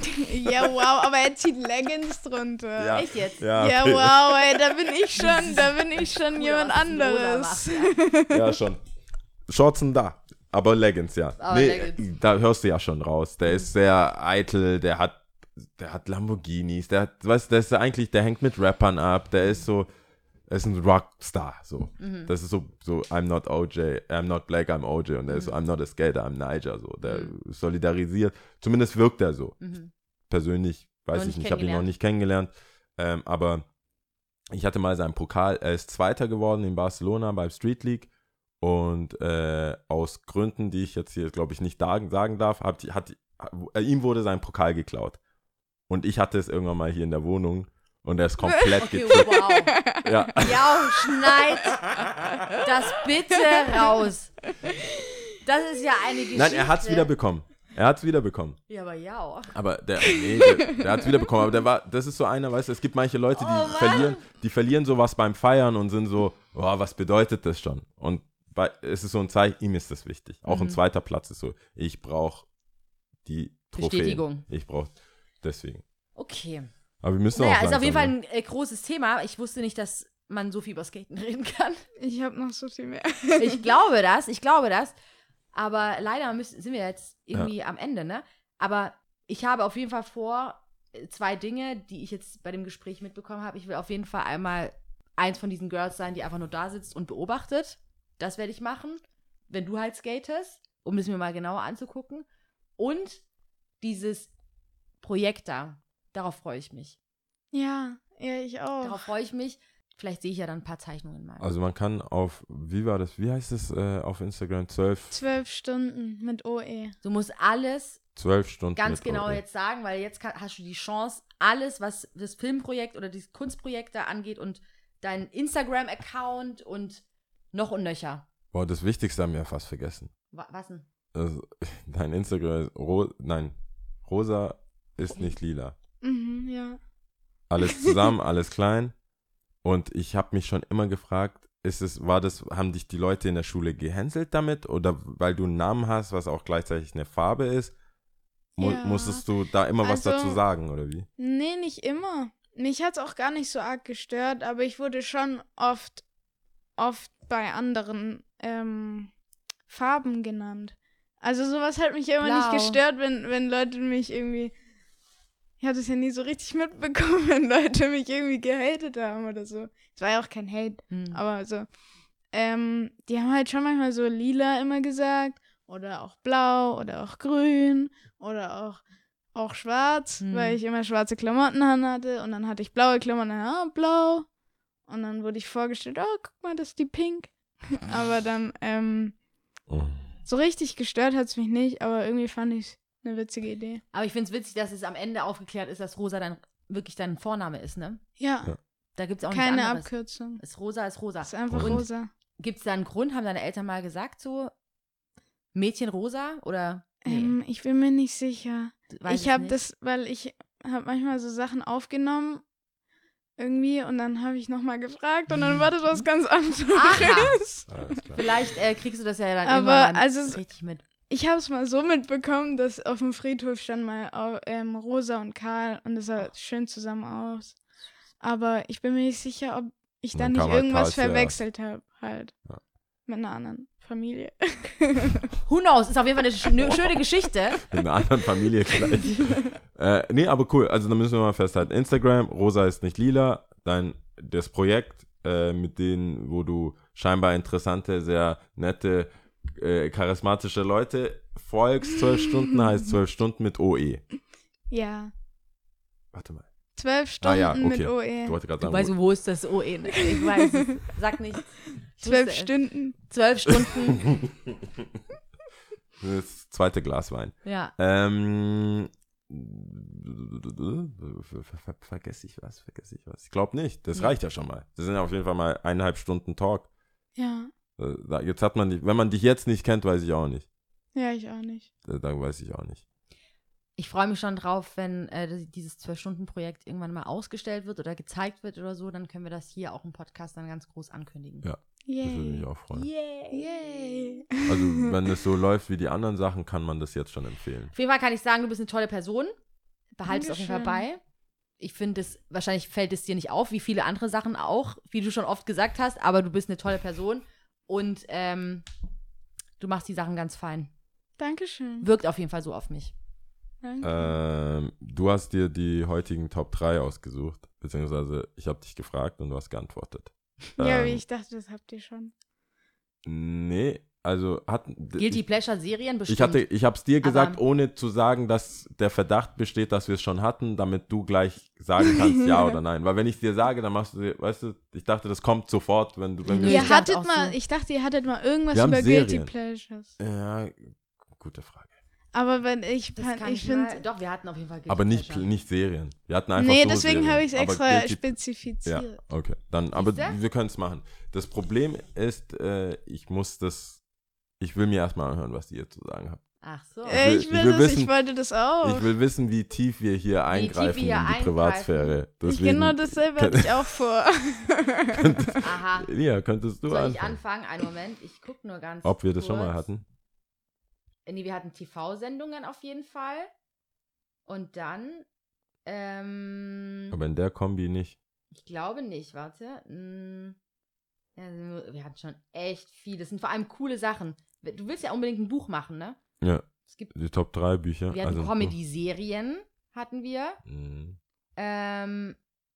Ja, wow, aber er zieht Leggings drunter. Ja. Echt jetzt? Ja, ja okay. Wow, ey, da bin ich schon, da bin ich schon cool, jemand anderes. Macht, ja. ja, schon. Shorts sind da, aber Leggings, ja. Aber nee, Leggings. Da hörst du ja schon raus. Der mhm. ist sehr eitel, der hat, der hat Lamborghinis, der hat, weißt du, der ist eigentlich, der hängt mit Rappern ab, der ist so, er ist ein Rockstar, so. Mhm. Das ist so, so, I'm not O J, I'm not black, I'm O J. Und der mhm. ist so, I'm not a skater, I'm Niger, so. Der mhm. solidarisiert, zumindest wirkt er so. Mhm. Persönlich, weiß ich nicht, ich habe ihn noch nicht kennengelernt. Ähm, aber ich hatte mal seinen Pokal, er ist Zweiter geworden in Barcelona beim Street League. Und äh, aus Gründen, die ich jetzt hier, glaube ich, nicht da, sagen darf, hat, hat, äh, ihm wurde sein Pokal geklaut. Und ich hatte es irgendwann mal hier in der Wohnung. Und er ist komplett okay, getrippt. Wow. Ja. Ja, schneid das bitte raus. Das ist ja eine Geschichte. Nein, er hat es wieder bekommen. Er hat es wieder bekommen. Ja, aber ja auch. Aber der, nee, der, der hat es wieder bekommen. Aber der war, das ist so einer, weißt du, es gibt manche Leute, die oh, verlieren, die verlieren sowas beim Feiern und sind so, oh, was bedeutet das schon? Und bei, es ist so ein Zeichen, ihm ist das wichtig. Auch mhm. ein zweiter Platz ist so, ich brauche die Trophäe. Bestätigung. Ich brauche deswegen. Okay. Aber wir müssen naja, auch ist auf jeden Fall ne? ein äh, großes Thema. Ich wusste nicht, dass man so viel über Skaten reden kann. Ich habe noch so viel mehr. Ich glaube das, ich glaube das. Aber leider müssen, sind wir jetzt irgendwie ja. am Ende, ne? Aber ich habe auf jeden Fall vor, zwei Dinge, die ich jetzt bei dem Gespräch mitbekommen habe. Ich will auf jeden Fall einmal eins von diesen Girls sein, die einfach nur da sitzt und beobachtet. Das werde ich machen, wenn du halt skatest. um es mir mal genauer anzugucken. Und dieses Projekt da, darauf freue ich mich. Ja, ja, ich auch. Darauf freue ich mich. Vielleicht sehe ich ja dann ein paar Zeichnungen mal. Also man kann auf, wie war das, wie heißt es äh, auf Instagram, zwölf, Zwölf Stunden mit O E. Du musst alles zwölf Stunden ganz mit genau O E. jetzt sagen, weil jetzt kann, hast du die Chance, alles, was das Filmprojekt oder das Kunstprojekt da angeht und dein Instagram-Account und noch und nöcher. Boah, das Wichtigste haben wir ja fast vergessen. Wa- Was denn? Also, dein Instagram ist, ro nein, rosa ist nicht lila. Mhm, ja. Alles zusammen, alles klein. Und ich habe mich schon immer gefragt, ist es, war das, haben dich die Leute in der Schule gehänselt damit? Oder weil du einen Namen hast, was auch gleichzeitig eine Farbe ist, mu Ja. musstest du da immer was Also- dazu sagen, oder wie? Nee, nicht immer. Mich hat's auch gar nicht so arg gestört, aber ich wurde schon oft, oft bei anderen ähm, Farben genannt. Also sowas hat mich immer Blau. nicht gestört, wenn, wenn Leute mich irgendwie. Ich habe das ja nie so richtig mitbekommen, wenn Leute mich irgendwie gehatet haben oder so. Es war ja auch kein Hate, Hm. aber so. Ähm, die haben halt schon manchmal so lila immer gesagt oder auch blau oder auch grün oder auch, auch schwarz, Hm. weil ich immer schwarze Klamotten an hatte und dann hatte ich blaue Klamotten, ah, blau. Und dann wurde ich vorgestellt, oh, guck mal, das ist die Pink. Aber dann, ähm, Oh. so richtig gestört hat es mich nicht, aber irgendwie fand ich es eine witzige Idee. Aber ich finde es witzig, dass es am Ende aufgeklärt ist, dass Rosa dann wirklich dein Vorname ist, ne? Ja, Ja. Da gibt es auch keine nichts anderes. Abkürzung. Ist Rosa, ist Rosa. Es ist einfach Und- rosa. Gibt es da einen Grund? Haben deine Eltern mal gesagt, so Mädchen rosa? Oder? Nee, Ähm, ich bin mir nicht sicher. weiß ich es habe nicht. das, weil ich habe manchmal so Sachen aufgenommen irgendwie und dann habe ich nochmal gefragt und dann war das was ganz anderes. Aha. Alles klar. Vielleicht äh, kriegst du das ja dann Aber, irgendwann mal also es- richtig mit. Ich habe es mal so mitbekommen, dass auf dem Friedhof stand mal au- ähm, Rosa und Karl und das sah schön zusammen aus. Aber ich bin mir nicht sicher, ob ich Und da dann nicht kam halt irgendwas Karl zuerst. verwechselt habe, halt. Ja. Mit einer anderen Familie. Who knows? Ist auf jeden Fall eine schö- schöne Geschichte. In einer anderen Familie gleich. äh, nee, aber cool. Also da müssen wir mal festhalten. Instagram, rosa ist nicht lila. Dein, das Projekt, äh, mit denen, wo du scheinbar interessante, sehr nette, äh, charismatische Leute folgst, zwölf Stunden, heißt zwölf Stunden mit O E. Ja. Warte mal. Zwölf Ah Stunden ja, mit okay. O Ich E. wollte gerade Du sagen, weißt, wo- wo ist das O E? Ich weiß es. Sag nicht. Ich Zwölf wusste es. Stunden. Zwölf Stunden. das zweite Glas Wein. Ja. Ähm, ver- ver- ver- vergesse ich was, vergesse ich was. Ich glaube nicht. Das Ja. reicht ja schon mal. Das sind ja auf jeden Fall mal eineinhalb Stunden Talk. Ja. Äh, da- Jetzt hat man dich, wenn man dich jetzt nicht kennt, weiß ich auch nicht. Ja, ich auch nicht. Da da weiß ich auch nicht. Ich freue mich schon drauf, wenn äh, dieses Zwölf-Stunden-Projekt irgendwann mal ausgestellt wird oder gezeigt wird oder so, dann können wir das hier auch im Podcast dann ganz groß ankündigen. Ja. Das würde mich Yay. auch freuen. Yay. Also, wenn es so läuft wie die anderen Sachen, kann man das jetzt schon empfehlen. Auf jeden Fall kann ich sagen, du bist eine tolle Person. Behalte es auf jeden Fall Dankeschön. bei. Ich finde es, wahrscheinlich fällt es dir nicht auf, wie viele andere Sachen auch, wie du schon oft gesagt hast, aber du bist eine tolle Person und ähm, du machst die Sachen ganz fein. Dankeschön. Wirkt auf jeden Fall so auf mich. Danke. Ähm, du hast dir die heutigen Top drei ausgesucht, beziehungsweise ich habe dich gefragt und du hast geantwortet. ja, ähm, wie ich dachte, das habt ihr schon. Nee, also hat Guilty ich, Pleasure Serien bestimmt. ich hatte, ich habe es dir gesagt, Aber- ohne zu sagen, dass der Verdacht besteht, dass wir es schon hatten, damit du gleich sagen kannst, ja oder nein. Weil wenn ich dir sage, dann machst du, dir- weißt du, ich dachte, das kommt sofort, wenn du, wenn Nee, wir, ich Ihr dachte hattet auch mal, so. ich dachte, ihr hattet mal irgendwas Wir haben über Guilty Serien. Pleasures. ja, gute Frage. Aber wenn ich, Das kann ich ich mal, finde, doch, wir hatten auf jeden Fall Guilty Aber nicht, Pleasure. nicht Serien. Wir hatten einfach nee, so deswegen Serien. habe ich es Aber extra Guilty- spezifiziert. Ja, okay. Dann, aber Siehste? wir können es machen. Das Problem ist, äh, ich muss das, ich will mir erstmal anhören, was ihr zu sagen habt. Ach so. Äh, will- ich ich will will das, wissen- ich wollte das auch. Ich will wissen, wie tief wir hier tief eingreifen wir in die eingreifen. Privatsphäre. Ich Deswegen, genau dasselbe hatte ich auch vor. Aha. Ja, könntest du Soll ich anfangen. anfangen? Einen Moment, ich gucke nur ganz Ob wir das schon mal kurz. hatten? Äh, Nee, wir hatten T V-Sendungen auf jeden Fall. Und dann, ähm, Aber in der Kombi nicht. ich glaube nicht, warte. Hm, ja, wir hatten schon echt viel. Das sind vor allem coole Sachen. Du willst ja unbedingt ein Buch machen, ne? Ja, Es gibt, die Top drei Bücher. wir hatten also- Comedy-Serien, hatten wir. Mhm. Ähm,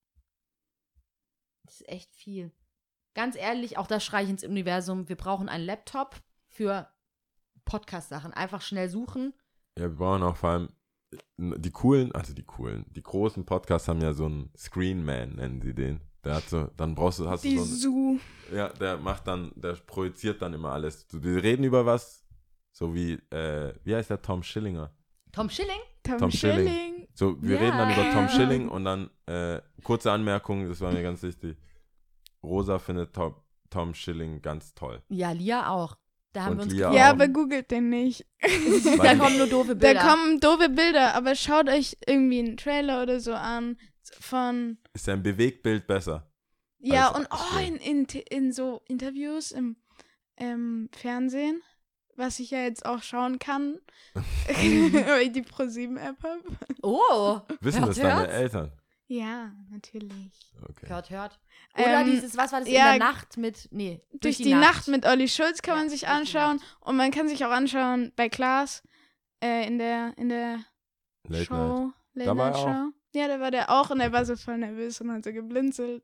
das ist echt viel. Ganz ehrlich, auch das schreie ich ins Universum. Wir brauchen einen Laptop für Podcast-Sachen. Einfach schnell suchen. Ja, wir brauchen auch vor allem die coolen, also die coolen, die großen Podcasts haben ja so einen Screenman, nennen sie den. Der hat so, dann brauchst du, hast Die du so Zoo. einen, ja, der macht dann, der projiziert dann immer alles. Wir reden über was, so wie, äh, wie heißt der, Tom Schillinger? Tom Schilling? Tom, Tom Schilling. Schilling. So, wir Ja. reden dann über Tom Schilling und dann, äh, kurze Anmerkung, das war mir ganz wichtig. Rosa findet Tom, Tom Schilling ganz toll. Ja, Lia auch. Da haben Und wir uns Lia gefunden. Ja, auch. aber googelt den nicht. Da Weil- kommen nur doofe Da Bilder. kommen doofe Bilder, aber schaut euch irgendwie einen Trailer oder so an von, Ist ja ein Bewegtbild besser. ja, Also, und oh, so. in, in, in so Interviews im ähm, Fernsehen, was ich ja jetzt auch schauen kann, weil ich die ProSieben-App habe. Oh, Wissen hört, das deine hört. Eltern? Ja, natürlich. Okay. Hört, hört. Oder Ähm, dieses, was war das, ja, in der Nacht mit, nee, Durch, die, Nacht. mit Olli Schulz kann Ja, man sich durch die anschauen Nacht. und man kann sich auch anschauen bei Klaas äh, in der, in der Late Night. Show, Late Da war Night er auch. Show. Ja, da war der auch und er war so voll nervös und hat so geblinzelt.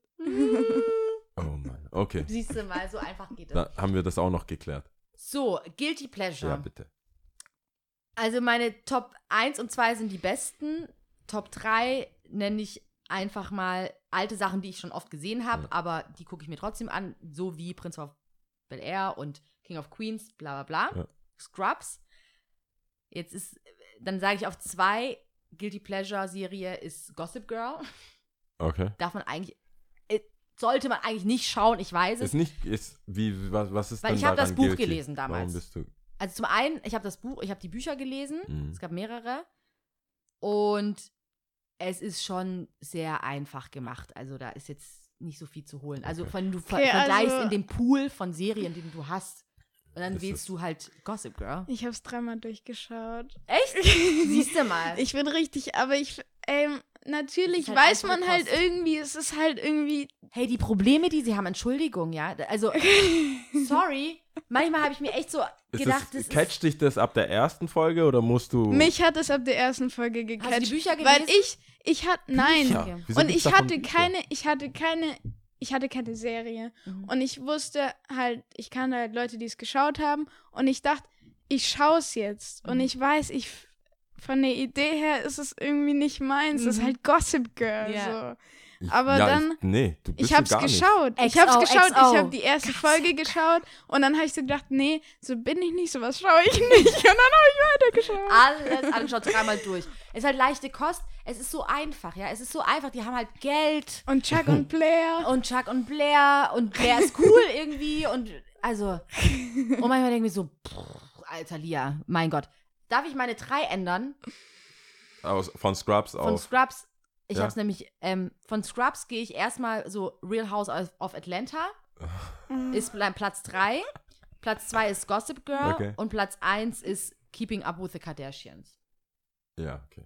Oh Mann, okay. Siehst du mal, so einfach geht es. Da haben wir das auch noch geklärt. So, Guilty Pleasure. Ja, bitte. Also meine Top eins und zwei sind die besten. Top drei nenne ich einfach mal alte Sachen, die ich schon oft gesehen habe, Ja. aber die gucke ich mir trotzdem an, so wie Prince of Bel-Air und King of Queens, bla bla bla. Ja. Scrubs. Jetzt ist, dann sage ich auf zwei, Guilty Pleasure Serie ist Gossip Girl. Okay. Darf man eigentlich, äh, sollte man eigentlich nicht schauen, ich weiß es. Ist nicht, ist, wie, was, was ist Weil denn ich hab daran das Buch guilty? gelesen damals. Warum bist du, Also zum einen, ich habe das Buch, ich habe die Bücher gelesen, Mhm. es gab mehrere und es ist schon sehr einfach gemacht. Also da ist jetzt nicht so viel zu holen. Also Okay. wenn du ver Okay, vergleichst also- in dem Pool von Serien, den du hast, und dann Ist wählst es- du halt Gossip Girl. Ich hab's dreimal durchgeschaut. Echt? Siehst du mal. Ich bin richtig, aber ich, ähm, natürlich Ist halt weiß einfache man halt Kost. irgendwie, es ist halt irgendwie, Hey, die Probleme, die sie haben, Entschuldigung, ja. Also, sorry. Manchmal habe ich mir echt so ist gedacht, das, das catcht ist. dich das ab der ersten Folge oder musst du... mich hat es ab der ersten Folge gecatcht. Hast du die Bücher Weil gelesen? ich, ich hatte, nein. Bücher? Okay. Wieso Und gibt's ich davon hatte Bücher? keine, ich hatte keine, ich hatte keine Serie. Mhm. Und ich wusste halt, ich kannte halt Leute, die es geschaut haben. Und ich dachte, ich schaue es jetzt. Und Mhm. ich weiß, ich, von der Idee her ist es irgendwie nicht meins. Es ist Mhm. halt Gossip Girl. Ja. So. Ich, aber ja, dann- Ich, nee, du bist Ich hab's du gar geschaut. Ich X O, hab's geschaut. X O. Ich habe die erste Folge geschaut. Und dann habe ich so gedacht, nee, so bin ich nicht, sowas schaue ich nicht. Und dann habe ich weitergeschaut. Alles angeschaut, dreimal durch. Es ist halt leichte Kost. Es ist so einfach, ja. Es ist so einfach. Die haben halt Geld Und Chuck und Blair. und Chuck und Blair und Blair ist cool irgendwie und also und manchmal denke ich mir so, pff, alter Lia, mein Gott. Darf ich meine drei ändern? nicht. Aus, von Scrubs Von auf... Scrubs, ich Ja. hab's nämlich, ähm, von Scrubs gehe ich erstmal so Real House of of Atlanta. Ist Pla- Platz drei. Platz zwei ist Gossip Girl. Okay. Und Platz eins ist Keeping Up with the Kardashians. Ja, okay.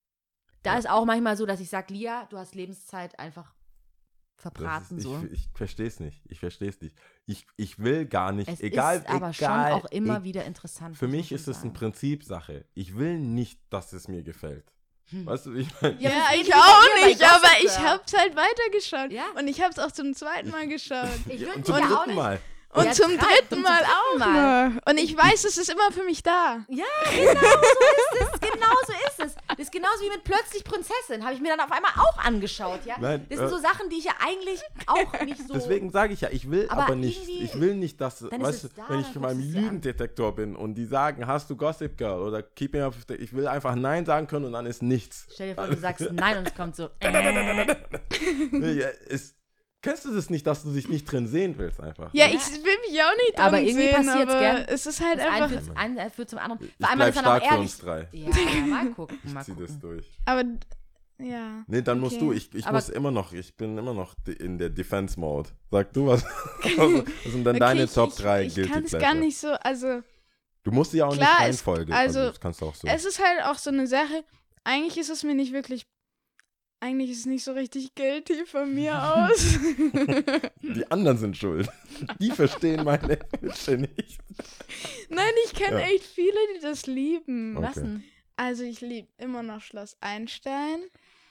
Da Ja. ist auch manchmal so, dass ich sage, Lia, du hast Lebenszeit einfach Das verbraten. ist, so. ich ich verstehe es nicht. Ich verstehe es nicht. Ich, ich will gar nicht, Es egal, ist aber egal, schon auch immer e- wieder interessant. Für muss man mich schon ist es eine sagen. Prinzipsache. Ich will nicht, dass es mir gefällt. Hm. Weißt du, wie ich meine? Ja, Ja, das ich reden wir auch hier bei nicht, aber Gossip ich Girl. hab's halt weitergeschaut. Ja. Und ich hab's auch zum zweiten Mal geschaut. Ich würd Und zum ja auch dritten nicht- Mal. Und Ja, zum drei- dritten und zum Mal dritten auch Mal. noch. Und ich weiß, es ist immer für mich da. Ja, genau so ist es. Genau so ist es. Das ist genauso wie mit Plötzlich Prinzessin. Habe ich mir dann auf einmal auch angeschaut, ja? Nein, das sind äh, so Sachen, die ich ja eigentlich auch nicht so... Deswegen sage ich ja, ich will Aber aber, nicht, irgendwie- ich will nicht, dass, Dann ist weißt du, es da, wenn ich dann in meinem guckst du es dir an. Lügendetektor bin und die sagen, hast du Gossip Girl oder Keep Me Up, with the- ich will einfach Nein sagen können und dann ist nichts. Stell dir vor, du sagst nein und es kommt so... Äh, Ja, es, kennst du das nicht, dass du dich nicht drin sehen willst einfach? Ja, Ja. ich will mich auch nicht Aber drin irgendwie sehen, passiert's, aber gell? es ist halt das eine einfach... führt, eine führt zum anderen. Ich Vor allem, man bleib ist dann auch stark für ehrlich. uns drei. Ja, mal gucken, mal Ich zieh das gucken. durch. Aber, ja. Nee, dann musst Okay. du. Ich, ich Aber- muss immer noch, ich bin immer noch de- in der Defense-Mode. Sag du was. Was sind dann deine ich, Top drei Ich, ich Guilty kann es Pleasure? gar nicht so, also... Du musst sie auch Klar, nicht es- Reihenfolge. also, das kannst du auch so. Es ist halt auch so eine Sache, eigentlich ist es mir nicht wirklich... Eigentlich ist es nicht so richtig guilty von mir aus. Die anderen sind schuld. Die verstehen meine Wünsche nicht. Nein, ich kenne Ja. echt viele, die das lieben. Okay. Was denn? Also ich liebe immer noch Schloss Einstein.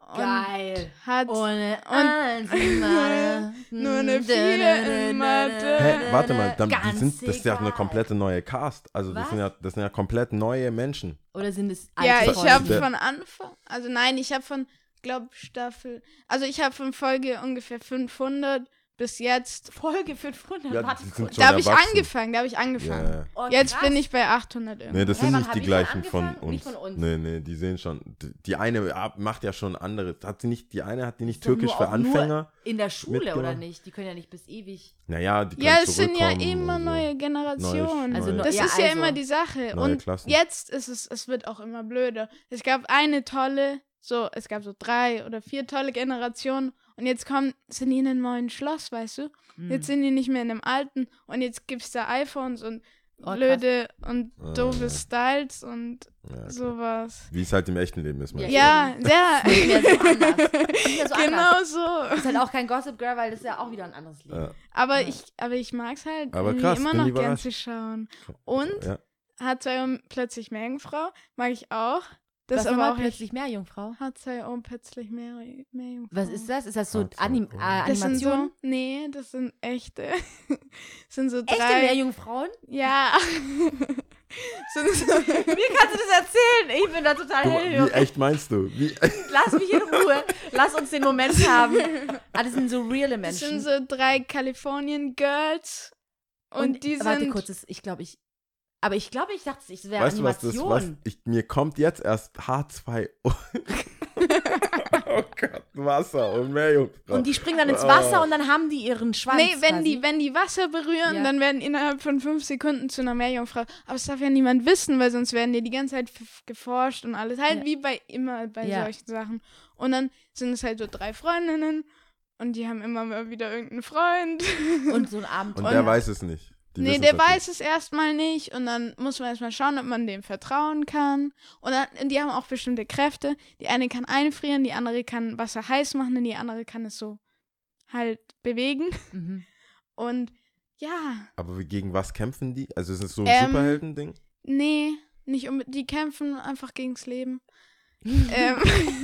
Geil. Hat Ohne und- eins in Mathe. Nur eine vier in Mathe. Hä, warte mal, dann, die Ganz sind, das ist ja eine egal. komplette neue Cast. Also das Was? sind, ja, das sind ja komplett neue Menschen. Oder sind es Ja, alte ich Folgen? habe Der- von Anfang, also nein, ich habe von, glaub, Staffel, also ich habe von Folge ungefähr fünfhundert bis jetzt, Folge fünfhundert, Ja, warte die sind kurz. schon da habe ich erwachsen. angefangen, da habe ich angefangen. Ja. Oh, Jetzt krass. bin ich bei achthundert Nee, irgendwie. das Hey, sind wann nicht hab die ich gleichen denn von angefangen? uns. Nicht von uns. Nee, nee, die sehen schon. Die, die eine ah, macht ja schon andere. Hat sie nicht, die eine hat die nicht Ist doch türkisch nur für auch nur Anfänger? In der Schule oder mitgemacht? nicht? Die können ja nicht bis ewig. Naja, die können Ja, es sind ja zurückkommen immer und so. neue Generationen. Neue- Also neue- neu- Das ja, ist ja also immer die Sache. neue Und Klassen. jetzt ist es, es wird auch immer blöder. Es gab eine tolle, so, es gab so drei oder vier tolle Generationen und jetzt kommen, sind die in einem neuen Schloss, weißt du? Hm. Jetzt sind die nicht mehr in einem alten und jetzt gibt es da iPhones und Oh, blöde und Ah. doofe Styles und Ja, klar. sowas. Wie es halt im echten Leben ist. Ja, meinst Ja, ja. Nicht mehr so anders. Nicht mehr so Genau anders. so. Ist halt auch kein Gossip Girl, weil das ist ja auch wieder ein anderes du? Leben. Ja. Aber Ja. ich, aber ich mag es halt Aber irgendwie krass, immer bin noch überrascht. gern zu schauen. Und Ja. H zwei O plötzlich Meerjungfrau mag ich auch. Das Das ist ist aber aber auch echt plötzlich Meerjungfrau. H zwei O plötzlich Meer, Meerjungfrau. Was ist das? Ist das so H zwei O. Anim äh, Das sind so, Animation? nee, das sind echte. Das sind so Echte drei. Meerjungfrauen? Ja. sind so, Mir kannst du das erzählen. Ich bin da total Guck mal, wie hellhörig. echt meinst du? Wie, Lass mich in Ruhe. Lass uns den Moment haben. Ah, das sind so reale das Menschen. sind so drei Californian Girls. Und, die Warte sind. kurz, das, ich glaube, ich. Aber ich glaube, ich dachte, es wäre weißt du, was das Animation. was ich, mir kommt jetzt erst H zwei O. Oh Gott, Wasser und Meerjungfrau. Und die springen dann ins Oh. Wasser und dann haben die ihren Schwanz. Nee, wenn quasi. die, wenn die Wasser berühren, Ja. dann werden innerhalb von fünf Sekunden zu einer Meerjungfrau. Aber es darf ja niemand wissen, weil sonst werden die die ganze Zeit f- geforscht und alles. Halt Ja. wie bei immer bei Ja. solchen Sachen. Und dann sind es halt so drei Freundinnen und die haben immer mal wieder irgendeinen Freund. Und so ein Abend. Und Und- der weiß es nicht. Die nee, wissen's der natürlich. weiß es erstmal nicht und dann muss man erstmal schauen, ob man dem vertrauen kann. Und dann, und die haben auch bestimmte Kräfte. Die eine kann einfrieren, die andere kann Wasser heiß machen und die andere kann es so halt bewegen. Mhm. Und ja, Aber wie- gegen was kämpfen die? Also ist es so ein Ähm, Superhelden-Ding? nee, nicht um, die kämpfen einfach gegens Leben. ähm,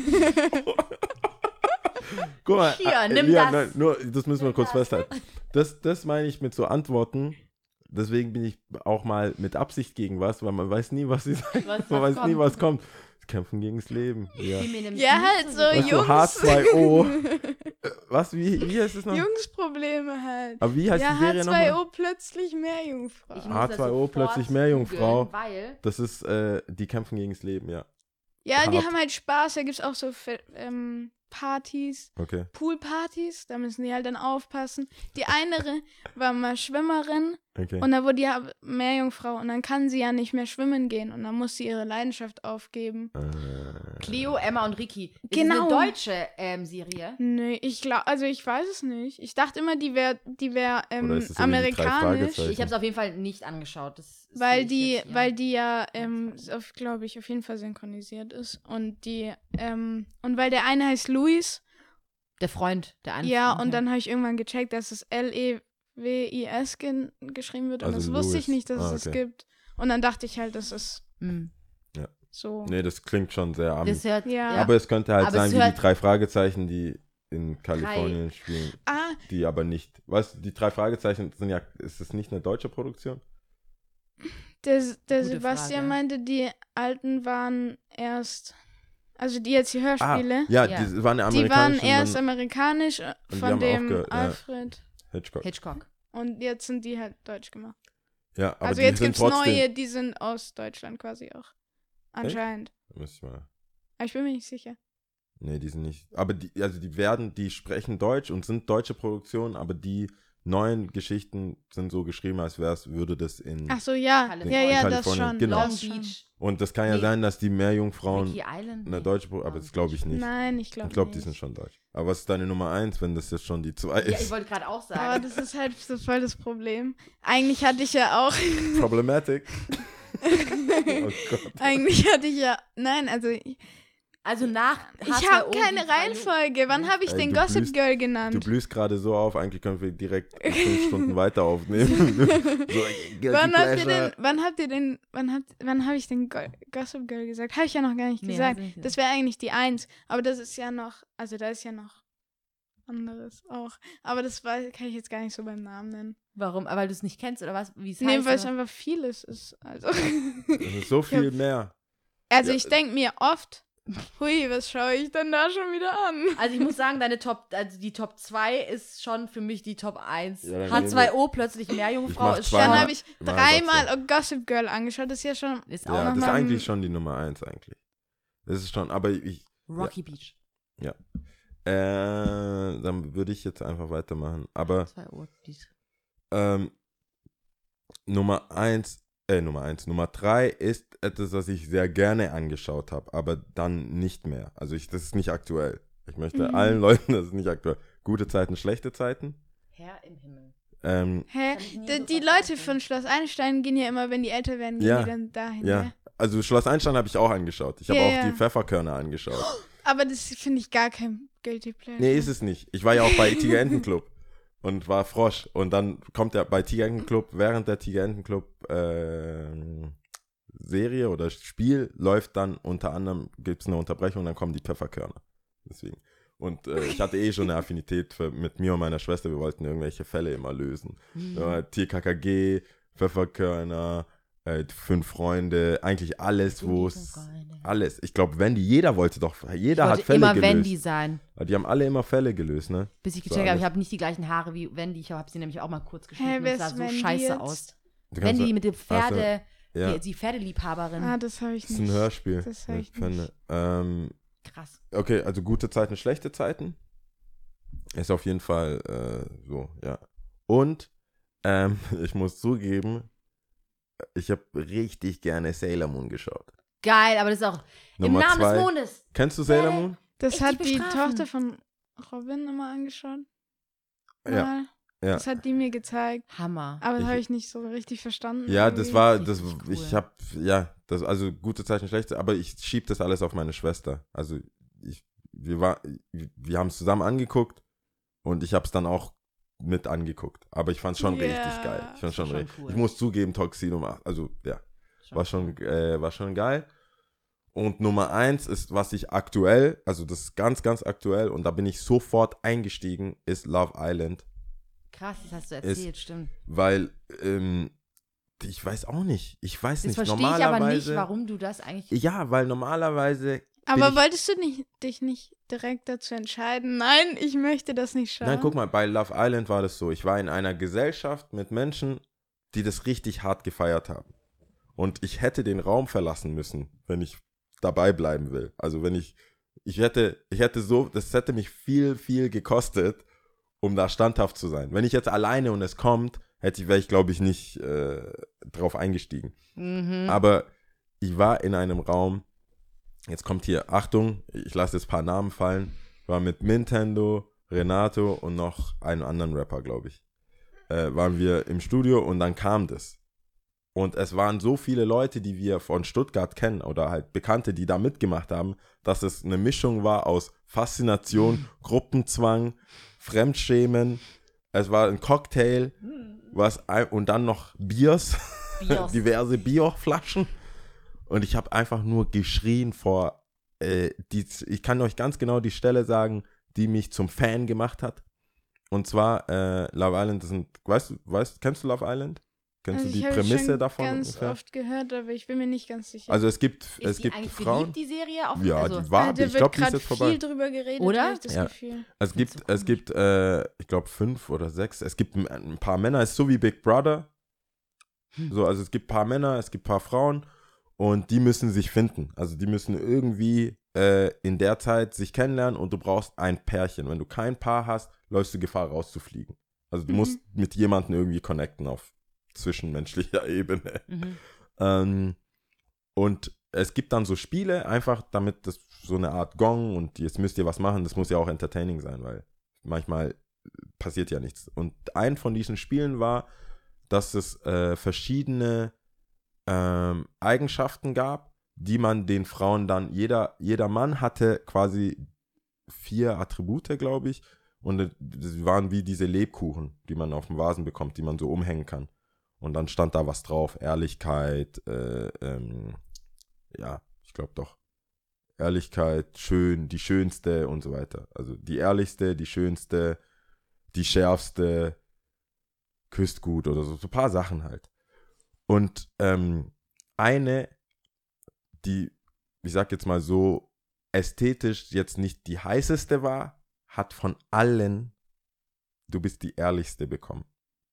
Guck mal, Hier, äh, nimm Lia, das. nein, nur, das müssen wir Nimm kurz das. festhalten. Das, das meine ich mit so Antworten. Deswegen bin ich auch mal mit Absicht gegen was, weil man weiß nie, was sie sagen. Was- Man was weiß nie, kommt. was kommt. Sie kämpfen gegen das Leben. Ja. Die mir nämlich Ja, nicht halt so, Was Jungs. so H zwei O. Äh, Was, wie, wie heißt es noch? Jungsprobleme halt. Aber wie heißt Ja, die Serie H zwei nochmal? O plötzlich Meerjungfrau. Ich muss H das zwei O, sofort plötzlich Meerjungfrau. googeln, Weil Das ist, äh, die kämpfen gegen das Leben, ja. Ja, die Hart. haben halt Spaß. Da gibt's auch so Fe- ähm, Partys, Okay. Poolpartys. Da müssen die halt dann aufpassen. Die eine war mal Schwimmerin Okay. und da wurde die ja Meerjungfrau und dann kann sie ja nicht mehr schwimmen gehen und dann muss sie ihre Leidenschaft aufgeben. äh, Cleo, Emma und Ricky. Ist Genau. eine deutsche ähm, Serie. Nee, ich glaube, also ich weiß es nicht. Ich dachte immer, die wäre die wär, ähm, Oder ist es so wie die drei amerikanisch. Fragezeichen? Ich habe es auf jeden Fall nicht angeschaut. Das sehe Weil ich die, jetzt, ja. weil die ja, ähm, glaube ich, auf jeden Fall synchronisiert ist. Und die, ähm, und weil der eine heißt Luis. Der Freund, der eine. Ja, okay. und dann habe ich irgendwann gecheckt, dass es L E W I S gen- geschrieben wird. Und Also das wusste ich Louis. nicht, dass Ah, es es okay. gibt. Und dann dachte ich halt, das ist Hm. so. Nee, das klingt schon sehr am. Das hört. Ja. Aber es könnte halt Aber sein, es wie die hört- drei Fragezeichen, die in Kalifornien spielen, Ah, die aber nicht. Weißt du, die drei Fragezeichen sind ja, ist das nicht eine deutsche Produktion? der, der Gute Sebastian Frage. meinte, die alten waren erst, also die jetzt die Hörspiele, ja, Ja. die waren die amerikanisch. waren und erst dann amerikanisch äh, Und die von haben dem aufgehört, ja. Alfred. Hitchcock. Hitchcock. Und jetzt sind die halt deutsch gemacht. Ja, aber Also die jetzt sind gibt's trotzdem. neue, die sind aus Deutschland quasi auch. Anscheinend. Müsste ich mal. Aber ich bin mir nicht sicher. Nee, die sind nicht. Aber die, also die werden, die sprechen Deutsch und sind deutsche Produktionen, aber die neuen Geschichten sind so geschrieben, als wär's, würde das in. Ach so, ja. Kalifornien. Ja, ja, das Kalifornien, schon. genau. Long Das schon. Beach. Und das kann ja Nee. sein, dass die Meerjungfrauen Ricky Island. eine Nee. deutsche Pro aber das glaube ich nicht. Nein, ich glaube Ich glaube, nicht. die sind schon deutsch. Aber was ist deine Nummer eins, wenn das jetzt schon die zwei Ja, ich ist? wollte gerade auch Aber sagen. das ist halt so voll das Problem. Eigentlich hatte ich ja auch, Problematic. Oh Gott. eigentlich hatte ich ja, nein, also ich, Also nach Ich habe keine Reihenfolge. Wann habe ich Ey, den du Gossip blühst- Girl Du genannt? blühst gerade so auf, eigentlich können wir direkt fünf Stunden weiter aufnehmen. so, guilty Wann habt ihr pleasure. denn, wann habt ihr den, wann habt, wann habe ich den Go Gossip Girl gesagt? Habe ich ja noch gar nicht Nee, gesagt. hast du nicht gesagt. Das wäre eigentlich die Eins. Aber das ist ja noch, also da ist ja noch anderes auch. Aber das weiß, kann ich jetzt gar nicht so beim Namen nennen. Warum? Weil du es nicht kennst oder was? Wie es Nee, heißt? weil es oder? einfach vieles ist. Also, Das ist so viel mehr. also Ja. ich denke mir oft, hui, was schaue ich denn da schon wieder an? Also ich muss sagen, deine Top, also die Top zwei ist schon für mich die Top eins. Ja, dann H zwei O nehmen plötzlich Ich Meerjungfrau mach ist zwei Dann Mal- habe ich Mal dreimal Gossip Girl angeschaut. Das ist ja schon. ist auch Ja, das ist nochmal- eigentlich schon die Nummer eins eigentlich. Das ist schon, aber ich, Rocky Beach. äh, dann würde ich jetzt einfach weitermachen. Aber zwei O. Die ist- ähm, Nummer eins, äh, Nummer eins, Nummer drei ist etwas, was ich sehr gerne angeschaut habe, aber dann nicht mehr. Also ich, das ist nicht aktuell. Ich möchte Mhm. allen Leuten, das ist nicht aktuell. Gute Zeiten, schlechte Zeiten. Herr im Himmel. Ähm, Hä? Kann ich nie Die, so die verstanden. Leute von Schloss Einstein gehen ja immer, wenn die älter werden, gehen Ja, die dann dahin. ja, Ja. also Schloss Einstein habe ich auch angeschaut. Ich habe Ja, auch ja. die Pfefferkörner angeschaut. Aber das finde ich gar kein Guilty Pleasure. Nee, ist es nicht. Ich war ja auch bei Tiger Enten Club und war Frosch. Und dann kommt er bei Tiger Enten Club, während der Tiger Enten Club ähm, Serie oder Spiel läuft dann unter anderem, gibt es eine Unterbrechung, dann kommen die Pfefferkörner. Deswegen. Und äh, ich hatte eh schon eine Affinität für, mit mir und meiner Schwester. Wir wollten irgendwelche Fälle immer lösen. Mhm. Ja, T K K G, Pfefferkörner, äh, fünf Freunde, eigentlich alles, wo es alles. Ich glaube, Wendy, jeder wollte doch, jeder ich hat wollte Fälle immer gelöst. Wendy sein. Die haben alle immer Fälle gelöst, ne? Bis ich So gecheckt habe, alles. ich habe nicht die gleichen Haare wie Wendy. Ich habe sie nämlich auch mal kurz geschnitten. und wer es sah ist so Wendy scheiße jetzt? aus. Du kannst- Wendy mit dem Pferde, Ach so, ja, die, die Pferdeliebhaberin. Ah, das habe ich das ist nicht. ein Hörspiel. Das hab ich Ich finde, ähm, Krass. okay, also gute Zeiten, schlechte Zeiten. Ist auf jeden Fall äh, so, ja. Und ähm, ich muss zugeben, ich habe richtig gerne Sailor Moon geschaut. Geil, aber das ist auch Nummer im Namen zwei. des Mondes. Kennst du Sailor Moon? Das Ich hat dich die bestrafen. Tochter von Robin immer angeschaut. Ja, Mal. ja. Das hat die mir gezeigt. Hammer. Aber das Ich- habe ich nicht so richtig verstanden. Ja, irgendwie. das war, Richtig das, cool. ich hab, ja, das, also gute Zeichen, schlechte, aber ich schieb das alles auf meine Schwester. Also, ich, wir war, wir haben es zusammen angeguckt und ich hab's dann auch mit angeguckt. Aber ich fand's schon Ja, richtig geil. Ich fand's schon, schon richtig, cool. ich muss zugeben, Tuxedo macht, also, ja, war schon, äh, war schon geil. Und Nummer eins ist, was ich aktuell, also das ist ganz, ganz aktuell und da bin ich sofort eingestiegen, ist Love Island. Krass, das hast du erzählt, stimmt. Weil, ähm, ich weiß auch nicht. Ich weiß Das nicht. verstehe ich aber nicht, normalerweise- warum du das eigentlich. Ja, weil normalerweise. Aber bin ich, wolltest du nicht, dich nicht direkt dazu entscheiden? Nein, ich möchte das nicht schauen. Nein, guck mal, bei Love Island war das so. Ich war in einer Gesellschaft mit Menschen, die das richtig hart gefeiert haben. Und ich hätte den Raum verlassen müssen, wenn ich dabei bleiben will. Also wenn ich, ich hätte, ich hätte so, das hätte mich viel, viel gekostet, um da standhaft zu sein. Wenn ich jetzt alleine und es kommt, hätte ich, wäre ich, glaube ich, nicht äh, drauf eingestiegen. Mhm. Aber ich war in einem Raum, jetzt kommt hier, Achtung, ich lasse jetzt ein paar Namen fallen, war mit Nintendo, Renato und noch einem anderen Rapper, glaube ich, äh, waren wir im Studio und dann kam das. Und es waren so viele Leute, die wir von Stuttgart kennen oder halt Bekannte, die da mitgemacht haben, dass es eine Mischung war aus Faszination, Gruppenzwang, Fremdschämen. Es war ein Cocktail, was ein, und dann noch Biers, Bios. diverse Bierflaschen. Und ich habe einfach nur geschrien vor, äh, die, ich kann euch ganz genau die Stelle sagen, die mich zum Fan gemacht hat. Und zwar äh, Love Island, das sind, weißt du, weißt, kennst du Love Island? Kennst Also du ich die habe Prämisse schon davon? ganz ungefähr? oft gehört, aber ich bin mir nicht ganz sicher. Also es gibt, Ist es die gibt eigentlich Frauen. beliebt, die Serie? Auf, Ja, also, die war, Ah, da ich wird glaube, die ist gerade jetzt vorbei. viel drüber geredet, Oder? habe ich das Ja. Gefühl. Es gibt, so es komisch. gibt, äh, ich glaube, fünf oder sechs. Es gibt ein, ein paar Männer, es ist so wie Big Brother. Hm. So, also es gibt ein paar Männer, es gibt ein paar Frauen und die müssen sich finden. Also die müssen irgendwie äh, in der Zeit sich kennenlernen und du brauchst ein Pärchen. Wenn du kein Paar hast, läufst du Gefahr rauszufliegen. Also du Mhm. musst mit jemandem irgendwie connecten auf zwischenmenschlicher Ebene. Mhm. Ähm, und es gibt dann so Spiele, einfach damit das so eine Art Gong und jetzt müsst ihr was machen, das muss ja auch entertaining sein, weil manchmal passiert ja nichts. Und ein von diesen Spielen war, dass es äh, verschiedene ähm, Eigenschaften gab, die man den Frauen dann, jeder, jeder Mann hatte quasi vier Attribute, glaube ich, und das waren wie diese Lebkuchen, die man auf dem Vasen bekommt, die man so umhängen kann. Und dann stand da was drauf, Ehrlichkeit, äh, ähm, ja, ich glaube doch, Ehrlichkeit, schön, die schönste und so weiter. Also die ehrlichste, die schönste, die schärfste, küsst gut oder so, so ein paar Sachen halt. Und ähm, eine, die, ich sag jetzt mal so, ästhetisch jetzt nicht die heißeste war, hat von allen, du bist die ehrlichste bekommen.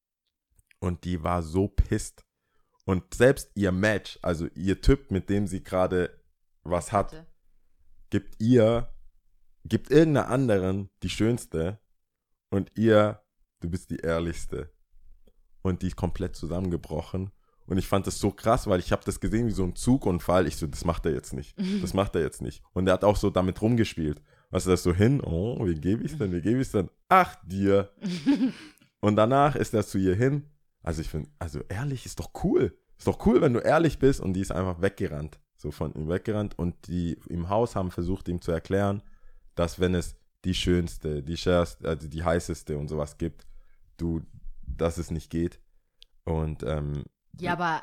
Und die war so pisst. Und selbst ihr Match, also ihr Typ, mit dem sie gerade was hat, gibt ihr, gibt irgendeiner anderen die schönste und ihr, du bist die ehrlichste. Und die ist komplett zusammengebrochen. Und ich fand das so krass, weil ich habe das gesehen wie so ein Zugunfall. Ich so, das macht er jetzt nicht. Das macht er jetzt nicht. Und er hat auch so damit rumgespielt. Weißt du, das so hin, oh, wie gebe ich es denn, wie gebe ich es denn? Ach, dir. Und danach ist er zu ihr hin. Also ich finde, also ehrlich, ist doch cool. Ist doch cool, wenn du ehrlich bist. Und die ist einfach weggerannt. So von ihm weggerannt. Und die im Haus haben versucht, ihm zu erklären, dass wenn es die schönste, die schärfste, also die heißeste und sowas gibt, du, dass es nicht geht. Und, ähm, ja, aber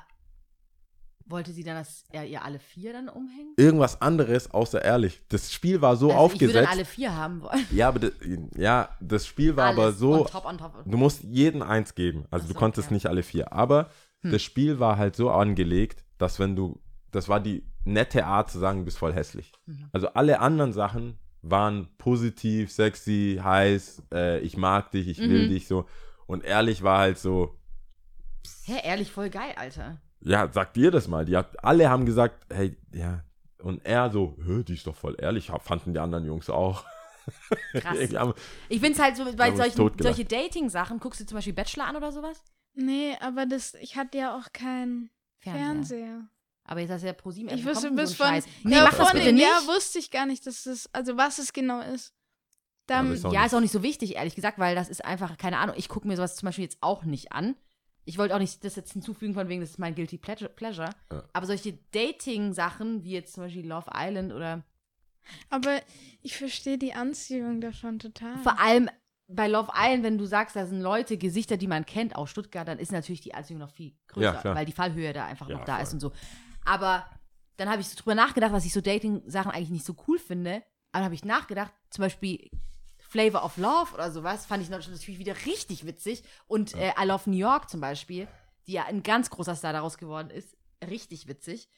wollte sie dann, dass er ihr alle vier dann umhängt? Irgendwas anderes außer ehrlich. Das Spiel war so also aufgesetzt. Ich würde dann alle vier haben wollen. Ja, aber das, ja, das Spiel war Alles aber so, on top, on top. du musst jeden eins geben. Also so, du konntest okay. nicht alle vier. Aber hm. das Spiel war halt so angelegt, dass wenn du, das war die nette Art zu sagen, du bist voll hässlich. Mhm. Also alle anderen Sachen waren positiv, sexy, heiß, äh, ich mag dich, ich will mhm. dich so. Und ehrlich war halt so. Hä, ehrlich, voll geil, Alter. Ja, sag dir das mal. Die hat, alle haben gesagt, hey, ja. Und er so, hä, die ist doch voll ehrlich. Fanden die anderen Jungs auch. Krass. haben, ich find's halt so, bei solchen solche Dating-Sachen, guckst du zum Beispiel Bachelor an oder sowas? Nee, aber das, ich hatte ja auch keinen Fernseher. Fernseher. Aber jetzt hast du ja ProSieben. Ich wusste bis so von, nee, ja, mach das bitte nicht. Ja, wusste ich gar nicht, dass das, also was es genau ist. Dann, ja, ist ja, ist auch nicht so wichtig, ehrlich gesagt, weil das ist einfach, keine Ahnung, ich gucke mir sowas zum Beispiel jetzt auch nicht an. Ich wollte auch nicht das jetzt hinzufügen, von wegen, das ist mein Guilty Pleasure. Ja. Aber solche Dating-Sachen, wie jetzt zum Beispiel Love Island oder. Aber ich verstehe die Anziehung davon total. Vor allem bei Love Island, wenn du sagst, da sind Leute, Gesichter, die man kennt aus Stuttgart, dann ist natürlich die Anziehung noch viel größer, ja, weil die Fallhöhe da einfach ja, noch da voll. Ist und so. Aber dann habe ich so drüber nachgedacht, was ich so Dating-Sachen eigentlich nicht so cool finde. Aber dann habe ich nachgedacht, zum Beispiel Flavor of Love oder sowas, fand ich natürlich wieder richtig witzig. Und äh, I Love New York zum Beispiel, die ja ein ganz großer Star daraus geworden ist, richtig witzig.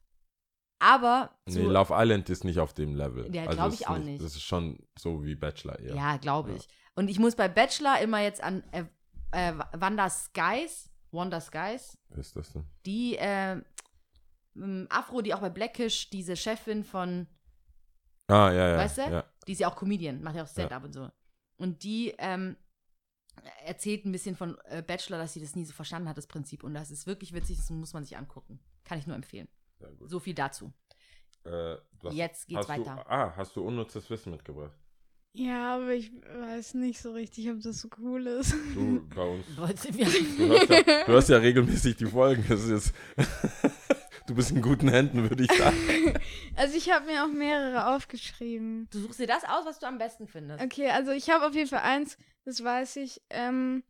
Aber nee, so, Love Island ist nicht auf dem Level. Ja, also glaube ich auch nicht, nicht. Das ist schon so wie Bachelor eher. Ja, glaube ich. Ja. Und ich muss bei Bachelor immer jetzt an äh, äh, Wanda Skies, Wanda Skies. Wer ist das denn? Die äh, Afro, die auch bei Blackish, diese Chefin von Ah, ja, ja. Weißt du? Ja. Die ist ja auch Comedian, macht ja auch Stand-up ja. und so. Und die ähm, erzählt ein bisschen von äh, Bachelor, dass sie das nie so verstanden hat, das Prinzip. Und das ist wirklich witzig, das muss man sich angucken. Kann ich nur empfehlen. So viel dazu. Äh, hast, Jetzt geht's weiter. Du, ah, hast du unnützes Wissen mitgebracht? Ja, aber ich weiß nicht so richtig, ob das so cool ist. Du, bei uns. du, hörst ja, du hörst ja regelmäßig die Folgen. Das ist jetzt du bist in guten Händen, würde ich sagen. Also ich habe mir auch mehrere aufgeschrieben. Du suchst dir das aus, was du am besten findest. Okay, also ich habe auf jeden Fall eins, das weiß ich. Ähm,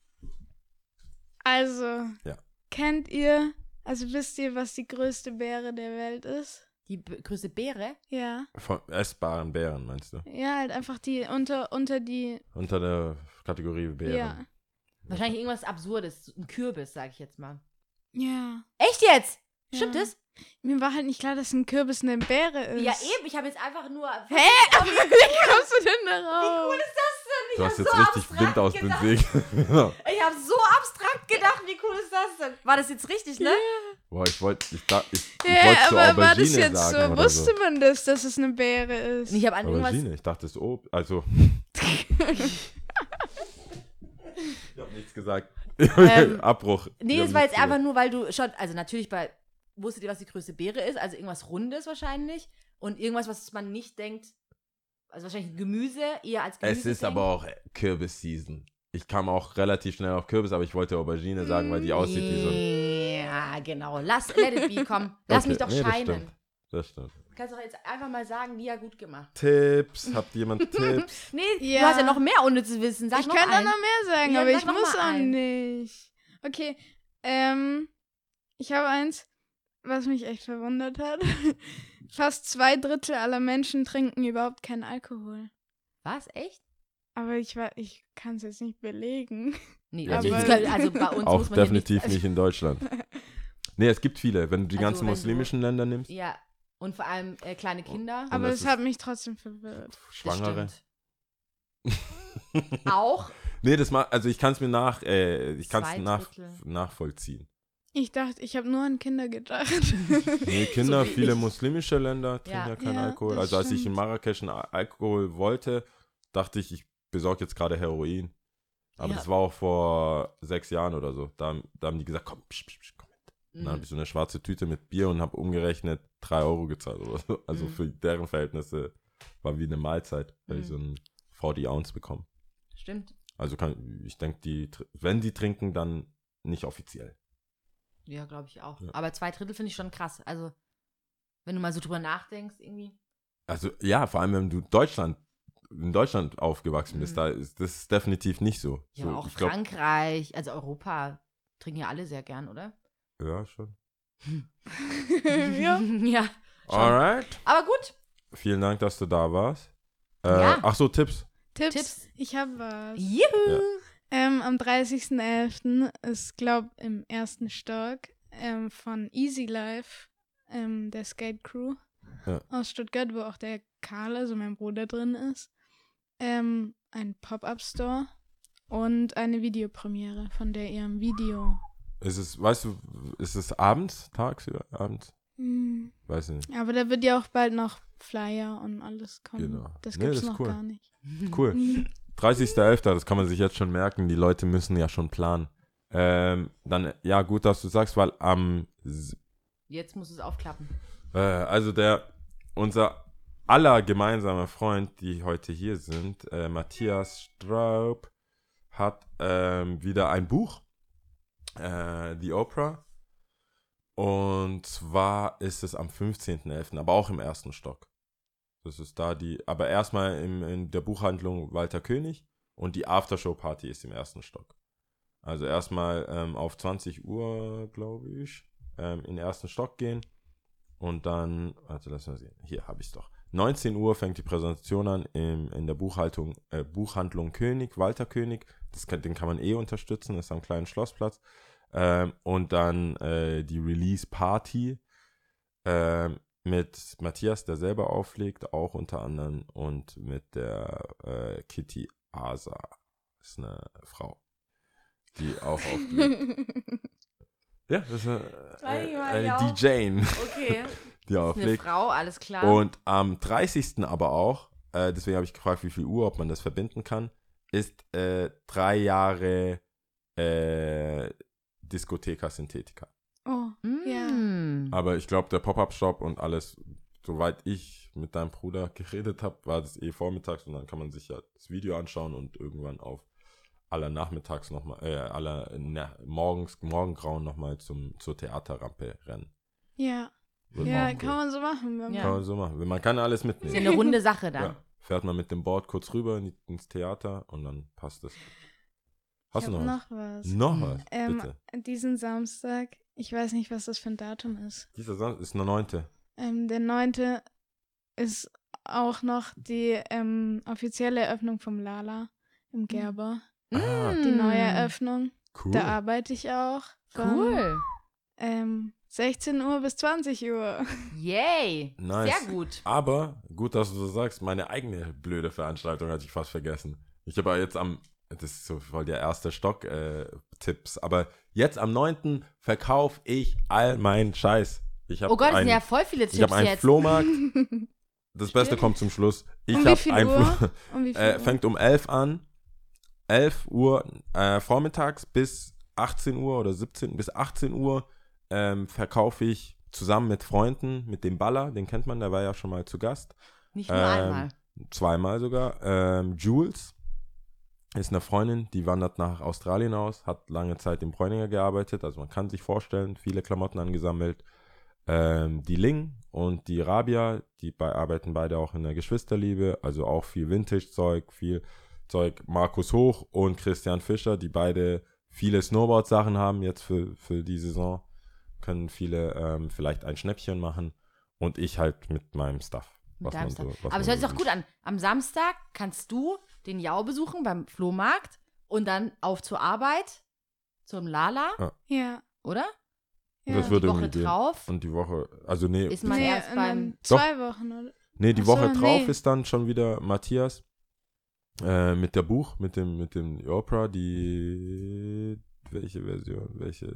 also, ja. Kennt ihr, also wisst ihr, was die größte Beere der Welt ist? Die b- größte Beere? Ja. Von essbaren Beeren, meinst du? Ja, halt einfach die unter, unter die... Unter der Kategorie Beeren. Ja. Wahrscheinlich irgendwas Absurdes. Ein Kürbis, sag ich jetzt mal. Ja. Echt jetzt? Ja. Stimmt das? Mir war halt nicht klar, dass ein Kürbis eine Beere ist. Ja, eben. Ich habe jetzt einfach nur... Hä? Wie kommst du denn darauf? Wie cool ist das denn? Ich du hast jetzt so richtig blind aus dem Weg. Ich habe so abstrakt gedacht, wie cool ist das denn? War das jetzt richtig, ne? Ja. Boah, ich wollte ich, ich, ich ja, wollte so aber Aubergine war das jetzt sagen so? Wusste so. man das, dass es eine Beere ist? Ich habe an Aubergine, irgendwas... ich dachte es ist Ob... Also... ich habe nichts gesagt. Ähm, Abbruch. Nee, das war jetzt einfach nur, weil du schon... Also natürlich bei... Wusstet ihr, was die größte Beere ist? Also irgendwas Rundes wahrscheinlich. Und irgendwas, was man nicht denkt... Also wahrscheinlich Gemüse, eher als Gemüse. Es ist denkt. aber auch Kürbis-Season. Ich kam auch relativ schnell auf Kürbis, aber ich wollte Aubergine sagen, weil die aussieht wie so ein... Ja, genau. Lass, let it be, komm. Lass okay. mich doch nee, scheinen. Das stimmt. Du kannst doch jetzt einfach mal sagen, wie er gut gemacht. Tipps, habt jemand Tipps? Nee, Ja. du hast ja noch mehr unnützes Wissen. Sag ich noch kann da einen. noch mehr sagen, Ja, aber sag ich noch muss mal auch einen. nicht. Okay, ähm, ich habe eins, was mich echt verwundert hat. Fast zwei Drittel aller Menschen trinken überhaupt keinen Alkohol. Was, echt? Aber ich, wa- ich kann es jetzt nicht belegen. Nee, Ja, also, aber- das kann- also bei uns Auch muss man hier definitiv nicht, nicht in Deutschland. Nee, es gibt viele. Wenn du die Also, ganzen wenn du- muslimischen Länder nimmst, Ja, und vor allem äh, kleine Kinder. Aber das es ist- hat mich trotzdem verwirrt. Das Schwangere. stimmt. Auch? Nee, das macht, also ich kann es mir nach, äh, ich kann Zwei es nach, Drittel. nachvollziehen. Ich dachte, ich habe nur an Kinder gedacht. Nee, Kinder, wie viele ich. muslimische Länder trinken Ja. ja, keinen Ja, Alkohol. das Also als ich in stimmt. Marrakesch einen Al- Alkohol wollte, dachte ich, ich besorge jetzt gerade Heroin. Aber Ja. das war auch vor sechs Jahren oder so. Da, da haben die gesagt, komm, psch, psch, psch, komm mit. Und dann habe Mhm. ich so eine schwarze Tüte mit Bier und habe umgerechnet drei Euro gezahlt oder so. Also Mhm. für deren Verhältnisse war wie eine Mahlzeit, weil ich Mhm. so ein forty Ounce bekomme. Stimmt. Also kann, ich denke, die, tr- wenn die trinken, dann nicht offiziell. Ja, glaube ich auch. Ja. Aber zwei Drittel finde ich schon krass. Also, wenn du mal so drüber nachdenkst, irgendwie. Also ja, vor allem wenn du Deutschland, in Deutschland aufgewachsen bist, Mhm. da ist das ist definitiv nicht so. Ja, so aber auch ich glaub, Frankreich, also Europa, trinken ja alle sehr gern, oder? ja, schon. ja. ja. Schon. Alright. Aber gut. Vielen Dank, dass du da warst. Äh, Ja. Ach so, Tipps. Tipps. Tipps. Ich habe was. Juhu. Ja. Ähm, am dreißigsten elften ist, glaub, im ersten Stock ähm, von Easy Life, ähm, der Skate Crew Ja. aus Stuttgart, wo auch der Karl, also mein Bruder, drin ist, ähm, ein Pop-Up-Store und eine Videopremiere von der ihrem Video. Ist es, weißt du, ist es abends, tagsüber, abends? Hm. Weiß ich nicht. Aber da wird ja auch bald noch Flyer und alles kommen. Genau. Das Nee, gibt's das ist noch cool. gar nicht. Cool. dreißigster elfter, das kann man sich jetzt schon merken. Die Leute müssen ja schon planen. Ähm, dann, ja, gut, dass du sagst, weil am, S- Jetzt muss es aufklappen. äh, also der, unser aller gemeinsamer Freund, die heute hier sind, äh, Matthias Straub, hat ähm, wieder ein Buch, äh, The Oprah. Und zwar ist es am fünfzehnten elften, aber auch im ersten Stock. Das ist da die, aber erstmal im, in der Buchhandlung Walter König und die Aftershow-Party ist im ersten Stock. Also erstmal ähm, auf zwanzig Uhr, glaube ich, ähm, in den ersten Stock gehen und dann, warte, lass mal sehen, hier habe ich es doch. neunzehn Uhr fängt die Präsentation an im, in der Buchhaltung, äh, Buchhandlung König, Walter König. Das kann, den kann man eh unterstützen, das ist am kleinen Schlossplatz. Ähm, und dann äh, die Release-Party ähm, mit Matthias, der selber auflegt, auch unter anderem, und mit der äh, Kitty Asa. Das ist eine Frau, die auch auflegt. Ja, das ist eine, Sag ich äh, mal, eine ja. D J, Okay. die Eine auflegt. Frau, alles klar. Und am dreißigsten aber auch, äh, deswegen habe ich gefragt, wie viel Uhr, ob man das verbinden kann, ist äh, drei Jahre äh, Discotheca Synthetica. Oh, ja. Mm. Aber ich glaube, der Pop-Up-Shop und alles, soweit ich mit deinem Bruder geredet habe, war das eh vormittags und dann kann man sich ja das Video anschauen und irgendwann auf aller nachmittags nochmal, äh, aller na, morgens, morgengrauen nochmal zum, zur Theaterrampe rennen. Ja, Wird ja auch kann cool. man so machen. Wenn Ja. Kann man man so machen. Man kann alles Ist ja mitnehmen. eine runde Sache dann. Ja. Fährt man mit dem Board kurz rüber in, ins Theater und dann passt es. Hast ich du hab noch was? noch was. Noch was, Ähm, bitte. Diesen Samstag, ich weiß nicht, was das für ein Datum ist. Dieser Samstag ist der neunte. Ähm, der neunte ist auch noch die ähm, offizielle Eröffnung vom Lala im Gerber. Ah, Die neue Mm. Eröffnung. cool. Da arbeite ich auch. Von, Cool. Ähm, sechzehn Uhr bis zwanzig Uhr. Yay. Nice. Sehr gut. Aber, gut, dass du so sagst, meine eigene blöde Veranstaltung hatte ich fast vergessen. Ich habe ja jetzt am, das ist so voll der erste Stock äh, Tipps, aber jetzt am neunten verkaufe ich all meinen Scheiß. Ich hab Oh Gott, es ein, sind ja voll viele Tipps ich habe einen jetzt. Flohmarkt. Das Beste kommt zum Schluss. Ich Um wie habe viel einen Uhr? Flo Um wie viel äh, Uhr? fängt um elf an. elf Uhr äh, vormittags bis achtzehn Uhr oder siebzehn bis achtzehn Uhr ähm, verkaufe ich zusammen mit Freunden, mit dem Baller, den kennt man, der war ja schon mal zu Gast. Nicht nur Ähm, einmal. Zweimal sogar. Ähm, Jules ist eine Freundin, die wandert nach Australien aus, hat lange Zeit im Bräuninger gearbeitet, also man kann sich vorstellen, viele Klamotten angesammelt. Ähm, die Ling und die Rabia, die bei, arbeiten beide auch in der Geschwisterliebe, also auch viel Vintage-Zeug, viel Zeug. Markus Hoch und Christian Fischer, die beide viele Snowboard-Sachen haben jetzt für, für die Saison, können viele ähm, vielleicht ein Schnäppchen machen und ich halt mit meinem Stuff. Mit Was man deinem so, Stuff. was Aber es man hört sich so doch gut an. Am Samstag kannst du den Jau besuchen beim Flohmarkt und dann auf zur Arbeit, zum Lala, Ja. oder? ja. Das Die würde Woche irgendwie gehen. drauf Und die Woche, also nee, ist man Nee, erst und beim... dann zwei Wochen, oder? nee, die Ach so, Woche drauf nee. ist dann schon wieder Matthias äh, mit der Buch, mit dem, mit dem Opera, die, welche Version, welche,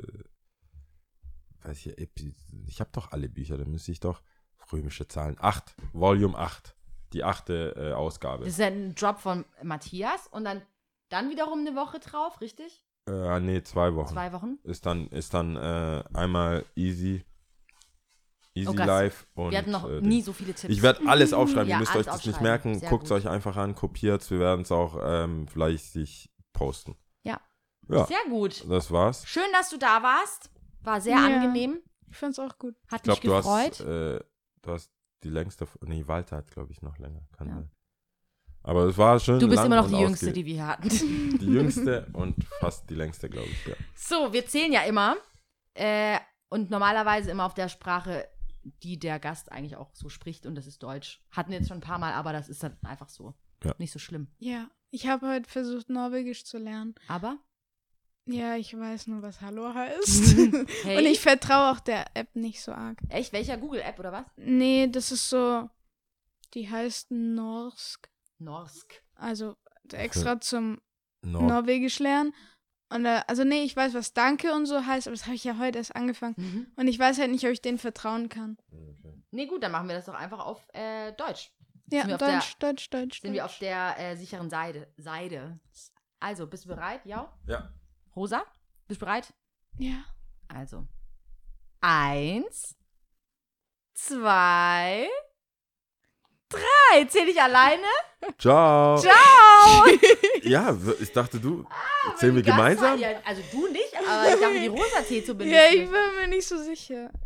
welche, Epi- ich habe doch alle Bücher, da müsste ich doch, römische Zahlen, acht, Volume acht, die achte äh, Ausgabe. Das ist ja ein Drop von Matthias und dann, dann wiederum eine Woche drauf, richtig? Äh, nee, zwei Wochen. Zwei Wochen. Ist dann, ist dann äh, einmal Easy, Easy Oh Gott, Life und Wir hatten noch äh, nie so viele Tipps. ich werde alles aufschreiben, Ja, ihr müsst alles euch das nicht aufschreiben. merken, Sehr guckt es gut. euch einfach an, kopiert es, wir werden es auch ähm, vielleicht sich posten. Ja. Ja, Sehr gut. das war's. Schön, dass du da warst. War sehr Ja. angenehm. Ich fand's auch gut. Hat Ich glaube, mich du gefreut. hast, äh, du hast die längste, nee, Walter hat, glaube ich, noch länger. Kann Ja. sein. Aber es war schön Du bist lang immer noch und die Jüngste, ausge- die wir hier hatten. Die jüngste und fast die längste, glaube ich, ja. So, wir zählen ja immer. Äh, und normalerweise immer auf der Sprache, die der Gast eigentlich auch so spricht. Und das ist Deutsch. Hatten wir jetzt schon ein paar Mal, aber das ist dann einfach so. Ja. Nicht so schlimm. Ja. Ich habe heute versucht, Norwegisch zu lernen. Aber? Ja, ich weiß nur, was Hallo heißt. Hey. Und ich vertraue auch der App nicht so arg. Echt? Welcher Google-App oder was? Nee, das ist so, die heißt Norsk. Norsk. Also extra zum Nord- Norwegisch lernen. Und, äh, also nee, ich weiß, was Danke und so heißt, aber das habe ich ja heute erst angefangen. Mhm. Und ich weiß halt nicht, ob ich denen vertrauen kann. Okay. Nee, gut, dann machen wir das doch einfach auf äh, Deutsch. Ja, Sind wir auf Deutsch, Deutsch, Deutsch, Sind wir Deutsch. auf der äh, sicheren Seite. Seite. Also, bist du bereit? Ja? Ja. Rosa? Bist du bereit? Ja. Also. Eins. Zwei. Drei. Zähl ich alleine? Ciao. Ciao! Ja, w- ich dachte, du, Ah, zählen wir Gast- gemeinsam? Ja, also du nicht, aber ich dachte, die Rosa zählt zumindest. Ja, ich nicht. bin mir nicht so sicher.